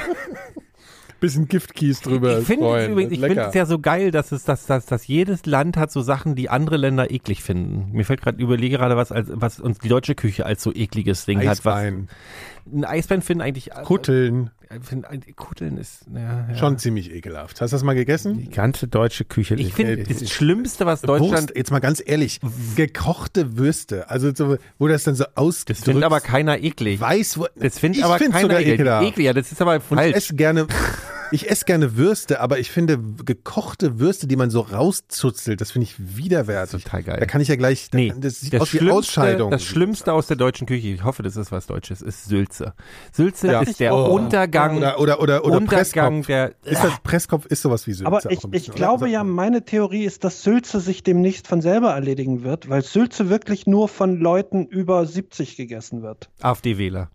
bisschen Giftkies drüber. Ich finde es streuen. übrigens, ich Lecker. finde es ja so geil, dass es, dass, dass, dass jedes Land hat so Sachen, die andere Länder eklig finden. Mir fällt gerade, überlege gerade, was als, was uns die deutsche Küche als so ekliges Ding hat. Was, Eisbein. ein Eisbein finden eigentlich. Kutteln. Äh, find, eigentlich- Kutteln ist, ja, ja. Schon ziemlich ekelhaft. Hast du das mal gegessen? Die ganze deutsche Küche. Ich ist- finde, ist- das Schlimmste, was Deutschland. Wurst, jetzt mal ganz ehrlich, gekochte Würste, also so, wo das dann so Das ausgedrückt findet aber keiner eklig. weiß, wo, Das findet ich aber find's keiner sogar eklig. ekelhaft. eklig. Ja, das ist aber Und ich falsch. esse gerne, ich esse gerne Würste, aber ich finde gekochte Würste, die man so rauszuzelt, das finde ich widerwärtig. Total geil. Da kann ich ja gleich, Nee, das sieht das aus wie Schlimmste, Ausscheidung. das Schlimmste aus der deutschen Küche, ich hoffe, das ist was Deutsches, ist Sülze. Sülze Ja. ist der Oh. Untergang, Oder, oder, oder, oder Untergang Presskopf. der. Ist das Presskopf ist sowas wie Sülze. Aber auch ich, ein ich bisschen, glaube oder? ja, meine Theorie ist, dass Sülze sich demnächst von selber erledigen wird, weil Sülze wirklich nur von Leuten über siebzig gegessen wird. AfD-Wähler.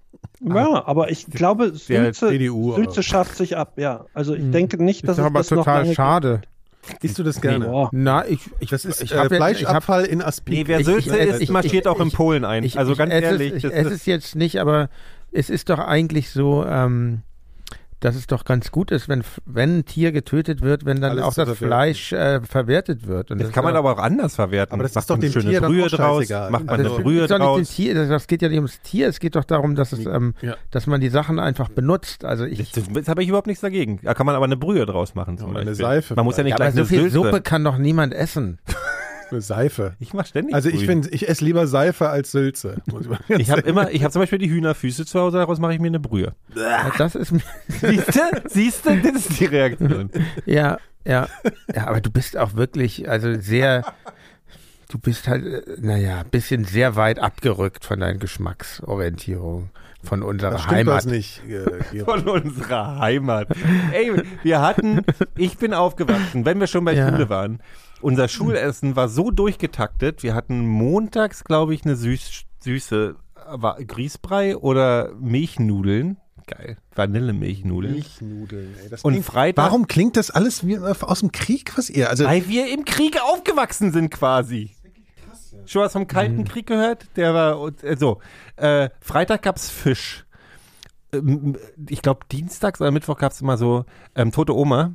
Ja, aber ich glaube, Sülze, C D U, aber- Sülze schafft sich ab, ja. Also ich Hm. denke nicht, dass ist doch es aber das noch total lange schade. Isst du das gibt. gerne? Boah. Na, ich, ich, Das ist ich äh, hab jetzt- ich hab- Fleischabfall in Aspik. Nee, wer Ich- Sülze ich- isst, ich- marschiert ich- auch in ich- Polen ein. Ich, also ich ganz esse ehrlich. Es, ich das esse ist- es jetzt nicht, aber es ist doch eigentlich so, ähm, dass es doch ganz gut ist, wenn, wenn ein Tier getötet wird, wenn dann Alles auch zu das verwerten. Fleisch äh, verwertet wird. Und Das kann man ja- aber auch anders verwerten. Aber das Macht ist doch man dem eine schöne Tier dann Brühe auch draus, scheißegal. macht man Also eine das Brühe ist doch nicht dem draus. Tier, das geht ja nicht ums Tier, es geht doch darum, dass es, ähm, Ja. dass man die Sachen einfach benutzt. Also ich, Das, das habe ich überhaupt nichts dagegen. Da kann man aber eine Brühe draus machen. Zum Oder eine Beispiel. Seife Man muss ja nicht ja, gleich aber so eine viel Sülze. Suppe kann doch niemand essen. Eine Seife. Ich mache ständig Also ich Brühen. finde, ich esse lieber Seife als Sülze. muss mal ganz Ich habe ehrlich immer, ich habe zum Beispiel die Hühnerfüße zu Hause, daraus mache ich mir eine Brühe. Das ist mir, Siehst du? Siehst du? Das ist die Reaktion. ja, ja, ja, aber du bist auch wirklich, also sehr, du bist halt, äh, naja, ein bisschen sehr weit abgerückt von deinen Geschmacksorientierungen, von unserer Das stimmt Heimat. was nicht. äh, Georg. Von unserer Heimat. Ey, wir hatten, ich bin aufgewachsen, wenn wir schon bei Ja. Schule waren. Unser Schulessen war so durchgetaktet, wir hatten montags, glaube ich, eine süß, süße war Grießbrei oder Milchnudeln. Geil. Vanillemilchnudeln. Milchnudeln, ey. Das Und klingt, Freitag- warum klingt das alles wie aus dem Krieg, was ihr? Also Weil wir im Krieg aufgewachsen sind quasi. Schon was vom Kalten Krieg gehört? Der war äh, so. Äh, Freitag gab's Fisch. Ähm, ich glaube Dienstags oder Mittwoch gab's immer so ähm, tote Oma.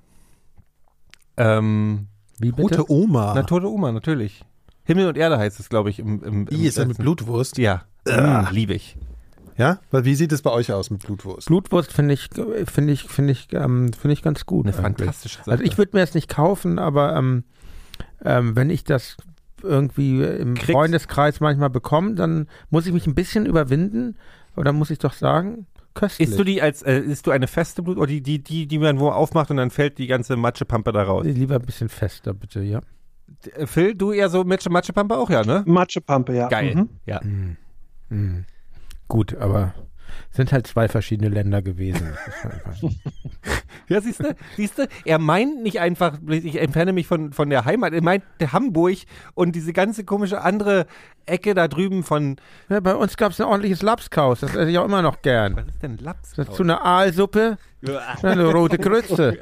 Ähm, Wie bitte? rote Oma. na tote Oma natürlich. Himmel und Erde heißt es, glaube ich, im, im, im I ist das mit letzten- Blutwurst? Ja, mm, liebe ich. Ja? Weil wie sieht es bei euch aus mit Blutwurst? Blutwurst finde ich, finde ich, finde ich, ähm, finde ich ganz gut. Eine eigentlich. fantastische Sache. Also ich würde mir das nicht kaufen, aber ähm, ähm, wenn ich das irgendwie im Kriegst- Freundeskreis manchmal bekomme, dann muss ich mich ein bisschen überwinden. Oder muss ich doch sagen, köstlich. Isst du die als, äh, isst du eine feste Blut oder die, die, die, die man wo aufmacht und dann fällt die ganze Matschepampe da raus? Lieber ein bisschen fester, bitte, ja. Äh, Phil, du eher so Matsch- Matschepampe auch, ja, ne? Matschepampe, ja. Geil. Mhm. Ja. Mhm. Mhm. Gut, aber sind halt zwei verschiedene Länder gewesen. Das ist einfach- Ja, siehst du, siehst du, er meint nicht einfach, ich entferne mich von, von der Heimat, er meint der Hamburg und diese ganze komische andere Ecke da drüben von, ja, bei uns gab es ein ordentliches Lapskaus, das esse ich auch immer noch gern. was ist denn Laps? Dazu eine Aalsuppe, eine rote Grütze.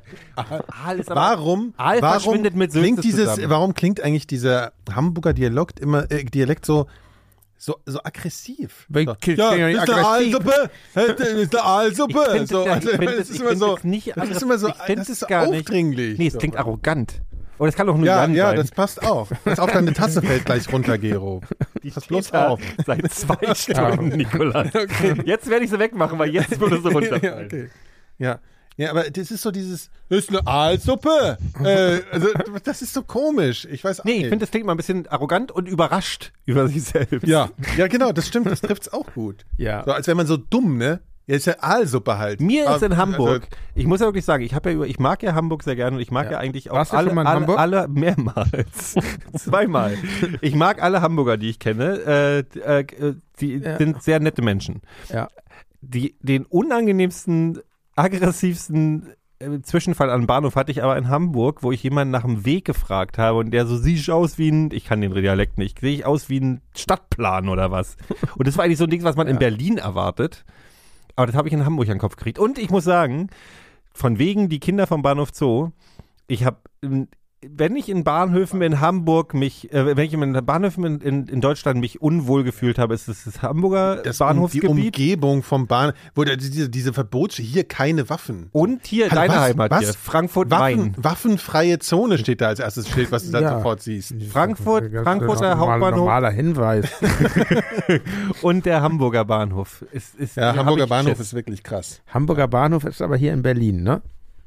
Aal ist aber, Warum, Aal warum verschwindet mit Sülze klingt dieses, zusammen. warum klingt eigentlich dieser Hamburger Dialekt immer, äh, Dialekt so, so, so aggressiv? Weil So, Kids ja, sind ja ist nicht eine aggressiv. Aalsuppe, Hey, das ist eine Aalsuppe. Ich finde so, es ja- also, ich finde das es- ist ich immer finde so, es nicht das ist aggressiv. immer so, Ich finde das es ist so gar nicht. aufdringlich. Nee, es so. klingt arrogant. Und es kann auch nur Ja, Jan ja, sein. das passt auch. Pass auf, deine Tasse fällt gleich runter, Gero. Die Pass bloß steht da auf. Seit zwei Stunden, Nikolas. Jetzt werde ich sie wegmachen, weil jetzt würde sie runterfallen. Ja, okay. Ja. Ja, aber das ist so dieses, das ist eine Aalsuppe. äh, also, das ist so komisch. Ich weiß auch Nee, ich nicht. finde, das klingt mal ein bisschen arrogant und überrascht über sich selbst. Ja, ja, genau, das stimmt, das trifft's auch gut. Ja. So, als wäre man so dumm, ne? Ja, ist ja Aalsuppe halt. Mir ist Aber, in Hamburg, also, ich muss ja wirklich sagen, ich habe ja über, ich mag ja Hamburg sehr gerne und ich mag ja, Ja. eigentlich auch Warst du alle, schon mal in alle, Hamburg? alle mehrmals, zweimal. Ich mag alle Hamburger, die ich kenne, äh, äh, die Ja. sind sehr nette Menschen. Ja. Die, den unangenehmsten, aggressivsten äh, Zwischenfall an Bahnhof hatte ich aber in Hamburg, wo ich jemanden nach dem Weg gefragt habe und der so, sieh ich aus wie ein, ich kann den Dialekt nicht, sehe ich aus wie ein Stadtplan oder was? Und das war eigentlich so ein Ding, was man in Berlin erwartet. Aber das habe ich in Hamburg an den Kopf gekriegt. Und ich muss sagen, von wegen die Kinder vom Bahnhof Zoo, ich habe, wenn ich in Bahnhöfen in Hamburg mich, äh, wenn ich in Bahnhöfen in, in, in Deutschland mich unwohl gefühlt habe, ist es das Hamburger das Bahnhofsgebiet. Die Umgebung vom Bahn, wo da diese, diese Verbots, hier keine Waffen. Und hier Hallo, deine was? Heimat Was? hier, Frankfurt Waffen, Main. waffenfreie Zone steht da als erstes Schild, was du dann Ja. sofort siehst. Frankfurt, Das ist Frankfurter ein normal- Hauptbahnhof Normaler Hinweis. und der Hamburger Bahnhof. Ist, ist, Ja, hier hab Hamburger ich Bahnhof Schiss. ist wirklich krass. Hamburger Bahnhof ist aber hier in Berlin, ne?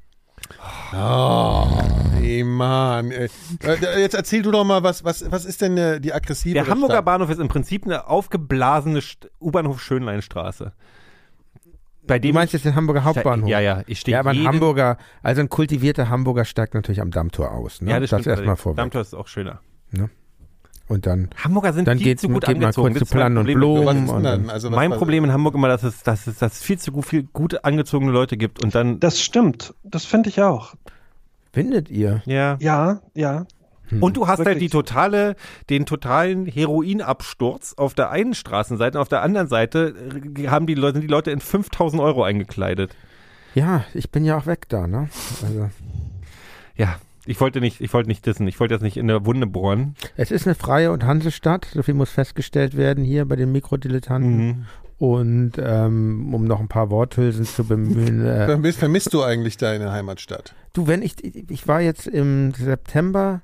Oh, ey Mann. Ey. Äh, Jetzt erzähl du doch mal, was, was, was ist denn äh, die aggressive Der Hamburger Stadt? Bahnhof ist im Prinzip eine aufgeblasene St- U-Bahnhof Schönleinstraße. Bei dem Du meinst jetzt den Hamburger Hauptbahnhof? Ja, ja, ich stehe Ja, aber ein jeden- Hamburger, also ein kultivierter Hamburger steigt natürlich am Dammtor aus. Ne? Ja, das, stimmt erstmal allerdings. vorweg. Dammtor ist auch schöner. Und dann, Hamburger sind dann viel geht's, zu gut geht man angezogen. kurz zu Das ist mein Plan und Problem mit- Was Blumen. ist denn Und dann? dann, Also, was, Mein was, Problem in Hamburg immer, dass es, dass es, dass es viel zu gut, viel gut angezogene Leute gibt und dann, Das stimmt. Das finde ich auch. findet ihr? ja. Ja, ja. Und du hast halt Wirklich. die totale, den totalen Heroinabsturz auf der einen Straßenseite, auf der anderen Seite äh, haben die Leute, sind die Leute in fünftausend Euro eingekleidet. Ja, ich bin ja auch weg da, ne? Also, Ja, ich wollte nicht, ich wollte nicht dissen, ich wollte jetzt nicht in der Wunde bohren. es ist eine freie und Hansestadt, so viel muss festgestellt werden hier bei den Mikrodilettanten. Mhm. Und ähm, um noch ein paar Worthülsen zu bemühen. Äh, vermisst, vermisst du eigentlich deine Heimatstadt? du, wenn ich, ich war jetzt im September,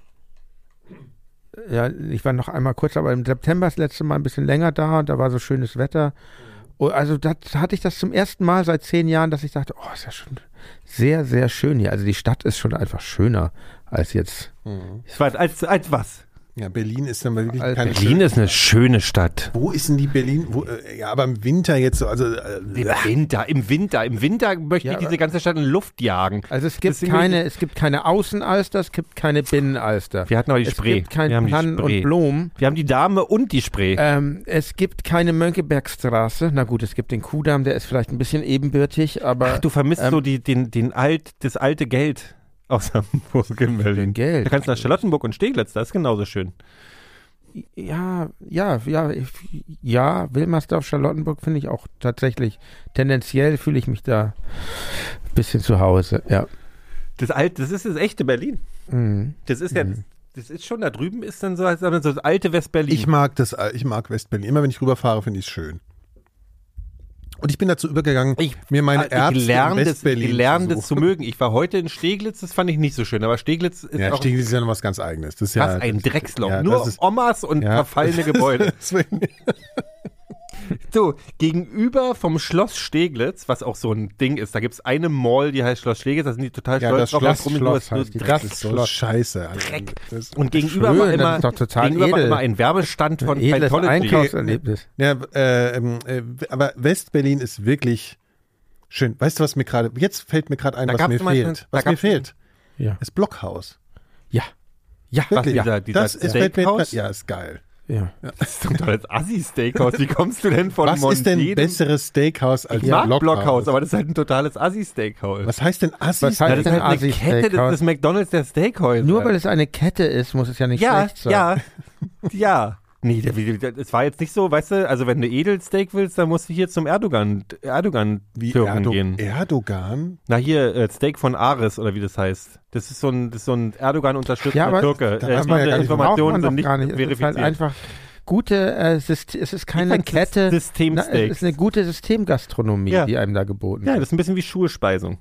ja, ich war noch einmal kurz, aber im September das letzte Mal ein bisschen länger da und da war so schönes Wetter. Oh, also da hatte ich das zum ersten Mal seit zehn Jahren, dass ich dachte, oh, ist ja schon sehr, sehr schön hier. Also die Stadt ist schon einfach schöner als jetzt. Ich weiß, als, als was? Ja, Berlin ist dann wirklich Also keine Berlin ist eine schöne Stadt. Wo ist denn die Berlin? Wo, äh, ja, aber im Winter jetzt so, also äh, Im Winter, im Winter, im Winter möchte Ja, ich diese aber- ganze Stadt in Luft jagen. Also es gibt Deswegen- keine, es gibt keine Außenalster, es gibt keine Binnenalster. Wir hatten aber die es Spree. gibt kein Wir haben die Tannen Spree. und Blumen. Wir haben die Dame und die Spree. Ähm, es gibt keine Mönckebergstraße. Na gut, es gibt den Kudamm, der ist vielleicht ein bisschen ebenbürtig, aber Ach, du vermisst ähm, so die, den, den alt, das alte Geld aus Hamburg in Berlin. Geld. Da kannst du nach Charlottenburg und Steglitz, das ist genauso schön. Ja, ja, ja, ich, ja, Wilmersdorf, Charlottenburg finde ich auch tatsächlich, tendenziell fühle ich mich da ein bisschen zu Hause, ja. Das alte, das ist das echte Berlin. Mhm. Das ist ja, das ist schon da drüben, ist dann so, so das alte West-Berlin. ich mag das, ich mag Westberlin. Immer wenn ich rüberfahre, finde ich es schön. Und ich bin dazu übergegangen, Ich- mir meine ich Ärzte lerne in das, Westberlin ich lerne zu das zu suchen. mögen. Ich war heute in Steglitz, das fand ich nicht so schön, aber Steglitz ist Ja, auch Steglitz ist ja noch was ganz Eigenes. Das ist ja, was ein das- Drecksloch. ja, Nur das ist- Omas und ja. verfallene Gebäude. Deswegen- So, gegenüber vom Schloss Steglitz, was auch so ein Ding ist, da gibt es eine Mall, die heißt Schloss Steglitz, da sind die total Ja, stolz das drauf. Schloss, Warum nur Schloss ist nur heißt die. Dreck. Das Das ist so Schloss. scheiße. Alter. Dreck. Das, Und gegenüber Schön, war das immer, ist doch total gegenüber war edel. immer ein Werbestand von Edles Scientology. Einkaufserlebnis. ja, äh, ähm, äh, aber West-Berlin ist wirklich schön. Weißt du, was mir gerade, jetzt fällt mir gerade ein, Da was gab's mir immer fehlt. schon- da Was mir gab's- fehlt. Ja. Das Blockhaus. Ja. Ja. Was, Wirklich. dieser, dieser Das ist fällt mir Steakhouse? grad- Ja, ist geil. Ja. Das ist doch ein tolles Assi-Steakhouse. Wie kommst du denn von Was ist denn Mondeden? besseres Steakhouse als Ich mag Blockhaus? Blockhaus, aber das ist halt ein totales Assi-Steakhouse. Was heißt denn Assis? Was heißt Ja, das ist denn halt eine Assi-Steakhouse? Kette, das ist das McDonalds der Steakhäuser. Nur weil es eine Kette ist, muss es ja nicht ja, schlecht sein. ja, ja. Nee, der- wie- der- es war jetzt nicht so, weißt du, also wenn du Edelsteak willst, dann musst du hier zum Erdogan, Erdogan Wie Türken Erdo gehen. Erdogan? Na hier, äh, Steak von Ares oder wie das heißt. Das ist so ein, das ist so ein Erdogan-unterstützter Ja, aber Türke. da Äh, weiß man ja diese gar nicht, Braucht Informationen man sind doch nicht gar nicht. Es ist verifiziert. halt einfach gute, äh, Syst- es ist keine Ich find's Kette. Na, es Systemsteaks. ist eine gute Systemgastronomie, Ja. die einem da geboten Ja, wird. das ist ein bisschen wie Schulspeisung.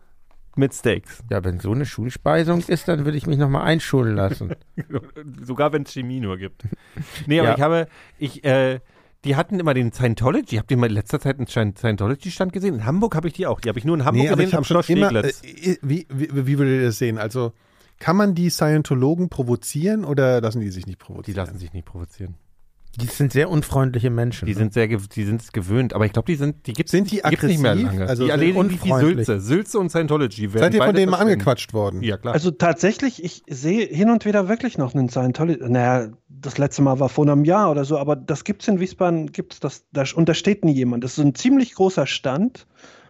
Mit Steaks. Ja, wenn so eine Schulspeisung ist, dann würde ich mich nochmal einschulen lassen. Sogar wenn es Chemie nur gibt. Nee, aber Ja. ich habe, ich, äh, die hatten immer den Scientology. Habt ihr mal in letzter Zeit einen Scien- Scientology-Stand gesehen? In Hamburg habe ich die auch. Die habe ich nur in Hamburg Nee, aber gesehen, ich am habe schon Schloss immer, Steglitz. äh, wie, wie, wie würdet ihr das sehen? Also, kann man die Scientologen provozieren oder lassen die sich nicht Die provozieren? lassen sich nicht provozieren. Die sind sehr unfreundliche Menschen. Die sind sehr, ge- die sind es gewöhnt. Aber ich glaube, die sind, die gibt's, Sind die gibt's nicht mehr aggressiv? lange. Also die sind erledigen wie die unfreundlich. Sülze. Sülze und Scientology. werden Seid ihr von beide denen mal verschwinden. angequatscht worden? Ja, klar. Also tatsächlich, ich sehe hin und wieder wirklich noch einen Scientology. Naja, das letzte Mal war vor einem Jahr oder so, aber das gibt's in Wiesbaden, gibt's das, da, und da steht nie jemand. Das ist so ein ziemlich großer Stand.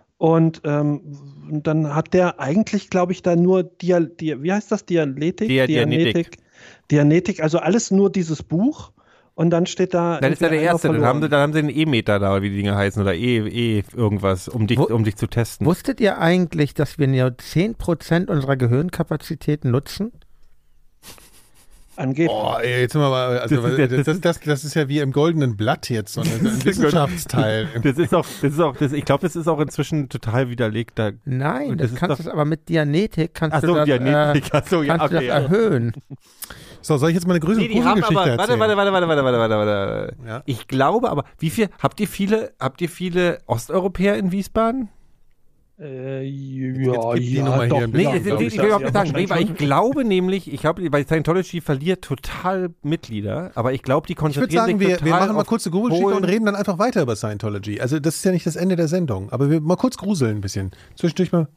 Und ähm, dann hat der eigentlich, glaube ich, da nur Dia, Dia, wie heißt das? Dialetik? Dia- Dianetik. Dianetik, also alles nur dieses Buch. Und dann steht da. Dann ist ja der irgendwie einer erste. Dann verloren. haben, sie, dann haben sie einen E-Meter da, oder wie die Dinger heißen, oder E, E irgendwas, um dich, Wo- um dich zu testen. Wusstet ihr eigentlich, dass wir nur zehn Prozent unserer Gehirnkapazität nutzen? Angeblich. Oh, ey, jetzt sind wir mal, also, Das ist ja- das, das, das, das ist ja wie im goldenen Blatt jetzt, so ein, ein Wissenschaftsteil. Das ist auch, das ist auch, das, ich glaube, das ist auch inzwischen total widerlegt. Da, Nein, Und das das ist kannst doch- du aber mit Dianetik kannst ach du so, das, Dianetik, äh, ach so, ja, kannst du okay. das erhöhen. So, soll ich jetzt mal eine größere Nee, die haben Gruselgeschichte aber, warte, erzählen? warte, warte, warte, warte, warte, warte, warte. Ja. Ich glaube aber, wie viel, habt ihr viele, habt ihr viele Osteuropäer in Wiesbaden? Äh, jetzt ja, gib die ja, Nummer doch, hier ein Nee, Ja, das, glaub das, ich, ich will überhaupt ja, nicht sagen, nee, weil wahrscheinlich ich glaube nämlich, ich glaube, bei Scientology verliert total Mitglieder, aber ich glaube, die Ich würde konzentrieren sagen, sich wir, total wir machen mal auf kurz eine Gruselgeschichte und Polen. reden dann einfach weiter über Scientology. Also das ist ja nicht das Ende der Sendung, aber wir mal kurz gruseln ein bisschen. Zwischendurch mal.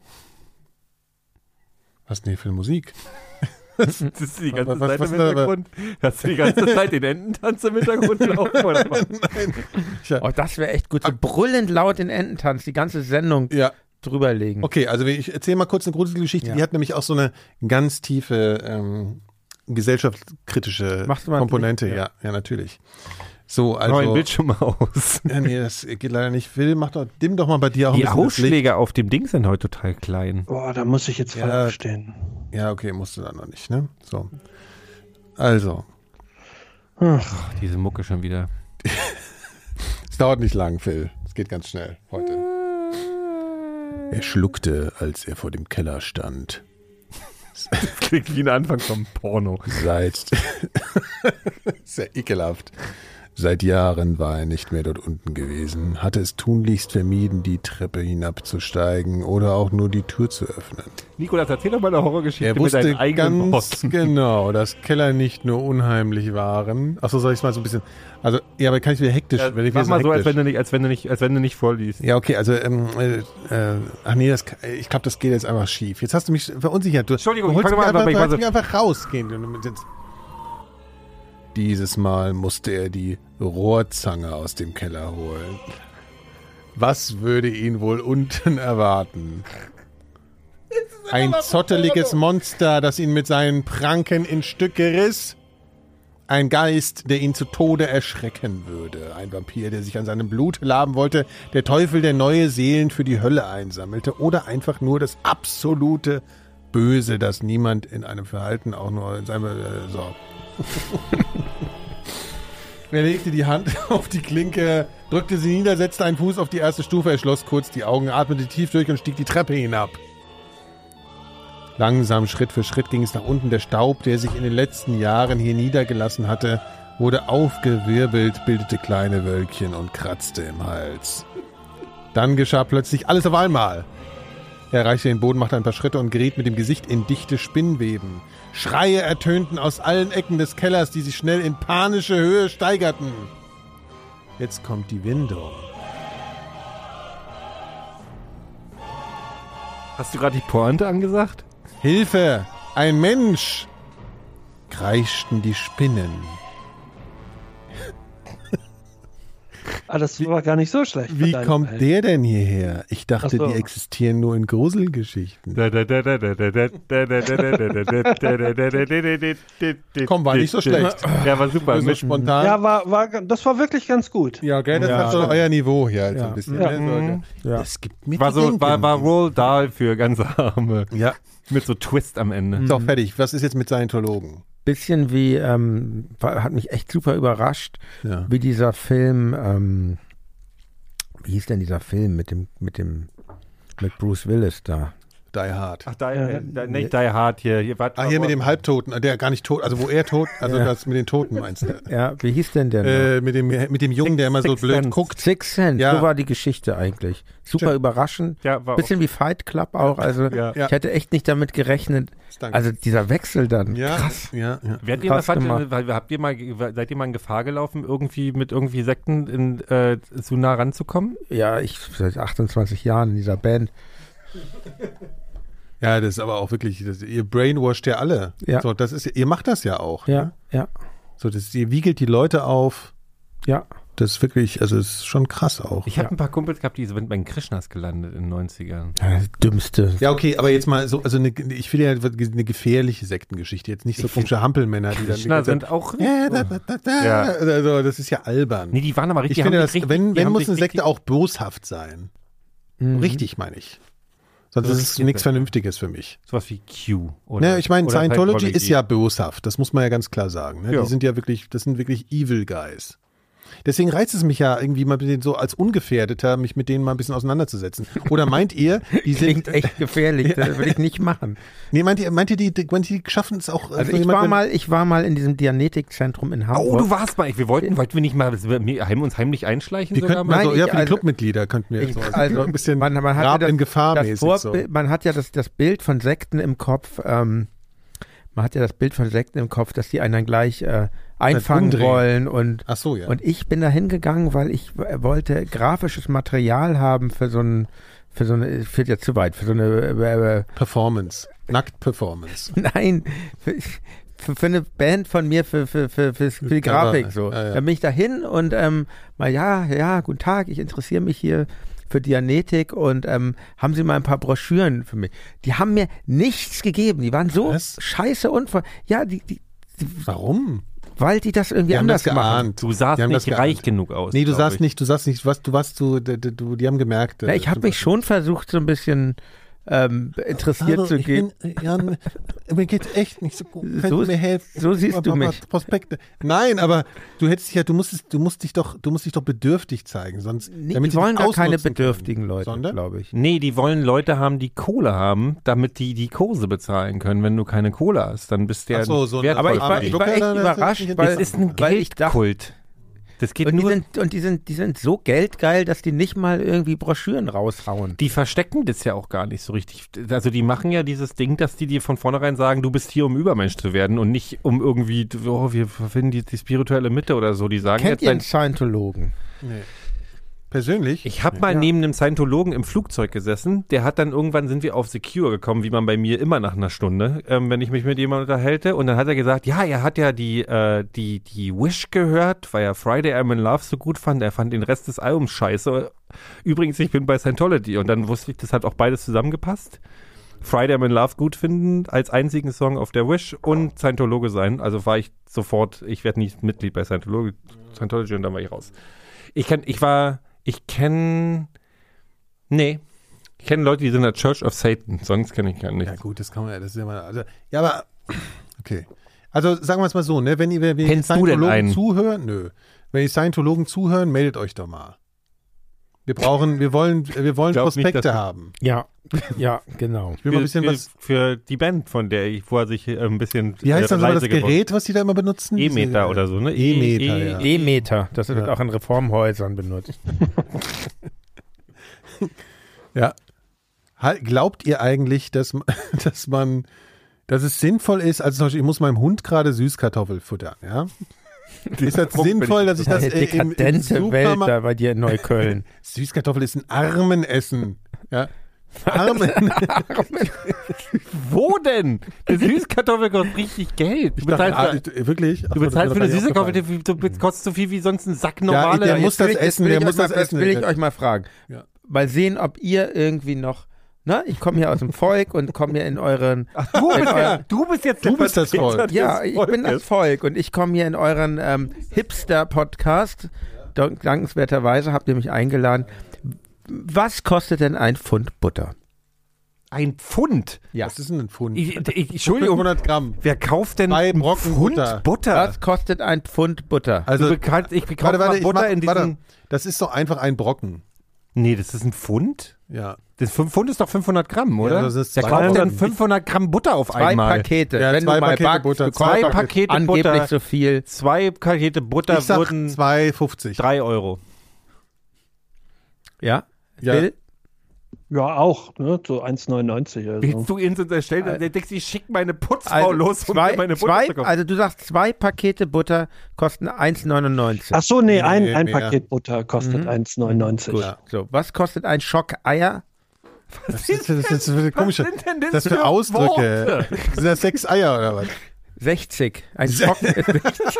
Was denn hier für eine Musik? Das ist die ganze Was- Zeit was im denn da aber- Hintergrund. Hast du die ganze Zeit den Ententanz im Hintergrund laufen? Oder was? Nein. Ich, Oh, das wäre echt gut. So brüllend laut den Ententanz, die ganze Sendung ja, drüberlegen. okay, also ich erzähle mal kurz eine Gruselgeschichte. Ja. Die hat nämlich auch so eine ganz tiefe ähm, gesellschaftskritische Machst du mal Komponente. einen Ja. ja, natürlich. So, Also, Neuen also. Bildschirm aus. Ja, nee, das geht leider nicht. Phil, mach doch, dimm doch mal bei dir auch Die ein bisschen das Licht. Ausschläge auf dem Ding sind heute total klein. Boah, da muss ich jetzt voll Ja. aufstehen. Ja, okay, musst du dann noch nicht, ne? So. Also, Ach, Diese Mucke schon wieder. es dauert nicht lang, Phil. Es geht ganz schnell heute. Er schluckte, als er vor dem Keller stand. Das klingt wie ein Anfang vom Porno. Seit. Sehr ekelhaft. Seit Jahren war er nicht mehr dort unten gewesen, hatte es tunlichst vermieden, die Treppe hinabzusteigen oder auch nur die Tür zu öffnen. Nikolas, erzähl doch mal eine Horrorgeschichte Er mit wusste deinen eigenen ganz Worten. genau, dass Keller nicht nur unheimlich waren. Achso, soll ich es mal so ein bisschen. Also, ja, aber kann ich wieder hektisch. Ja, wenn ich mach wieder mal so, als hektisch. wenn du nicht, als wenn du nicht, als wenn du nicht vorliest. Ja, okay, also, ähm, äh, äh, ach nee, das, ich glaube, das geht jetzt einfach schief. Jetzt hast du mich verunsichert. Du, Entschuldigung, du ich holst fang mich mal an, einfach, aber ich du weiß- hast mich einfach rausgehen. Du mit jetzt- Dieses Mal musste er die Rohrzange aus dem Keller holen. Was würde ihn wohl unten erwarten? Ein zotteliges Monster, das ihn mit seinen Pranken in Stücke riss? Ein Geist, der ihn zu Tode erschrecken würde. Ein Vampir, der sich an seinem Blut laben wollte. Der Teufel, der neue Seelen für die Hölle einsammelte. Oder einfach nur das absolute Böse, das niemand in einem Verhalten auch nur in seinem... Äh, so. Er legte die Hand auf die Klinke, drückte sie nieder, setzte einen Fuß auf die erste Stufe, er schloss kurz die Augen, atmete tief durch und stieg die Treppe hinab. Langsam, Schritt für Schritt ging es nach unten. Der Staub, der sich in den letzten Jahren hier niedergelassen hatte, wurde aufgewirbelt, bildete kleine Wölkchen und kratzte im Hals. Dann geschah plötzlich alles auf einmal. Er erreichte den Boden, machte ein paar Schritte und geriet mit dem Gesicht in dichte Spinnweben. Schreie ertönten aus allen Ecken des Kellers, die sich schnell in panische Höhe steigerten. Jetzt kommt die Windung. Hast du gerade die Pointe angesagt? Hilfe! Ein Mensch! Kreischten die Spinnen. Ah, das war gar nicht so schlecht. Wie von deinem kommt Teil. der denn hierher? Ich dachte, Ach so. die existieren nur in Gruselgeschichten. Komm, war nicht so schlecht. Ja, war super. So Mit, spontan. Ja, war, war, das war wirklich ganz gut. Ja, gell, das Ja. hat so euer Niveau hier halt so Ja. ein bisschen. Ja. Ne? So, Ja. Das gibt mir war zu so, denken. war, war Roald Dahl für ganz Arme. Ja, Mit so Twist am Ende. so, fertig. Was ist jetzt mit Scientologen? Bisschen wie, ähm, war, hat mich echt super überrascht, Ja. wie dieser Film, ähm, wie hieß denn dieser Film mit dem, mit dem, mit Bruce Willis da? Die Hard. Ach, die, äh, die, nicht Die Hard hier. hier wart, Ah, hier mit dem Halbtoten, der gar nicht tot, also wo er tot, also Ja. das mit den Toten meinst du? Ja, wie hieß denn der? noch? Äh, mit dem mit dem Jungen, der immer so Sixth blöd Sense. guckt. Six Sense, Ja. so war die Geschichte eigentlich. Super Stimmt. überraschend. Ja, war Bisschen wie Fight Club auch. Also Ja. Ja. ich hätte echt nicht damit gerechnet. Danke. Also dieser Wechsel dann. ja, Krass. ja, ja. Werdet ihr mal, Krass fand, gemacht. weil, habt ihr mal, seid ihr mal in Gefahr gelaufen, irgendwie mit irgendwie Sekten in, äh, zu nah ranzukommen? Ja, ich seit achtundzwanzig Jahren in dieser Band. Ja, das ist aber auch wirklich, das, ihr brainwasht ja alle. Ja. So, das ist, ihr macht das ja auch. Ja, Ne? ja, So, das, ihr wiegelt die Leute auf. ja. Das ist wirklich, also es ist schon krass auch. Ich habe ein paar Kumpels gehabt, die sind bei den Krishnas gelandet in den neunzigern. Ja, das Dümmste. Ja, okay, aber jetzt mal so, also eine, ich will ja eine gefährliche Sektengeschichte, jetzt nicht so komische Hampelmänner, die dann die Krishna ganze Zeit- sind auch... Ja, da, da, da, da. Ja. Also, das ist ja albern. Nee, die waren aber richtig... ich finde, haben das, sich richtig, wenn, die wenn haben muss sich eine Sekte richtig- auch boshaft sein. Mhm. Richtig, meine ich. Sonst Das ist ist es jetzt nichts besser. Vernünftiges für mich. Sowas wie Q. Oder, Ne, ich meine, oder Scientology Scientology. ist ja boshaft, das muss man ja ganz klar sagen. Ne? Ja. Die sind ja wirklich, das sind wirklich Evil Guys. Deswegen reizt es mich ja irgendwie mal mit denen so als Ungefährdeter, mich mit denen mal ein bisschen auseinanderzusetzen. Oder meint ihr, die sind, Klingt echt gefährlich. Das will ich nicht machen. nee, meint ihr, meint ihr, die, die, meint ihr, die schaffen es auch? Also so ich jemand, war wenn- mal, ich war mal in diesem Dianetikzentrum in Hamburg. Oh, du warst mal... Wir wollten, wollten wir nicht mal heim, uns heimlich einschleichen Wir sogar könnten mal? mal so, Nein, ja, ich- für die also- Clubmitglieder könnten wir Ich, so, also, ein bisschen man, man hat Rab ja das, in Gefahr das mäßig. Vorbild, So. man hat ja das, das Bild von Sekten im Kopf, ähm, man hat ja das Bild von Sekten im Kopf, dass die einen dann gleich äh, einfangen umdrehen. wollen und Ach so, ja. und ich bin da hingegangen, weil ich w- wollte grafisches Material haben für so ein für so eine führt ja zu weit für so eine äh, äh, Performance. Nackt-Performance. nein für, für, für eine Band von mir für für für, für, für die Grafik so. Ja, ja. Dann bin ich da hin und ähm, mal ja ja guten Tag, ich interessiere mich hier für Dianetik und ähm, haben Sie mal ein paar Broschüren für mich. Die haben mir nichts gegeben. Die waren so Was? scheiße und ja die, die, die Warum? weil die das irgendwie Die haben anders das machen. geahnt. Du sahst Die haben das nicht geahnt. reich genug aus. Nee, du glaub sahst ich. nicht, du sahst nicht, was, du warst du, du, du die haben gemerkt. Ja, ich habe mich schon versucht, so ein bisschen ähm, interessiert Hallo, zu ich gehen. bin, äh, Jan, mir geht's echt nicht so gut. Könnt So- ihr mir helfen? so siehst du Papa, mich. Prospekte. Nein, aber du hättest dich ja, du musstest, du musst dich doch, du musst dich doch bedürftig zeigen, sonst. Nee, damit die sie wollen dich gar keine ausnutzen bedürftigen können. Leute, Sondern? glaube ich. Nee, die wollen Leute haben, die Kohle haben, damit die die Kurse bezahlen können. Wenn du keine Kohle hast, dann bist du ja Ach so, so ein- wertvoll Aber ich für war, die. ich war echt Schlucker, das überrascht, ist nicht weil, Das ist ein weil ich dachte, Geldkult. Das geht und die, nur... sind, und die sind, die sind so geldgeil, dass die nicht mal irgendwie Broschüren raushauen. Die verstecken das ja auch gar nicht so richtig. Also die machen ja dieses Ding, dass die dir von vornherein sagen, du bist hier, um Übermensch zu werden und nicht um irgendwie, oh, wir finden die, die spirituelle Mitte oder so. Die sagen Kennt jetzt, ihr einen dein, Scientologen? Nee. Persönlich? ich habe mal Ja. neben einem Scientologen im Flugzeug gesessen. Der hat dann irgendwann, sind wir auf Secure gekommen, wie man bei mir immer nach einer Stunde, ähm, wenn ich mich mit jemandem unterhalte. Und dann hat er gesagt, ja, er hat ja die, äh, die, die Wish gehört, weil er Friday I'm in Love so gut fand. Er fand den Rest des Albums scheiße. Übrigens, ich bin bei Scientology. Und dann wusste ich, das hat auch beides zusammengepasst. Friday I'm in Love gut finden als einzigen Song auf der Wish und Scientologe sein. Also war ich sofort, ich werde nie Mitglied bei Scientology, Scientology und dann war ich raus. Ich kenn, ich war, ich kenne, nee, ich kenne Leute, die sind in der Church of Satan, sonst kenne ich gar nicht. Ja gut, das kann man ja, das ist ja mal, also, ja, aber, okay. Also sagen wir es mal so, ne, wenn ihr, wenn ihr Kennst du denn Scientologen einen? zuhören, nö. Wenn ihr Scientologen zuhören, meldet euch doch mal. Wir brauchen, wir wollen, wir wollen glaub nicht, Prospekte dass- haben. Ja, ja, genau. Ich will mal ein Für, bisschen für, was. für die Band, von der ich vorher sich äh, ein bisschen Wie heißt äh, das nochmal das leise geworden- Gerät, was die da immer benutzen? E-Meter Diese- oder so, ne? E-Meter, E- ja. E-Meter, das wird Ja. auch in Reformhäusern benutzt. Ja. Halt, glaubt ihr eigentlich, dass, man- dass man, dass es sinnvoll ist, also zum Beispiel, ich muss meinem Hund gerade Süßkartoffel futtern, ja? Ist das sinnvoll, dass ich das Eine äh, im, im dekadente Welt Supermarkt... da bei dir in Neukölln. Süßkartoffel ist ein Armenessen, ja? Armen. Wo denn? Eine Süßkartoffel kostet richtig Geld. Du Ich dachte, bezahlst, ah, ich- wirklich? Ach du so, bezahlst das für eine ist mir Süßkartoffel, aufgefallen. die, die kostet so viel wie sonst ein Sack Ja, normale. der muss Jetzt will das ich- jetzt essen, will der ich muss euch das mal, essen. Jetzt will ich euch mal fragen. Ja. Mal sehen, ob ihr irgendwie noch, ne, ich komme hier aus dem Volk und komme hier in euren, du, in bist euren ja, du bist jetzt Du der bist das Vertreter Volk. des ja, ich bin das Volkes. Volk und ich komme hier in euren ähm, Hipster-Podcast. Dank- Dankenswerterweise habt ihr mich eingeladen. Was kostet denn ein Pfund Butter? Ein Pfund. Ja. Was ist denn ein Pfund? Ich, ich, Entschuldigung, fünfhundert Gramm. wer kauft denn Zwei ein Brocken Pfund Butter. Butter? Was kostet ein Pfund Butter? Also, du bekannt, ich kaufe warte, warte, ich Butter mach, in diesen... warte, das ist doch einfach ein Brocken. Nee, das ist ein Pfund? Ja. Das fünf Pfund ist doch fünfhundert Gramm, oder? das ist Wer kauft zweihundert. denn fünfhundert Gramm Butter auf Zwei einmal? Pakete. Ja, Wenn zwei du mal Pakete backst, Butter, du zwei kaufst Pakete angeblich Butter. so viel. Zwei Pakete Butter Ich sag wurden zwei fünfzig. drei Euro. Ja? Ja. Phil? Ja, auch, ne? So eins neunundneunzig. Also. Willst du ihn erstellen? Der denkt, ich schick meine Putzfrau Also los, um zwei, mir meine Butter zwei, zu kaufen. also du sagst, zwei Pakete Butter kosten eins neunundneunzig. Ach so, nee, ein, Nee, ein mehr. Paket Butter kostet Mhm. eins neunundneunzig. Ja. So, was kostet ein Schock Eier? Das ist, das ist für komische. sind denn das Das für für Ausdrücke. Worte? Sind das sechs Eier oder was? sechzig. Ein Schock ist sechzig.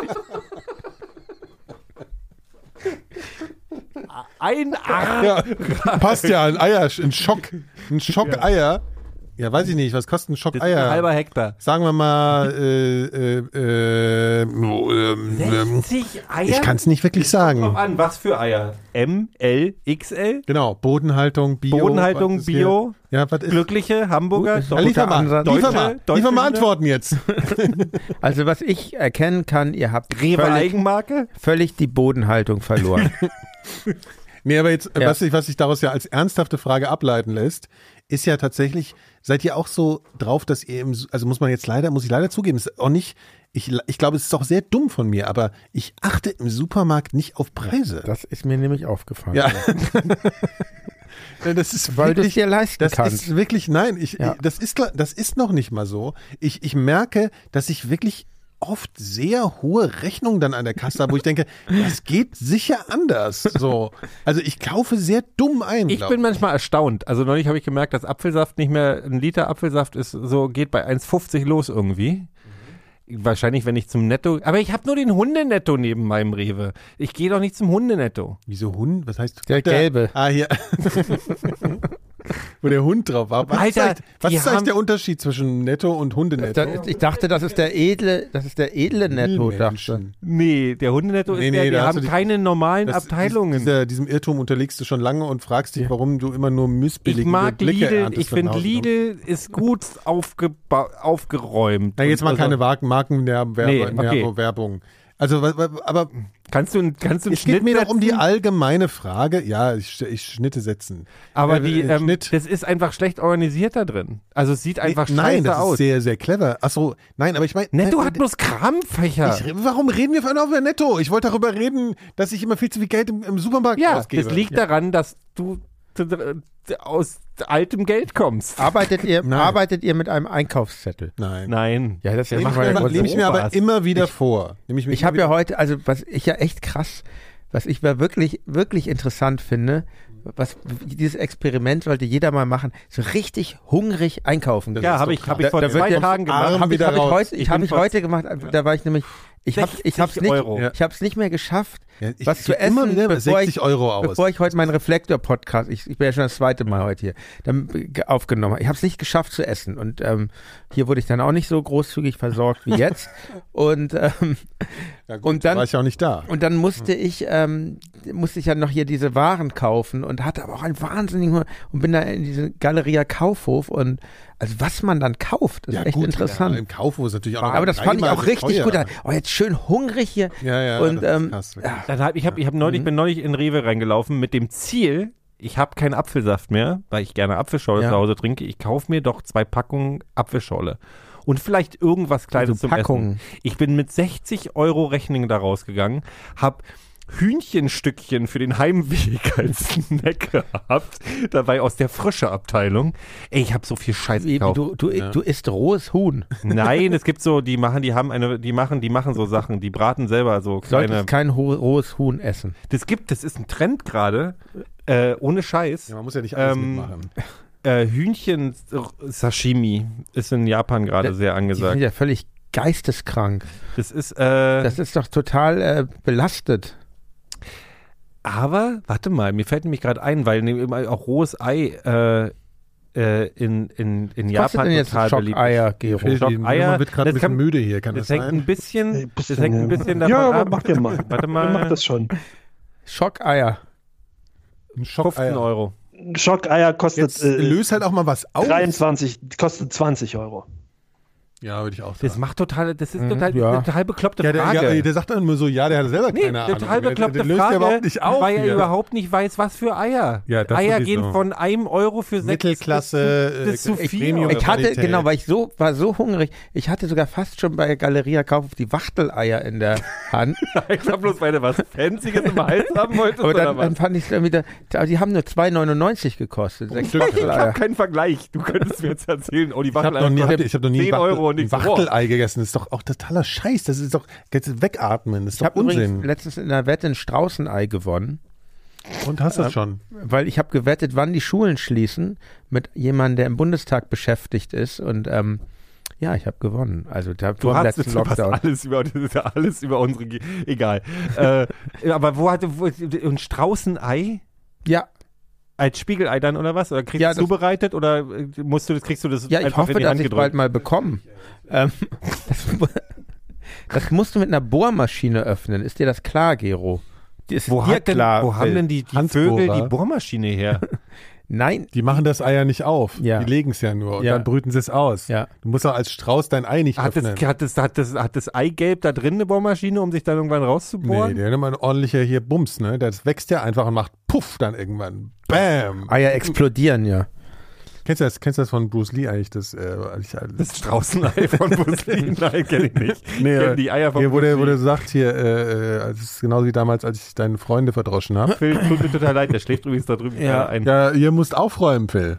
Ein Arm. Ja, passt ja, ein Eier, ein Schock. Ein Schock Eier. Ja, weiß ich nicht, was kostet ein Schock Das ist ein Eier? halber Hektar. Sagen wir mal, äh, äh, äh, ähm, ähm, sechzig Eier? ich kann es nicht wirklich Kommt sagen. an, was für Eier? M, L, X L? Genau, Bodenhaltung, Bio. Bodenhaltung, was ist hier? Bio, Ja, was ist? glückliche Hamburger. Ist doch Ja, liefer guter mal, Ansatz. liefer Deutsche- mal, Deutsche liefer mal Hühner? antworten jetzt. Also was ich erkennen kann, ihr habt Rewe völlig, Eigenmarke? völlig die Bodenhaltung verloren. Nee, aber jetzt, Ja. was, sich, was sich daraus ja als ernsthafte Frage ableiten lässt, ist ja tatsächlich, seid ihr auch so drauf, dass ihr, im, also muss man jetzt leider, muss ich leider zugeben, ist auch nicht, ich, ich glaube, es ist auch sehr dumm von mir, aber ich achte im Supermarkt nicht auf Preise. Das ist mir nämlich aufgefallen. Ja. Das ist Weil du es wirklich, dir leisten das kannst. ist wirklich, nein, ich, Ja. das ist, klar- das ist noch nicht mal so. Ich, ich merke, dass ich wirklich oft sehr hohe Rechnungen dann an der Kasse habe, wo ich denke, das geht sicher anders. So. Also ich kaufe sehr dumm ein. Ich glaub bin manchmal erstaunt. Also neulich habe ich gemerkt, dass Apfelsaft nicht mehr, ein Liter Apfelsaft ist so, geht bei eins fünfzig los irgendwie. Wahrscheinlich, wenn ich zum Netto, aber ich habe nur den Hundenetto neben meinem Rewe. Ich gehe doch nicht zum Hundenetto. Wieso Hund? Was heißt Der gelbe. Ah, hier. Wo der Hund drauf war. Was Alter, ist, eigentlich- was die ist eigentlich haben- der Unterschied zwischen Netto und Hundenetto? Da, ich dachte, das ist der edle, das ist der edle Netto, dachte. Menschen. Nee, der Hundenetto Nee, ist nee, der, da die hast haben du die- keine normalen Das- Abteilungen. Dieser, diesem Irrtum unterliegst du schon lange und fragst dich, warum du immer nur Ich missbilligende mag Blicke Lidl, erntest ich von finde außen. Lidl ist gut aufgeba- aufgeräumt. Na, jetzt mal Und keine also, Markenwerbung. Nee, okay. Werbung. Also, wa- wa- aber Kannst du, kannst du einen es geht Schnitt mir doch um die setzen? allgemeine Frage. Ja, ich, ich Schnitte setzen. Aber Äh, die, äh, ähm, Schnitt. das ist einfach schlecht organisiert da drin. Also es sieht einfach Nee, scheiße nein, das aus. ist sehr, sehr clever. Achso, nein, aber ich meine. Netto hat bloß Kramfächer. Ich, warum reden wir von über Netto? Ich wollte darüber reden, dass ich immer viel zu viel Geld im, im Supermarkt Ja, ausgebe. das liegt daran, dass du t- t- aus altem Geld kommst. Arbeitet ihr, Nein. arbeitet ihr mit einem Einkaufszettel? Nein. Nein. Ja, das ist ja Nehme ich, manchmal mir, der aber- nehme ich mir Opas. aber immer wieder vor. Nehme ich mir Ich immer habe ja wieder- heute, also was ich ja echt krass, was ich mir wirklich, wirklich interessant finde, was dieses Experiment sollte jeder mal machen, so richtig hungrig einkaufen. Das Ja, ist habe doch ich, hab Da- ich vor da wird zwei ja Tagen Arm gemacht. Habe ich, wieder hab ich raus. heute, Ich ich hab bin ich vor- heute gemacht, da war ich nämlich, ich habe ich hab's sechzig nicht, Euro. ich hab's nicht mehr geschafft, Ja, ich was zu gebe immer essen, wieder bevor sechzig ich, Euro aus. bevor ich heute meinen Reflektor-Podcast, ich, ich bin ja schon das zweite Mal heute hier, dann äh, aufgenommen habe. Ich habe es nicht geschafft zu essen und ähm, hier wurde ich dann auch nicht so großzügig versorgt wie jetzt und ähm, ja, gut, und dann- war ich auch nicht da. Und dann musste ich ähm, musste ich ja noch hier diese Waren kaufen und hatte aber auch einen wahnsinnigen Hunger und bin da in diesen Galeria Kaufhof und also was man dann kauft, ist Ja, echt gut, interessant. Ja, im Kaufhof ist natürlich auch noch Aber das fand ich auch dreimal richtig teuer. gut. Oh, jetzt schön hungrig hier. Ja, ja, und das ist ähm, krass. ja, Dann hab, ich hab, ich hab neulich, Mhm. bin neulich in Rewe reingelaufen mit dem Ziel, ich habe keinen Apfelsaft mehr, weil ich gerne Apfelschorle Ja. zu Hause trinke. Ich kaufe mir doch zwei Packungen Apfelschorle. Und vielleicht irgendwas Kleines Also zum Packungen. Essen. Ich bin mit sechzig Euro Rechnung da rausgegangen, hab Hühnchenstückchen für den Heimweg als Snack gehabt, dabei aus der frische Abteilung. Ey, ich habe so viel Scheiß wie, wie, gekauft. du, du, du isst rohes Huhn. Nein, es gibt so, die machen, die haben eine, die machen, die machen so Sachen, die braten selber so Du kleine. solltest kein ho rohes Huhn essen. Das gibt, das ist ein Trend gerade, äh, ohne Scheiß. Ja, man muss ja nicht alles Ähm, mitmachen. Äh, Hühnchen-Sashimi ist in Japan gerade Da- sehr Die sind angesagt. ja völlig geisteskrank. Das ist, äh, Das ist doch total äh, belastet. aber, warte mal, mir fällt nämlich gerade ein, weil ne- auch rohes Ei äh, äh, in, in, in Was kostet Japan denn jetzt total beliebt ist. Schockeier, Gero? Fehlt Schock- Ihnen- Eier, man wird gerade das ein bisschen kann- müde hier, kann Das das hängt ein sein? bisschen, Äh, das hängt ein bisschen davon Ja, aber ab. macht ihr mal. Warte Ihr macht mal, das schon. Schockeier. Ein fünfzehn Schockeier. Euro. Schockeier kostet Jetzt äh, löst halt auch mal was auf. dreiundzwanzig, kostet zwanzig Euro. Ja, würde ich auch Das sagen. macht total, das ist Mhm, total, ja. eine total bekloppte Ja, der, Frage. ja, der sagt dann nur so, ja, der hat selber Nee, keine Ahnung. total Der- bekloppte der löst Frage, ja überhaupt nicht auf weil er hier. überhaupt nicht weiß, was für Eier. Ja, das Eier sowieso. gehen von einem Euro für sechs Mittelklasse, bis, bis zu äh, viel. Premium. Ich hatte, Qualität. genau, weil ich so, war so hungrig, ich hatte sogar fast schon bei Galeria Kaufhof die Wachteleier in der Hand. Ich hab bloß, weil du was Fancyes im Hals haben wolltest, Aber oder dann, dann was? fand ich es dann wieder, aber die haben nur zwei neunundneunzig gekostet. Sechs Stück. Ich habe Wachteleier. keinen Vergleich. Du könntest mir jetzt erzählen, oh, die Ich habe noch nie, Wachteleier hab, ich hab noch nie zehn ein Euro und Wachtel, ich so, ein Wachtelei gegessen. Das ist doch auch totaler Scheiß. Das ist doch jetzt wegatmen. Das ist Ich doch habe übrigens Unsinn. letztens in einer Wette ein Straußenei gewonnen, Und hast du das schon? weil ich habe gewettet, wann die Schulen schließen mit jemandem, der im Bundestag beschäftigt ist und ähm, ja, ich habe gewonnen. Also da Du vor dem hast letzten jetzt was Lockdown. alles über, das ist ja alles über unsere, Ge egal. äh, aber wo hatte, wo, ein Straußenei? Ja, Als Spiegelei dann oder was? Oder kriegst Ja, du das- zubereitet oder äh, musst du das, kriegst du das ja, ich einfach hoffe, in die dass Hand ich gedrückt? bald mal bekomme. Ähm, das, das musst du mit einer Bohrmaschine öffnen. Ist dir das klar, Gero? Ist Wo, dir hat denn, klar? wo haben Phil? denn die, die Handbohrer? Vögel die Bohrmaschine her? Nein, Die machen das Ei ja nicht auf. Ja. Die legen es ja nur. Und Ja. dann brüten sie es aus. ja. Du musst doch als Strauß dein Ei nicht Hat öffnen. das, hat, das, hat, das, hat das Eigelb da drin eine Bohrmaschine, um sich dann irgendwann Nee, rauszubohren? der hat immer ein ordentlicher hier Bums, ne? Das wächst ja einfach und macht Puff dann irgendwann. Bam! Eier explodieren, ja. Kennst du das, kennst du das von Bruce Lee eigentlich? Das, äh, ich, Das Straußenei von Bruce Lee? Nein, kenn ich nicht. nee, Ich äh, kenn die Eier von hier, wo der, wo Bruce der Lee. sagt hier, äh, äh, das ist genauso wie damals, als ich deine Freunde verdroschen habe. Phil, tut mir total leid, der schläft übrigens da drüben Ja. gerade ein. Ja, ihr müsst aufräumen, Phil.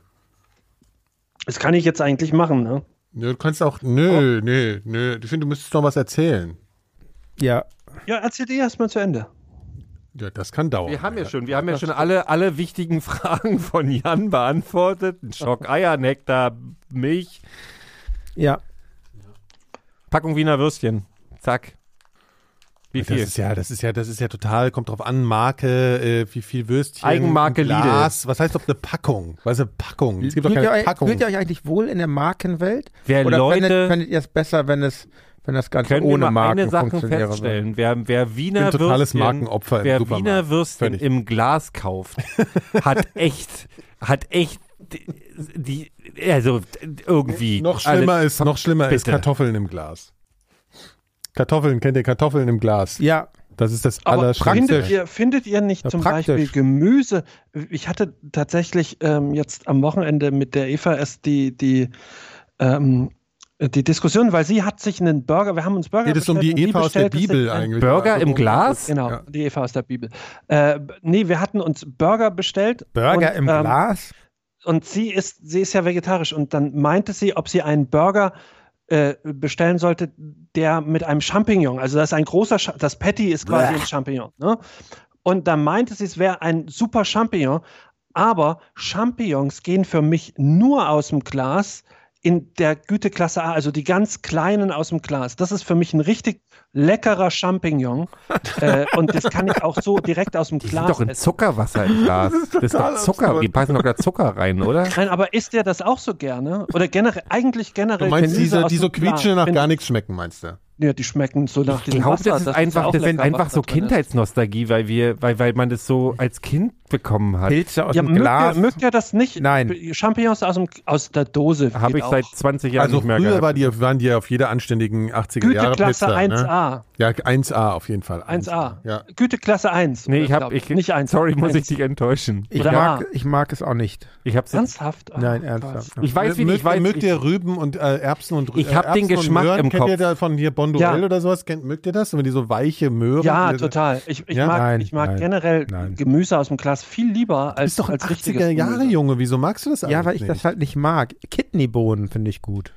Das kann ich jetzt eigentlich machen, ne? Ja, du kannst auch, nö, nö, nö. Ich finde, du müsstest noch was erzählen. Ja, Ja, erzähl dir erstmal zu Ende. Ja, das kann dauern. Wir haben ja schon, wir haben ja schon alle, alle wichtigen Fragen von Jan beantwortet. Ein Schock Eier, Nektar, Milch, ja. Packung Wiener Würstchen. Zack. Wie Das viel? ist ja, das ist ja, das ist ja total, kommt drauf an, Marke, äh, wie viel Würstchen. Eigenmarke ein Glas. Was heißt doch eine Packung? Was ist eine Packung? Es gibt doch Fühlt ihr, keine euch, Packung. fühlt ihr euch eigentlich wohl in der Markenwelt? Wer Oder Leute, findet, findet ihr es besser, wenn es wenn das Ganze können wir ohne mal Marken eine Sache funktionieren feststellen. Wer, wer Wiener Ich bin totales Würstchen, Markenopfer im wer Supermarkt. Wiener Würstchen Völlig. im Glas kauft, hat echt, hat echt die, die also irgendwie. Noch schlimmer alle- ist, noch schlimmer ist bitte. Kartoffeln im Glas. Kartoffeln, kennt ihr Kartoffeln im Glas? Ja, Das ist das Aber Allerschlimmste. findet ihr, findet ihr nicht Ja, zum praktisch. Beispiel Gemüse? Ich hatte tatsächlich ähm, jetzt am Wochenende mit der Eva erst die, die, ähm, die Diskussion, weil sie hat sich einen Burger, wir haben uns Burger Geht es um bestellt die und Eva aus der bestellte sich Bibel einen eigentlich? Burger Also, im Glas? Genau, Ja. die Eva aus der Bibel. Äh, nee, wir hatten uns Burger bestellt. Burger und, im ähm, Glas? Und sie ist, sie ist ja vegetarisch und dann meinte sie, ob sie einen Burger äh, bestellen sollte, der mit einem Champignon, also das ist ein großer, Cha das Patty ist quasi Blech. ein Champignon. Ne? Und da meinte sie, es wäre ein super Champignon, aber Champignons gehen für mich nur aus dem Glas in der Güteklasse A, also die ganz kleinen aus dem Glas. Das ist für mich ein richtig leckerer Champignon äh, und das kann ich auch so direkt aus dem Die sind Glas doch in essen. Zuckerwasser im Glas. Das ist doch Zucker. Die passen doch da Zucker rein, oder? Nein, aber isst ihr das auch so gerne? Oder generell, eigentlich generell Du meinst, Gemüse diese, aus die so dem Glas? quietschen nach Find- gar nichts schmecken, meinst du? Ja, die schmecken so nach Ich diesem glaube, Wasser. das ist ja einfach, auch das ist lecker, einfach was so da drin ist. Kindheitsnostalgie, weil wir, weil, weil man das so als Kind bekommen hat. Pilze aus Ja, dem mögt ihr, Glas. mögt ihr das nicht? Nein. Champignons aus, dem, aus der Dose. Habe geht ich seit auch. zwanzig Jahren Also nicht mehr früher gehabt. war die, waren die auf jeder anständigen achtziger Jahre Güteklasse Pizza. eins Ne? A. Ja, eins A auf jeden Fall. eins A. Ja. Güteklasse eins. Nee, ich glaub habe, ich, nicht eins. sorry, muss ich eins. dich enttäuschen. Ich Oder mag, A. ich mag es auch nicht. Ich hab's jetzt, Ernsthaft? Ah, Nein, krass. ernsthaft. ich weiß, wie mögt, ich weiß, mögt ich, ihr Rüben und äh, Erbsen und Ich äh, hab den Erbsen und Geschmack Möhren? im Kennt ihr Kopf. da von hier Bonduelle Ja. oder sowas? Kennt, mögt ihr das? Wenn die so weiche Möhren. Ja, diese- total. Ich, ich Ja? mag, Nein, ich mag nein, generell nein. Gemüse aus dem Glas viel lieber Du als, bist doch ein als richtiges achtziger Jahre Gemüse. Junge. Wieso magst du das eigentlich Ja, weil ich nicht? das halt nicht mag. Kidneybohnen finde ich gut.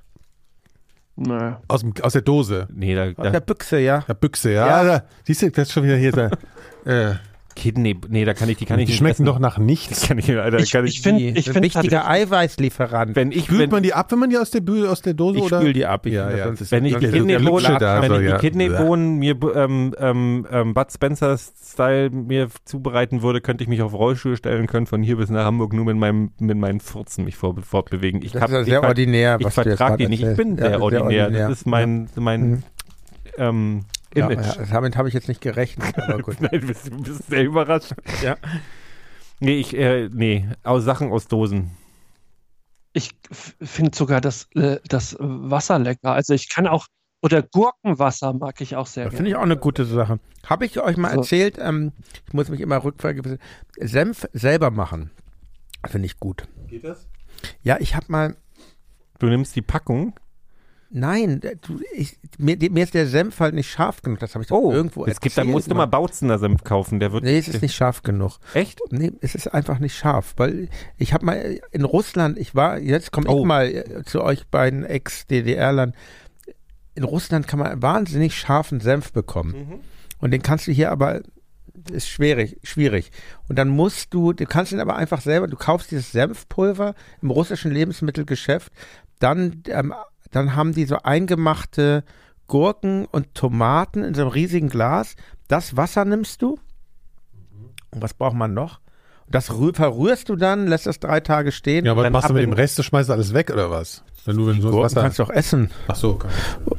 Nee. Aus, dem, aus der Dose. nee, da, Aus der da Büchse, ja. Der Büchse, ja. Ja. Da, siehst du, das ist schon wieder hier. Da, äh, Kidney, nee, da kann ich, die kann ich die nicht schmecken essen. doch nach nichts. Kann ich, Alter, Ich, kann ich finde, ich Ein finde wichtiger Eiweißlieferant. wenn ich, Spült wenn, man die ab, wenn man die aus der, Bü- aus der Dose Ich oder? spül die ab. Ich Ja, finde ja. das das sonst- wenn ich ist- die der Kidneybohnen, Lutsche da, wenn so, ich die ja. Kidneybohnen mir ähm, ähm, ähm, Bud Spencer-Style mir zubereiten würde, könnte ich mich auf Rollschuhe stellen können, von hier bis nach Hamburg nur mit meinem mit meinen Furzen mich vor, fortbewegen. Ich Das hab, ist ja ich sehr ver- ordinär, Ich was du jetzt vertrage gerade die nicht. Ich bin erzählst. sehr, Ja, ordinär. Das ist mein, mein Mhm. ähm, Ja, Image. ja, damit habe ich jetzt nicht gerechnet, aber gut. Nein, du bist, du bist sehr überrascht. Ja. Nee, ich, äh, nee, aus Sachen aus Dosen. Ich finde sogar das, äh, das Wasser lecker. Also ich kann auch, oder Gurkenwasser mag ich auch sehr Das gerne. finde ich auch eine gute Sache. Habe ich euch mal So. erzählt, ähm, ich muss mich immer rückvergewissen, Senf selber machen. Finde ich gut. Geht das? Ja, ich habe mal, Du nimmst die Packung. nein, du, ich, mir, mir ist der Senf halt nicht scharf genug. Das habe ich doch Oh, irgendwo es gibt, dann erzählt. musst du mal Bautzener Senf kaufen. Der wird. Nee, es ist nicht scharf genug. Echt? Nee, es ist einfach nicht scharf, weil ich habe mal in Russland, ich war, jetzt komme Oh. ich mal äh, zu euch beiden Ex-D D R-Lern. In Russland kann man wahnsinnig scharfen Senf bekommen. Mhm. Und den kannst du hier aber, ist schwierig, schwierig. Und dann musst du, du kannst ihn aber einfach selber, du kaufst dieses Senfpulver im russischen Lebensmittelgeschäft, dann, ähm, dann haben die so eingemachte Gurken und Tomaten in so einem riesigen Glas. Das Wasser nimmst du. Und was braucht man noch? Das rühr, verrührst du dann, lässt das drei Tage stehen. Ja, aber was Dann machst du ab mit in- dem Rest? Du schmeißt alles weg oder was? Wenn du, wenn so das Gurken Wasser. kannst du auch essen. Ach so, kann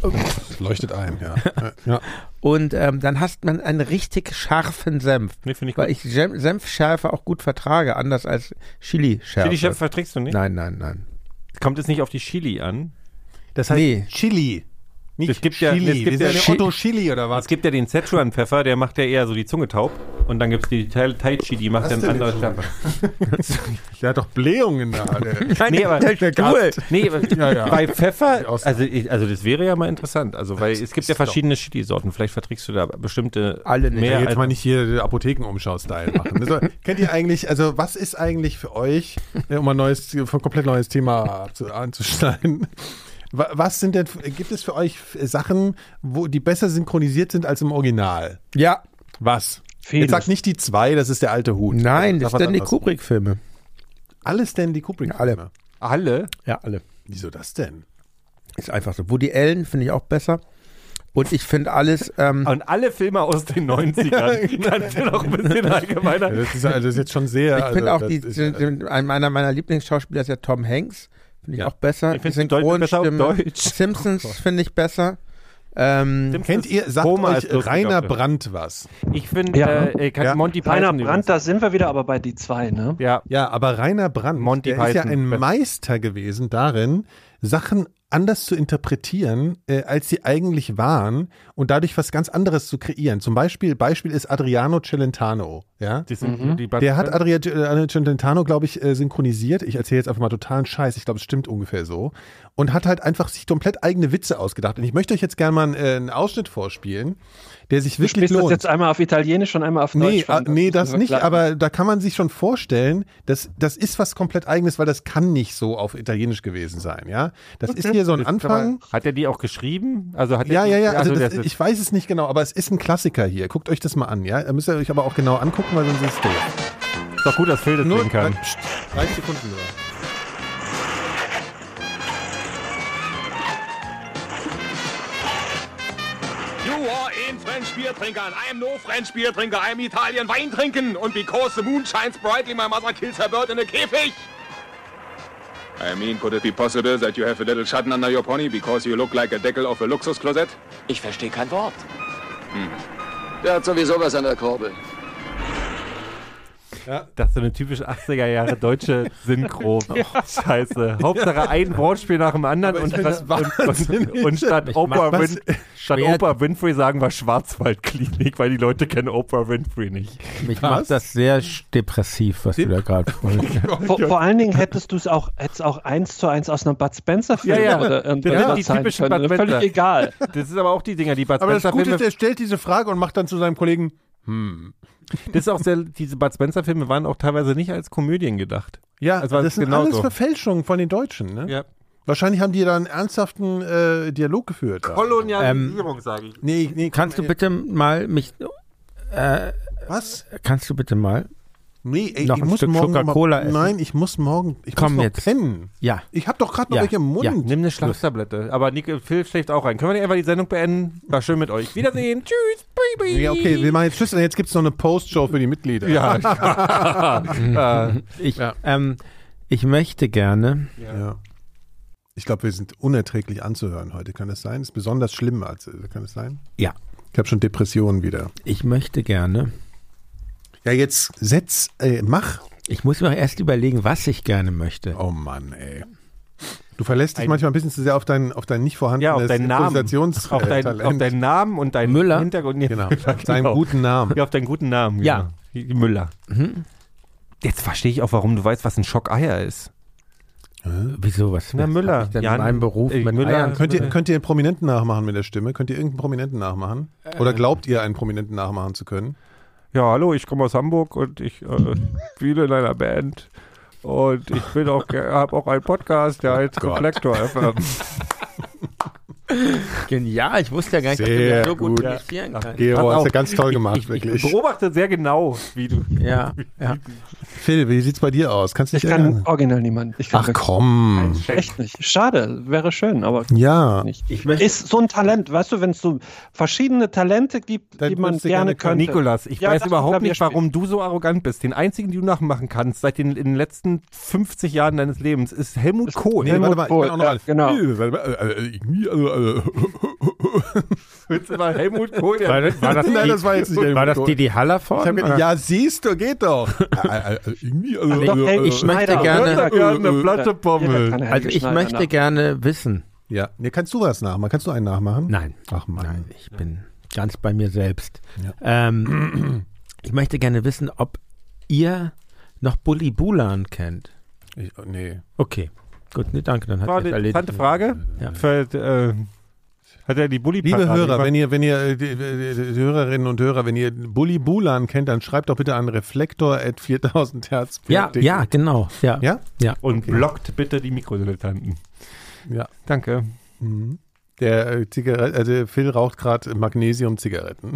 das leuchtet ein, ja. ja. Und ähm, dann hast man einen richtig scharfen Senf. Nee, finde ich Weil gut. ich Sem- Senfschärfe auch gut vertrage, anders als Chili-Schärfe. Chili-Chef verträgst du nicht? Nein, nein, nein. Kommt es nicht auf die Chili an? Das heißt Nee. Chili. Nicht Es gibt ja- Chili. es gibt Wir sind ja eine Chi- Otto Chili oder was? Es gibt ja den Szechuan-Pfeffer, der macht ja eher so die Zunge taub. Und dann gibt es die Tai Tai Chi, die macht Was dann denn andere jetzt Schärfe. Der hat doch Blähungen da. Der, Nee, aber der Gast. nee, aber Ja, ja. bei Pfeffer, Aus- also, ich, also das wäre ja mal interessant. Also, weil es gibt ist ja doch- verschiedene Chili-Sorten. Vielleicht verträgst du da bestimmte Alle nicht. mehr Ja, jetzt als mal nicht hier Apothekenumschau-Style machen. Also, kennt ihr eigentlich, also was ist eigentlich für euch, äh, um ein neues, ein komplett neues Thema abzu- anzuschneiden, wa- was sind denn, gibt es für euch Sachen, wo die besser synchronisiert sind als im Original? Ja, Was? Vieles. Jetzt sagt nicht die zwei, das ist der alte Hut. nein, Sag das was sind die anderes. Kubrick-Filme. Alle Stanley Kubrick. Ja, alle. alle. Ja, alle. Wieso das denn? Ist einfach so. Woody Allen finde ich auch besser. Und ich finde alles, ähm, Und alle Filme aus den neunzigern. Kannst du noch ein bisschen allgemeiner. Ja, das, ist, also das ist jetzt schon sehr. ich finde also, auch, die, das die, ist, die, ein meiner meiner Lieblingsschauspieler ist ja Tom Hanks. Finde ich Ja. auch besser. Ich finde die Deutschen besser auf Deutsch. Simpsons finde ich besser. Ähm, Simpsons Kennt ihr, sagt Homer ist euch lustig Rainer auf der- Brandt was? Ich finde, Ja. äh, kann Ja. Monty Rainer Python Brandt, übrigens. da sind wir wieder aber bei die zwei, ne? Ja, Ja, aber Rainer Brandt, Monty der ist ja Python. ein Meister gewesen darin, Sachen anders zu interpretieren, äh, als sie eigentlich waren und dadurch was ganz anderes zu kreieren. Zum Beispiel, Beispiel ist Adriano Celentano, ja? die sind, die Der hat Adriano Celentano, glaube ich, äh, synchronisiert. Ich erzähle jetzt einfach mal totalen Scheiß. Ich glaube, es stimmt ungefähr so. Und hat halt einfach sich komplett eigene Witze ausgedacht. Und ich möchte euch jetzt gerne mal äh, einen Ausschnitt vorspielen, der sich Du wirklich spielst das lohnt. jetzt einmal auf Italienisch und einmal auf Deutsch. Nee, vor. ah, nee, das ist nicht, klar. aber da kann man sich schon vorstellen, dass das ist was komplett Eigenes, weil das kann nicht so auf Italienisch gewesen sein, ja? Das ist hier so ein Anfang. Hat er die auch geschrieben? Also hat Ja, er die, ja, ja, also das das, ist- ich weiß es nicht genau, aber es ist ein Klassiker hier. Guckt euch das mal an, ja? Da müsst ihr euch aber auch genau angucken, weil sonst ist es doof. ist doch gut, dass Phil das Nur sehen kann. Psst, dreißig Sekunden nur. You are in French beer drinker, and I am no French beer drinker. I am Italian Wein trinken. And because the moon shines brightly, my mother kills her bird in a Käfig. I mean, could it be possible that you have a little Schatten under your pony because you look like a Deckel of a Luxusklosett? Ich verstehe kein Wort. Hm. Der hat sowieso was an der Kurbel. Ja. Das ist so eine typische achtziger Jahre deutsche Synchro. Oh, Scheiße. Hauptsache ein Wortspiel nach dem anderen und, das und, und, und statt, Oprah, Win, statt Oprah Winfrey sagen wir Schwarzwaldklinik, weil die Leute kennen Oprah Winfrey nicht. Mich macht das sehr depressiv, was Dep- du da gerade vor, vor allen Dingen hättest du es auch, hättest auch eins zu eins aus einem Bud Spencer-Film ja, ja. oder irgendwas ja, die sein typischen können. Bud Spencer. Völlig egal. Das ist aber auch die Dinger, die Bud Aber das Spencer-Filme... Gute ist, er stellt diese Frage und macht dann zu seinem Kollegen, hm... Das ist auch sehr, diese Bud Spencer-Filme waren auch teilweise nicht als Komödien gedacht. Ja, also das sind genau alles so. Verfälschungen von den Deutschen, ne? Ja. Wahrscheinlich haben die da einen ernsthaften äh, Dialog geführt. Da. Kolonialisierung, ähm, sage ich. Nee, nee, kannst du bitte mal mich... Äh, Was? Kannst du bitte mal... Nee, ey, noch ich ein muss Stück morgen Coca-Cola mal, essen? Nein, ich muss morgen ich Komm muss noch jetzt. pennen. Ja. Ich habe doch gerade noch Ja. welche im Mund. Ja. Nimm eine Schlaftablette. Aber Nick, Phil schläft auch rein. Können wir nicht einfach die Sendung beenden? War schön mit euch. Wiedersehen. Tschüss, Baby. Ja, okay, wir machen jetzt Tschüss. Jetzt gibt es noch eine Post-Show für die Mitglieder. Ja. äh, Ich, Ja. ähm, ich möchte gerne... Ja. Ich glaube, wir sind unerträglich anzuhören heute. Kann das sein? Ist besonders schlimm. Als, kann das sein? Ja. Ich habe schon Depressionen wieder. Ich möchte gerne... Ja, jetzt setz, äh, mach. Ich muss mir erst überlegen, was ich gerne möchte. Oh Mann, ey. Du verlässt dich Ein- manchmal ein bisschen zu sehr auf dein, auf dein nicht vorhandenes ja, auf deinen Namen. Improvisations- Auf, dein, Talent. auf deinen Namen und deinen Müller? Hintergrund. Genau. Ja, Seinen genau. guten Namen. Ja, auf deinen guten Namen. Ja. Genau. Die Müller. Mhm. Jetzt verstehe ich auch, warum du weißt, was ein Schockeier ist. Wieso? Was, Na, was Müller. hab ich denn Jan- in meinem Beruf äh, mit Müller- Eiern? Könnt ihr, könnt ihr einen Prominenten nachmachen mit der Stimme? Könnt ihr irgendeinen Prominenten nachmachen? Oder glaubt ihr, einen Prominenten nachmachen zu können? Ja, hallo, ich komme aus Hamburg und ich äh, spiele in einer Band. Und ich bin auch, habe auch einen Podcast, der heißt Reflektor F M. Genial, ich wusste ja gar nicht, Sehr dass du das so gut gut. imitieren kannst. Gero, Pass hast auf. du ganz toll gemacht, ich, ich, wirklich. Ich beobachte sehr genau, wie du. Ja, ja. Phil, wie sieht's bei dir aus? Kannst du Ich dich kann erinnern? original niemand. Ich kann Ach wirklich- komm. Echt nicht. Schade, wäre schön, aber Ja. nicht. Ich möchte, Ist so ein Talent, weißt du, wenn es so verschiedene Talente gibt, Dann die man würdest du gerne gerne können. könnte. Nikolas, ich Ja, weiß das überhaupt Klavier nicht, warum du so arrogant bist. Den einzigen, den du nachmachen kannst, seit den, in den letzten fünfzig Jahren deines Lebens, ist Helmut Kohl. Nee, Helmut warte mal, ich kann auch noch Kohl, alles. ja, Willst du mal Helmut Kohl? war, das, war, das Nein, die, das war jetzt nicht Helmut war das Kohl. Didi Hallervorden? Ich hab gedacht, oder? ja, siehst du, geht doch. Äh, äh, irgendwie, also, Doch, Helge ich möchte Schneider. gerne- Da gerne eine Platte Pommel. Also ich möchte gerne wissen. Ja, nee, kannst du was nachmachen? Kannst du einen nachmachen? Nein, Ach Mann. nein, ich bin ganz bei mir selbst. Ja. Ähm, ich möchte gerne wissen, ob ihr noch Bulli Bulan kennt. Ich, nee. Okay, gut, nee, danke, dann hat War sich die erledigt. interessante Frage. Ja. Für, äh, hat er die bulli Liebe Hörer, wenn ihr, wenn ihr, äh, die, die, die Hörerinnen und Hörer, wenn ihr Bulli Bulan kennt, dann schreibt doch bitte an reflektor at viertausend Hertz. Ja, ja, genau. Ja, Ja? ja. Und Okay. blockt bitte die Mikrodilettanten. Ja. Danke. Mhm. Der äh, Zigarette, also Phil raucht gerade Magnesium-Zigaretten.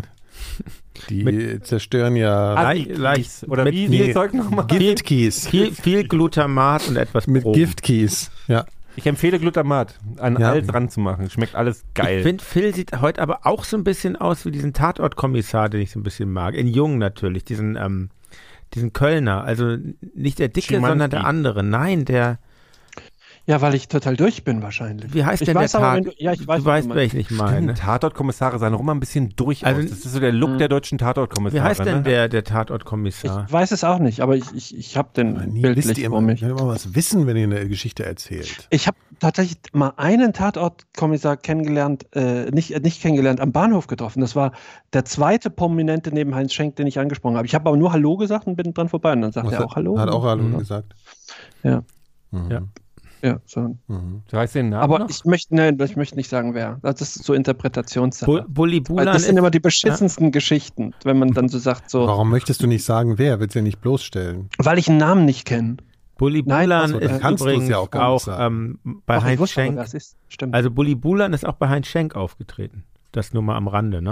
Die Mit- zerstören ja Leicht- Leicht, leicht- Oder mit- wie nee. nee. Zeug nochmal? Giftkies. Viel, viel Glutamat und etwas Mit Brom. Giftkies. Ja. Ich empfehle Glutamat an Ja. alles ranzumachen. Schmeckt alles geil. Ich finde, Phil sieht heute aber auch so ein bisschen aus wie diesen Tatortkommissar, den ich so ein bisschen mag. In Jung natürlich, diesen, ähm, diesen Kölner. Also nicht der Dicke, Schimanski. sondern der andere. Nein, der, Ja, weil ich total durch bin wahrscheinlich. wie heißt Ich denn weiß der aber, Tat? wenn du- ja, ich weiß, du was weißt, du welchen ich meine. Stimmt, Tatortkommissare sahen auch immer ein bisschen durch Also- aus. Das ist so der Look der deutschen Tatortkommissare. Wie heißt denn ne? der, der Tatortkommissar? Ich weiß es auch nicht, aber ich, ich, ich habe den Nie wisst bildlich ihr vor immer, mich. ihr immer was wissen, wenn ihr eine Geschichte erzählt. Ich habe tatsächlich mal einen Tatortkommissar kennengelernt, äh, nicht, äh, nicht kennengelernt, am Bahnhof getroffen. Das war der zweite Prominente neben Heinz Schenk, den ich angesprochen habe. Ich habe aber nur Hallo gesagt und bin dran vorbei. Und dann sagt Was er hat- auch Hallo. Hat auch Hallo Ja. gesagt. Ja. Mhm. Ja. Ja, so. Mhm. Du weißt den Namen Aber noch? ich möchte, nein, ich möchte nicht sagen, wer. Das ist so Interpretationssache. Bu- Bulli Weil Bulan das sind ist, immer die beschissensten Geschichten, wenn man dann so sagt, so, Warum möchtest du nicht sagen, wer? Willst du ja nicht bloßstellen? weil ich einen Namen nicht kenne. Bulli Nein, Bulan also, dann ist kannst du es übrigens ja auch, auch gar nicht sagen. ähm, bei Ach, ich Heinz wusste aber, Schenk. wer es ist. Stimmt. Also Bulli Bulan ist auch bei Heinz Schenk aufgetreten. Das nur mal am Rande, ne?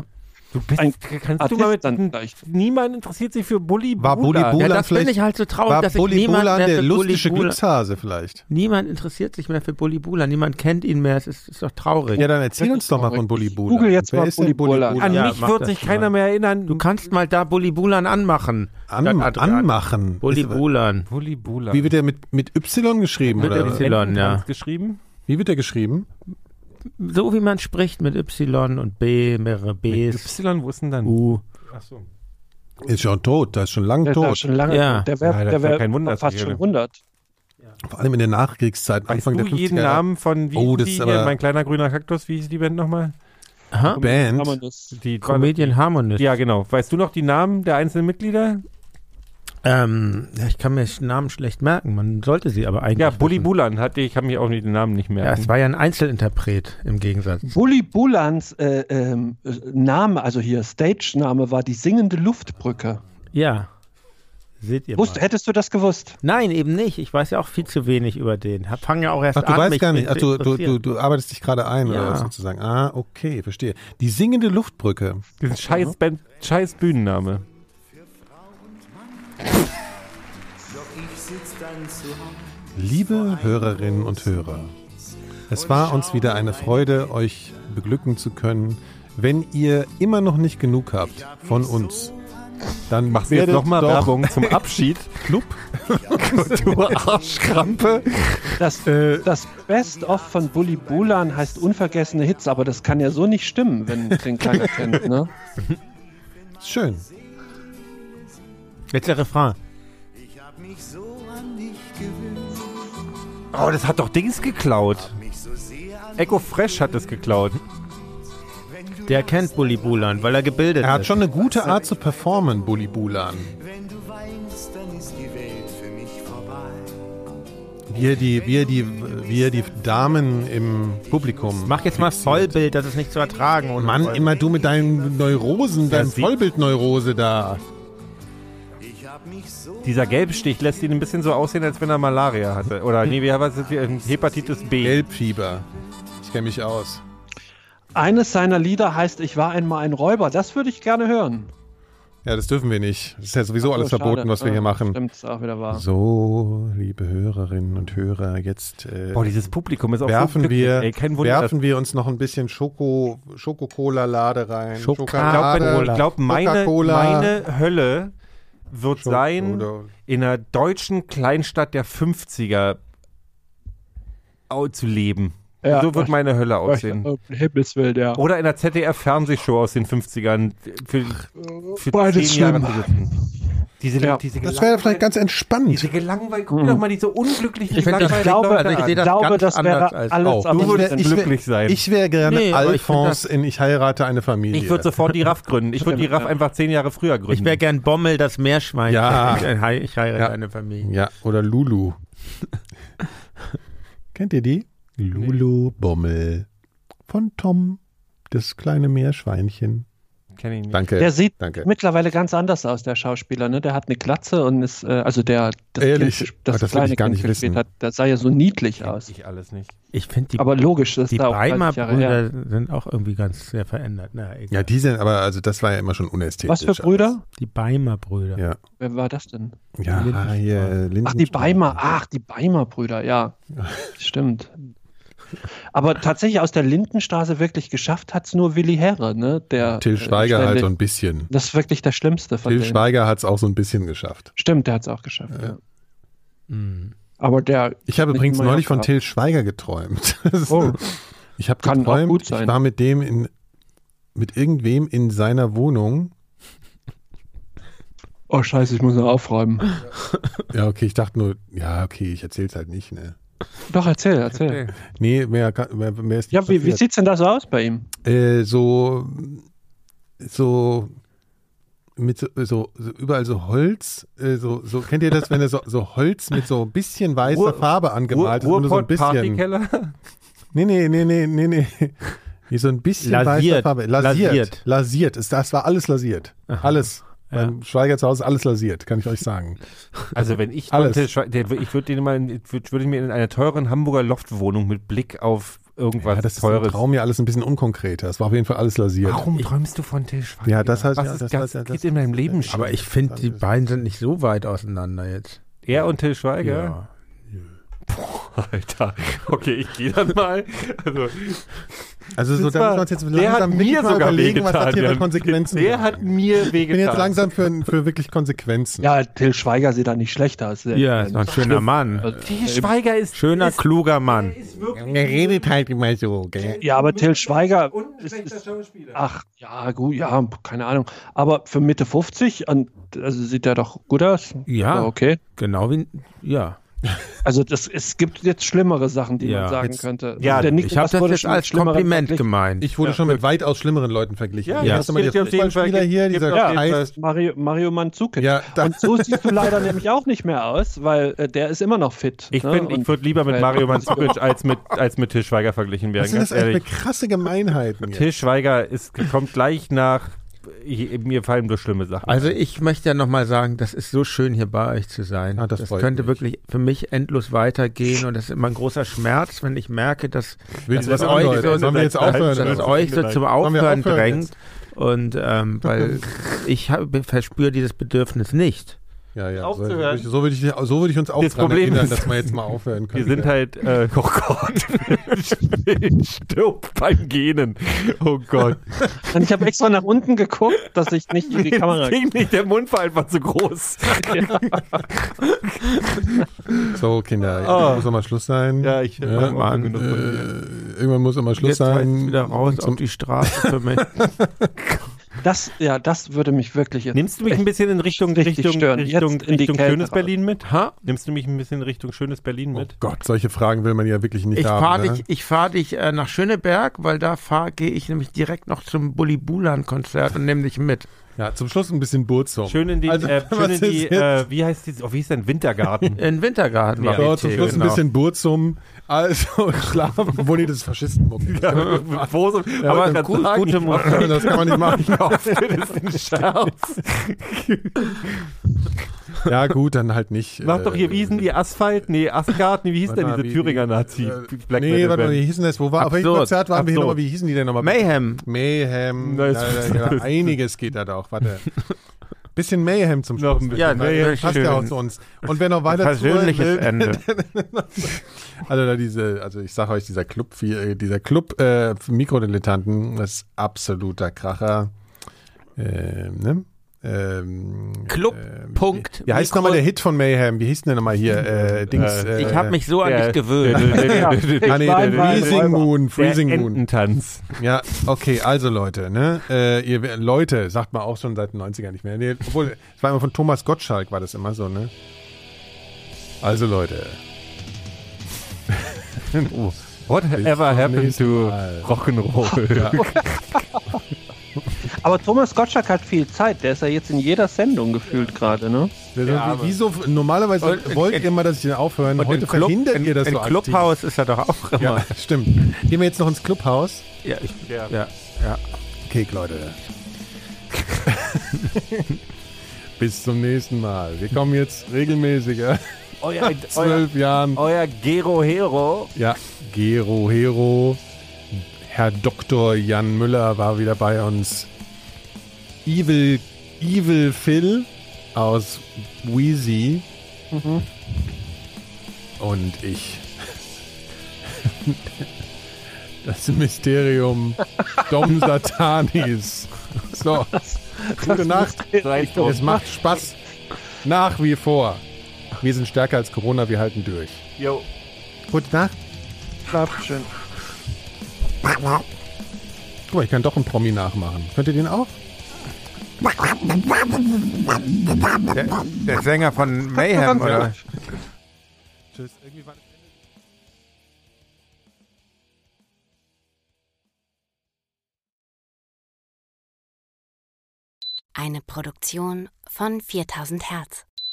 Du bist, Ein kannst du mal mit, Artist dann vielleicht. niemand interessiert sich für Bulli War Bulli Bulan. Bulan Ja, das vielleicht, finde ich halt so traurig, war dass sich Bulli niemand Bulan mehr der für Bulli lustige Bulan- Glückshase vielleicht? Niemand interessiert sich mehr für Bulli Bulan. Niemand kennt ihn mehr. Es ist, ist doch traurig. Ja, dann erzähl Das uns ist doch mal traurig. von Bulli Ich Bulan. google jetzt Wer mal ist denn Bulli Bulan. An Ja, mich mach wird das sich mal. keiner mehr erinnern. Du kannst mal da Bulli Bulan anmachen. An, Statt Adrian. anmachen. Bulli Ist- Bulan. Bulli Bulan. Wie wird der mit, mit Y geschrieben? Mit oder? Y. ja. geschrieben? Wie wird der geschrieben? So wie man spricht mit Y und B, mehrere Bs, Y, wo ist denn dann? U. Achso. Ist schon tot, der ist schon lang Der ist ja tot. schon lange. Ja. Der wäre Ja, das der wär wär kein Wunder, fast dass schon ich- hundert. Vor allem in der Nachkriegszeit, Weißt Anfang du der fünfziger jeden Jahre. Namen von, wie Oh, hießen das die ist hier, aber- mein kleiner grüner Kaktus, wie hieß die Band nochmal? Aha. Band. Kann man das? Die Comedian Harmonist. Ja, genau. Weißt du noch die Namen der einzelnen Mitglieder? Ähm, ja, ich kann mir Namen schlecht merken. Man sollte sie aber eigentlich. Ja, Bulli wissen. Bulan hatte ich, kann mich auch nicht den Namen nicht Ja, merken. es war ja ein Einzelinterpret im Gegensatz. Bulli Bulans äh, ähm, äh, Name, also hier Stage-Name, war die singende Luftbrücke. Ja. Seht ihr Wusst, mal. hättest du das gewusst? Nein, eben nicht. Ich weiß ja auch viel zu wenig über den. Hab- Fang ja auch erst Ach, du an, weißt mich gar nicht. Ach, zu du, du, du, interessieren. du arbeitest dich gerade ein, Ja. oder was sozusagen. Ah, okay, verstehe. Die singende Luftbrücke. Diesen scheiß, Band, scheiß Bühnenname. Liebe Hörerinnen und Hörer, es war uns wieder eine Freude, euch beglücken zu können. Wenn ihr immer noch nicht genug habt von uns, dann Machst du jetzt werdet nochmal doch Werbung zum Abschied? Club. Du Arschkrampe. Das, Äh. das Best-of von Bulli Bulan heißt unvergessene Hits, aber das kann ja so nicht stimmen, wenn den keiner kennt, ne? Schön. Jetzt der Refrain. Oh, das hat doch Dings geklaut. Echo Fresh hat das geklaut. Der kennt Bulli Bulan, weil er gebildet Er hat ist. schon eine gute Art zu performen, Bulli Bulan. Wie er die, wie er die, wie er die Damen im Publikum. Mach jetzt mal Vollbild, das ist nicht zu ertragen. ohne Mann, Vollbild. immer du mit deinen Neurosen, deinem sieht- Vollbildneurose da. Dieser Gelbstich lässt ihn ein bisschen so aussehen, als wenn er Malaria hatte. Oder nee, wie was ist das? Hepatitis B. Gelbfieber. Ich kenne mich aus. Eines seiner Lieder heißt Ich war einmal ein Räuber. Das würde ich gerne hören. Ja, das dürfen wir nicht. Das ist ja sowieso alles Oh, verboten, schade. was wir Ah, hier machen. Stimmt, ist auch wieder wahr. So, liebe Hörerinnen und Hörer, jetzt äh, Boah, dieses Publikum ist auch so werfen glücklich. wir, Ey, kein Wunder, werfen wir uns noch ein bisschen Schoko, Schoko-Cola-Lade rein. Schokolade. Ich glaube, ich glaub, meine, Coca-Cola. meine Hölle wird Schoko- sein, oder- in einer deutschen Kleinstadt der fünfziger au- zu leben. Ja, so wird meine Hölle aussehen. Oh, Himmelswillen, ja. Oder in einer Z D F-Fernsehshow aus den fünfzigern für, für Beides zehn Jahre schlimm. zu sitzen. Diese, Ja. diese Das wäre vielleicht ganz entspannt. Diese gelangweilt, guck dir doch mal diese unglücklichen, Ich find das- langweiligen Ich glaube, Leute also ich an. sehe das glaube, ganz das wäre anders als- alles Oh, aber Du würdest nicht- ich wär- glücklich sein. Ich wäre gerne Nee, aber ich find Alphonse in Ich heirate eine Familie. Ich würde sofort die Raff gründen. Ich würde die Raff einfach zehn Jahre früher gründen. Ich wäre gern Bommel, das Meerschwein. Ja. Ich, ich heirate Ja. eine Familie. Ja, oder Lulu. Kennt ihr die? Lulu Bommel. Von Tom, das kleine Meerschweinchen. Kenn ich nicht. Danke. Der sieht Danke. mittlerweile ganz anders aus, der Schauspieler. Ne? Der hat eine Glatze und ist, äh, also der, das, Ehrlich? Kind, Ah, das, das will kleine ich gar Kind nicht gespielt wissen. hat, das sah ja so niedlich aus. Ich alles nicht. Ich finde die, Aber logisch, das die ist da auch dreißig Jahre her. Beimer-Brüder sind auch irgendwie ganz sehr verändert. Na, egal. Ja, die sind, aber also das war ja immer schon unästhetisch. Was für Brüder? Die Beimer-Brüder. Ja, Wer war das denn? ja Lindenstraße. hier, Ach, die Lindenstraße. Beimer, ach, die Beimer-Brüder, ja. Stimmt. Aber tatsächlich aus der Lindenstraße wirklich geschafft hat es nur Willi Herre, ne? Der, Till äh, Schweiger halt ständig- so ein bisschen. Das ist wirklich der Schlimmste von Till denen. Schweiger hat es auch so ein bisschen geschafft. Stimmt, der hat es auch geschafft, ja. Mhm. Aber der. Ich habe Nicht übrigens immer neulich von gehabt. Till Schweiger geträumt. Das ist- Oh. Ich habe Kann auch geträumt, gut ich sein. war mit dem in, mit irgendwem in seiner Wohnung. Oh, scheiße, ich muss noch aufräumen. Ja, okay, ich dachte nur, ja, okay, ich erzähl's halt nicht, ne? Doch, erzähl, erzähl. Nee, mehr, kann- mehr, mehr ist nicht Ja, wie, wie passiert. sieht's denn da so aus bei ihm? Äh, so, so, mit so, so, so überall so Holz, äh, so, so, kennt ihr das, wenn er so, so Holz mit so ein bisschen weißer Ruhr- Farbe angemalt ist, nur so ein bisschen. Partykeller? Nee, nee, nee, nee, nee, nee. Wie so ein bisschen weißer Lasiert. Farbe. Lasiert. Lasiert. Lasiert. Es- Das war alles lasiert. Alles. Ja. Beim Schweiger zu Hause alles lasiert, kann ich euch sagen. Also wenn ich Alles. Till Schwe- der, ich würde den mal, in- würd, würde mir in einer teuren Hamburger Loftwohnung mit Blick auf irgendwas Ja, das ist Teures. im Traum ja alles ein bisschen unkonkreter. Es war auf jeden Fall alles lasiert. Warum träumst du von Till Schweiger? Ja, das heißt, Was ja, ist das, das, das, das, geht in deinem Leben schief? Aber ich finde, die beiden sind nicht so weit auseinander jetzt. Er und Till Schweiger? Ja. Alter, okay, ich gehe dann mal. Also, Also so, das da war- müssen wir uns jetzt der hat langsam wirklich mir mal sogar überlegen, was wehgetan, hat hier für Jan. Konsequenzen. Der hat mir Ich bin wehgetan. jetzt langsam für, für wirklich Konsequenzen. Ja, Till Schweiger sieht da nicht schlecht aus. Ja, ist noch ein schöner Mann. Till Schweiger ist Schöner, ist, kluger Mann. Er redet halt immer so, gell? Ja, aber Till Schweiger ist, ist, ach, ja, gut, ja, keine Ahnung. Aber für Mitte fünfzig, an, also sieht er doch gut aus. Ja. Okay. Genau wie, ja. Also das, es gibt jetzt schlimmere Sachen, die Ja. man sagen Jetzt- könnte. Ja, Der Nick Ich habe Bass das wurde jetzt schon mit als schlimmeren Kompliment verglichen. gemeint. Ich wurde schon mit weitaus schlimmeren Leuten verglichen. Ja, Hier ja, hast du mal das der gibt auf jeden Fall- Fußballspieler hier, gibt dieser auf jeden Fall- Scheiß. Mario, Mario Mandzukic. Ja, da, Und so siehst du leider nämlich auch nicht mehr aus, weil äh, der ist immer noch fit. Ich ne? finde, ich Und- würde lieber mit weil- Mario Mandzukic als mit, als mit Till Schweiger verglichen werden, was sind ganz das eigentlich ehrlich. für krasse Gemeinheiten hier? Till Schweiger ist, kommt gleich nach, ich, mir fallen bloß schlimme Sachen. Also ich möchte ja nochmal sagen, das ist so schön, hier bei euch zu sein. Ah, das das freut könnte mich. wirklich für mich endlos weitergehen und das ist immer ein großer Schmerz, wenn ich merke, dass, Willst du dass was es euch andeuten? so, Sollen wir jetzt dass, aufhören? dass es oder? euch so zum Sollen wir Aufhören aufhören drängt. jetzt? Und ähm, weil ich hab, verspüre dieses Bedürfnis nicht. Ja, ja. So, Aufzuhören. so würde ich, so würde ich uns auch Das dran Problem erinnern, ist- dass wir jetzt mal aufhören können. Wir sind halt, äh, oh Gott, stirb beim Genen. Oh Gott. Und ich habe extra nach unten geguckt, dass ich nicht in die Kamera. Das ging nicht, der Mund war einfach zu groß. So, Kinder, Oh. muss auch mal Schluss sein. Ja, ich Ja, äh, Mann, genug von dir. Äh, irgendwann muss immer Schluss Jetzt heißt sein. es wieder raus Zum- auf die Straße für mich. Das, ja, das würde mich wirklich jetzt. Nimmst du mich ein bisschen in Richtung, richtig Richtung, stören. Richtung, Jetzt in die Richtung Kälte schönes raus. Berlin mit? Ha? Nimmst du mich ein bisschen in Richtung schönes Berlin Oh mit? Gott, solche Fragen will man ja wirklich nicht Ich haben. fahre ne? dich, ich fahr dich äh, nach Schöneberg, weil da fahr- gehe ich nämlich direkt noch zum Bulli Bulan-Konzert und nehme dich mit. Ja, zum Schluss ein bisschen Burzum. Schön in die, Also, äh, was schön in ist die jetzt? äh, wie heißt die, oh, wie hieß denn, Wintergarten? In Wintergarten Ja, war So, ich zum hier, Schluss genau. ein bisschen Burzum. Also schlafen, obwohl die das Faschisten Ja, wo so, aber aber grad gut- sagen, gute ich Musik. Das kann man nicht machen. hoffe, das ist ein Scherz. Ja, gut, dann halt nicht. Mach doch hier, wie hießen die, Asphalt? Nee, Asgard? Nee, wie hieß Warte denn mal, diese wie- Thüringer Nazi? Äh, Black nee, Metal warte mal, Band. wie hießen das? Wo war, auf welchem Absurd, Konzert waren wir hier absurd. nochmal? Wie hießen die denn nochmal? Mayhem. Mayhem. Na, Ja, ist- ja, ja, einiges geht da doch. Warte. Bisschen Mayhem zum Noch Schluss. ein bitte. bisschen. Weil Ja, das passt schön. ja auch zu uns. Und wer noch weiter Persönliches zuhören will, Ende. Also da diese, also ich sage euch, dieser Club, äh, dieser Club äh, für Mikrodilettanten, das ist absoluter Kracher. Ähm, ne? Ähm, Club. ähm, Punkt. Wie heißt Mikro- nochmal der Hit von Mayhem? Wie hieß denn der nochmal hier? Äh, Dings. Äh, Äh, Ich habe mich so an der- dich gewöhnt. Ah, nee, der Schwein, Wein, Freezing Räuber. Moon, Freezing der Moon. Ententanz. Ja, okay, also Leute, ne? Äh, ihr Leute, sagt man auch schon seit den neunzigern nicht mehr. Nee, obwohl, es war immer von Thomas Gottschalk, war das immer so, ne? Also Leute. Oh, whatever happened nächsten to Mal. Rock'n'Roll? Aber Thomas Gottschalk hat viel Zeit. Der ist ja jetzt in jeder Sendung gefühlt gerade, ne? Ja, wieso, normalerweise Und- wollt und- ihr mal, dass ich den aufhören, Und heute im Club, verhindert in, ihr das im so aktiv. Clubhaus ist er doch auch immer. Ja, stimmt. Gehen wir jetzt noch ins Clubhaus? Ja, ich, Ja. ja, ja. Okay, Leute. Bis zum nächsten Mal. Wir kommen jetzt regelmäßiger. Euer, euer, Zwölf Jahren. euer Gero Hero. Ja, Gero Hero. Herr Doktor Jan Müller war wieder bei uns. Evil, Evil Phil aus Wheezy. Und ich. Das Mysterium Dom Satanis. So, gute Nacht. Es macht Spaß. Nach wie vor. Wir sind stärker als Corona, wir halten durch. Jo. Gute Nacht. Schlaf schön. Guck mal, ich kann doch einen Promi nachmachen. Könnt ihr den auch? Der, der Sänger von Mayhem, oder? Tschüss. Irgendwie war Eine Produktion von viertausend Hertz.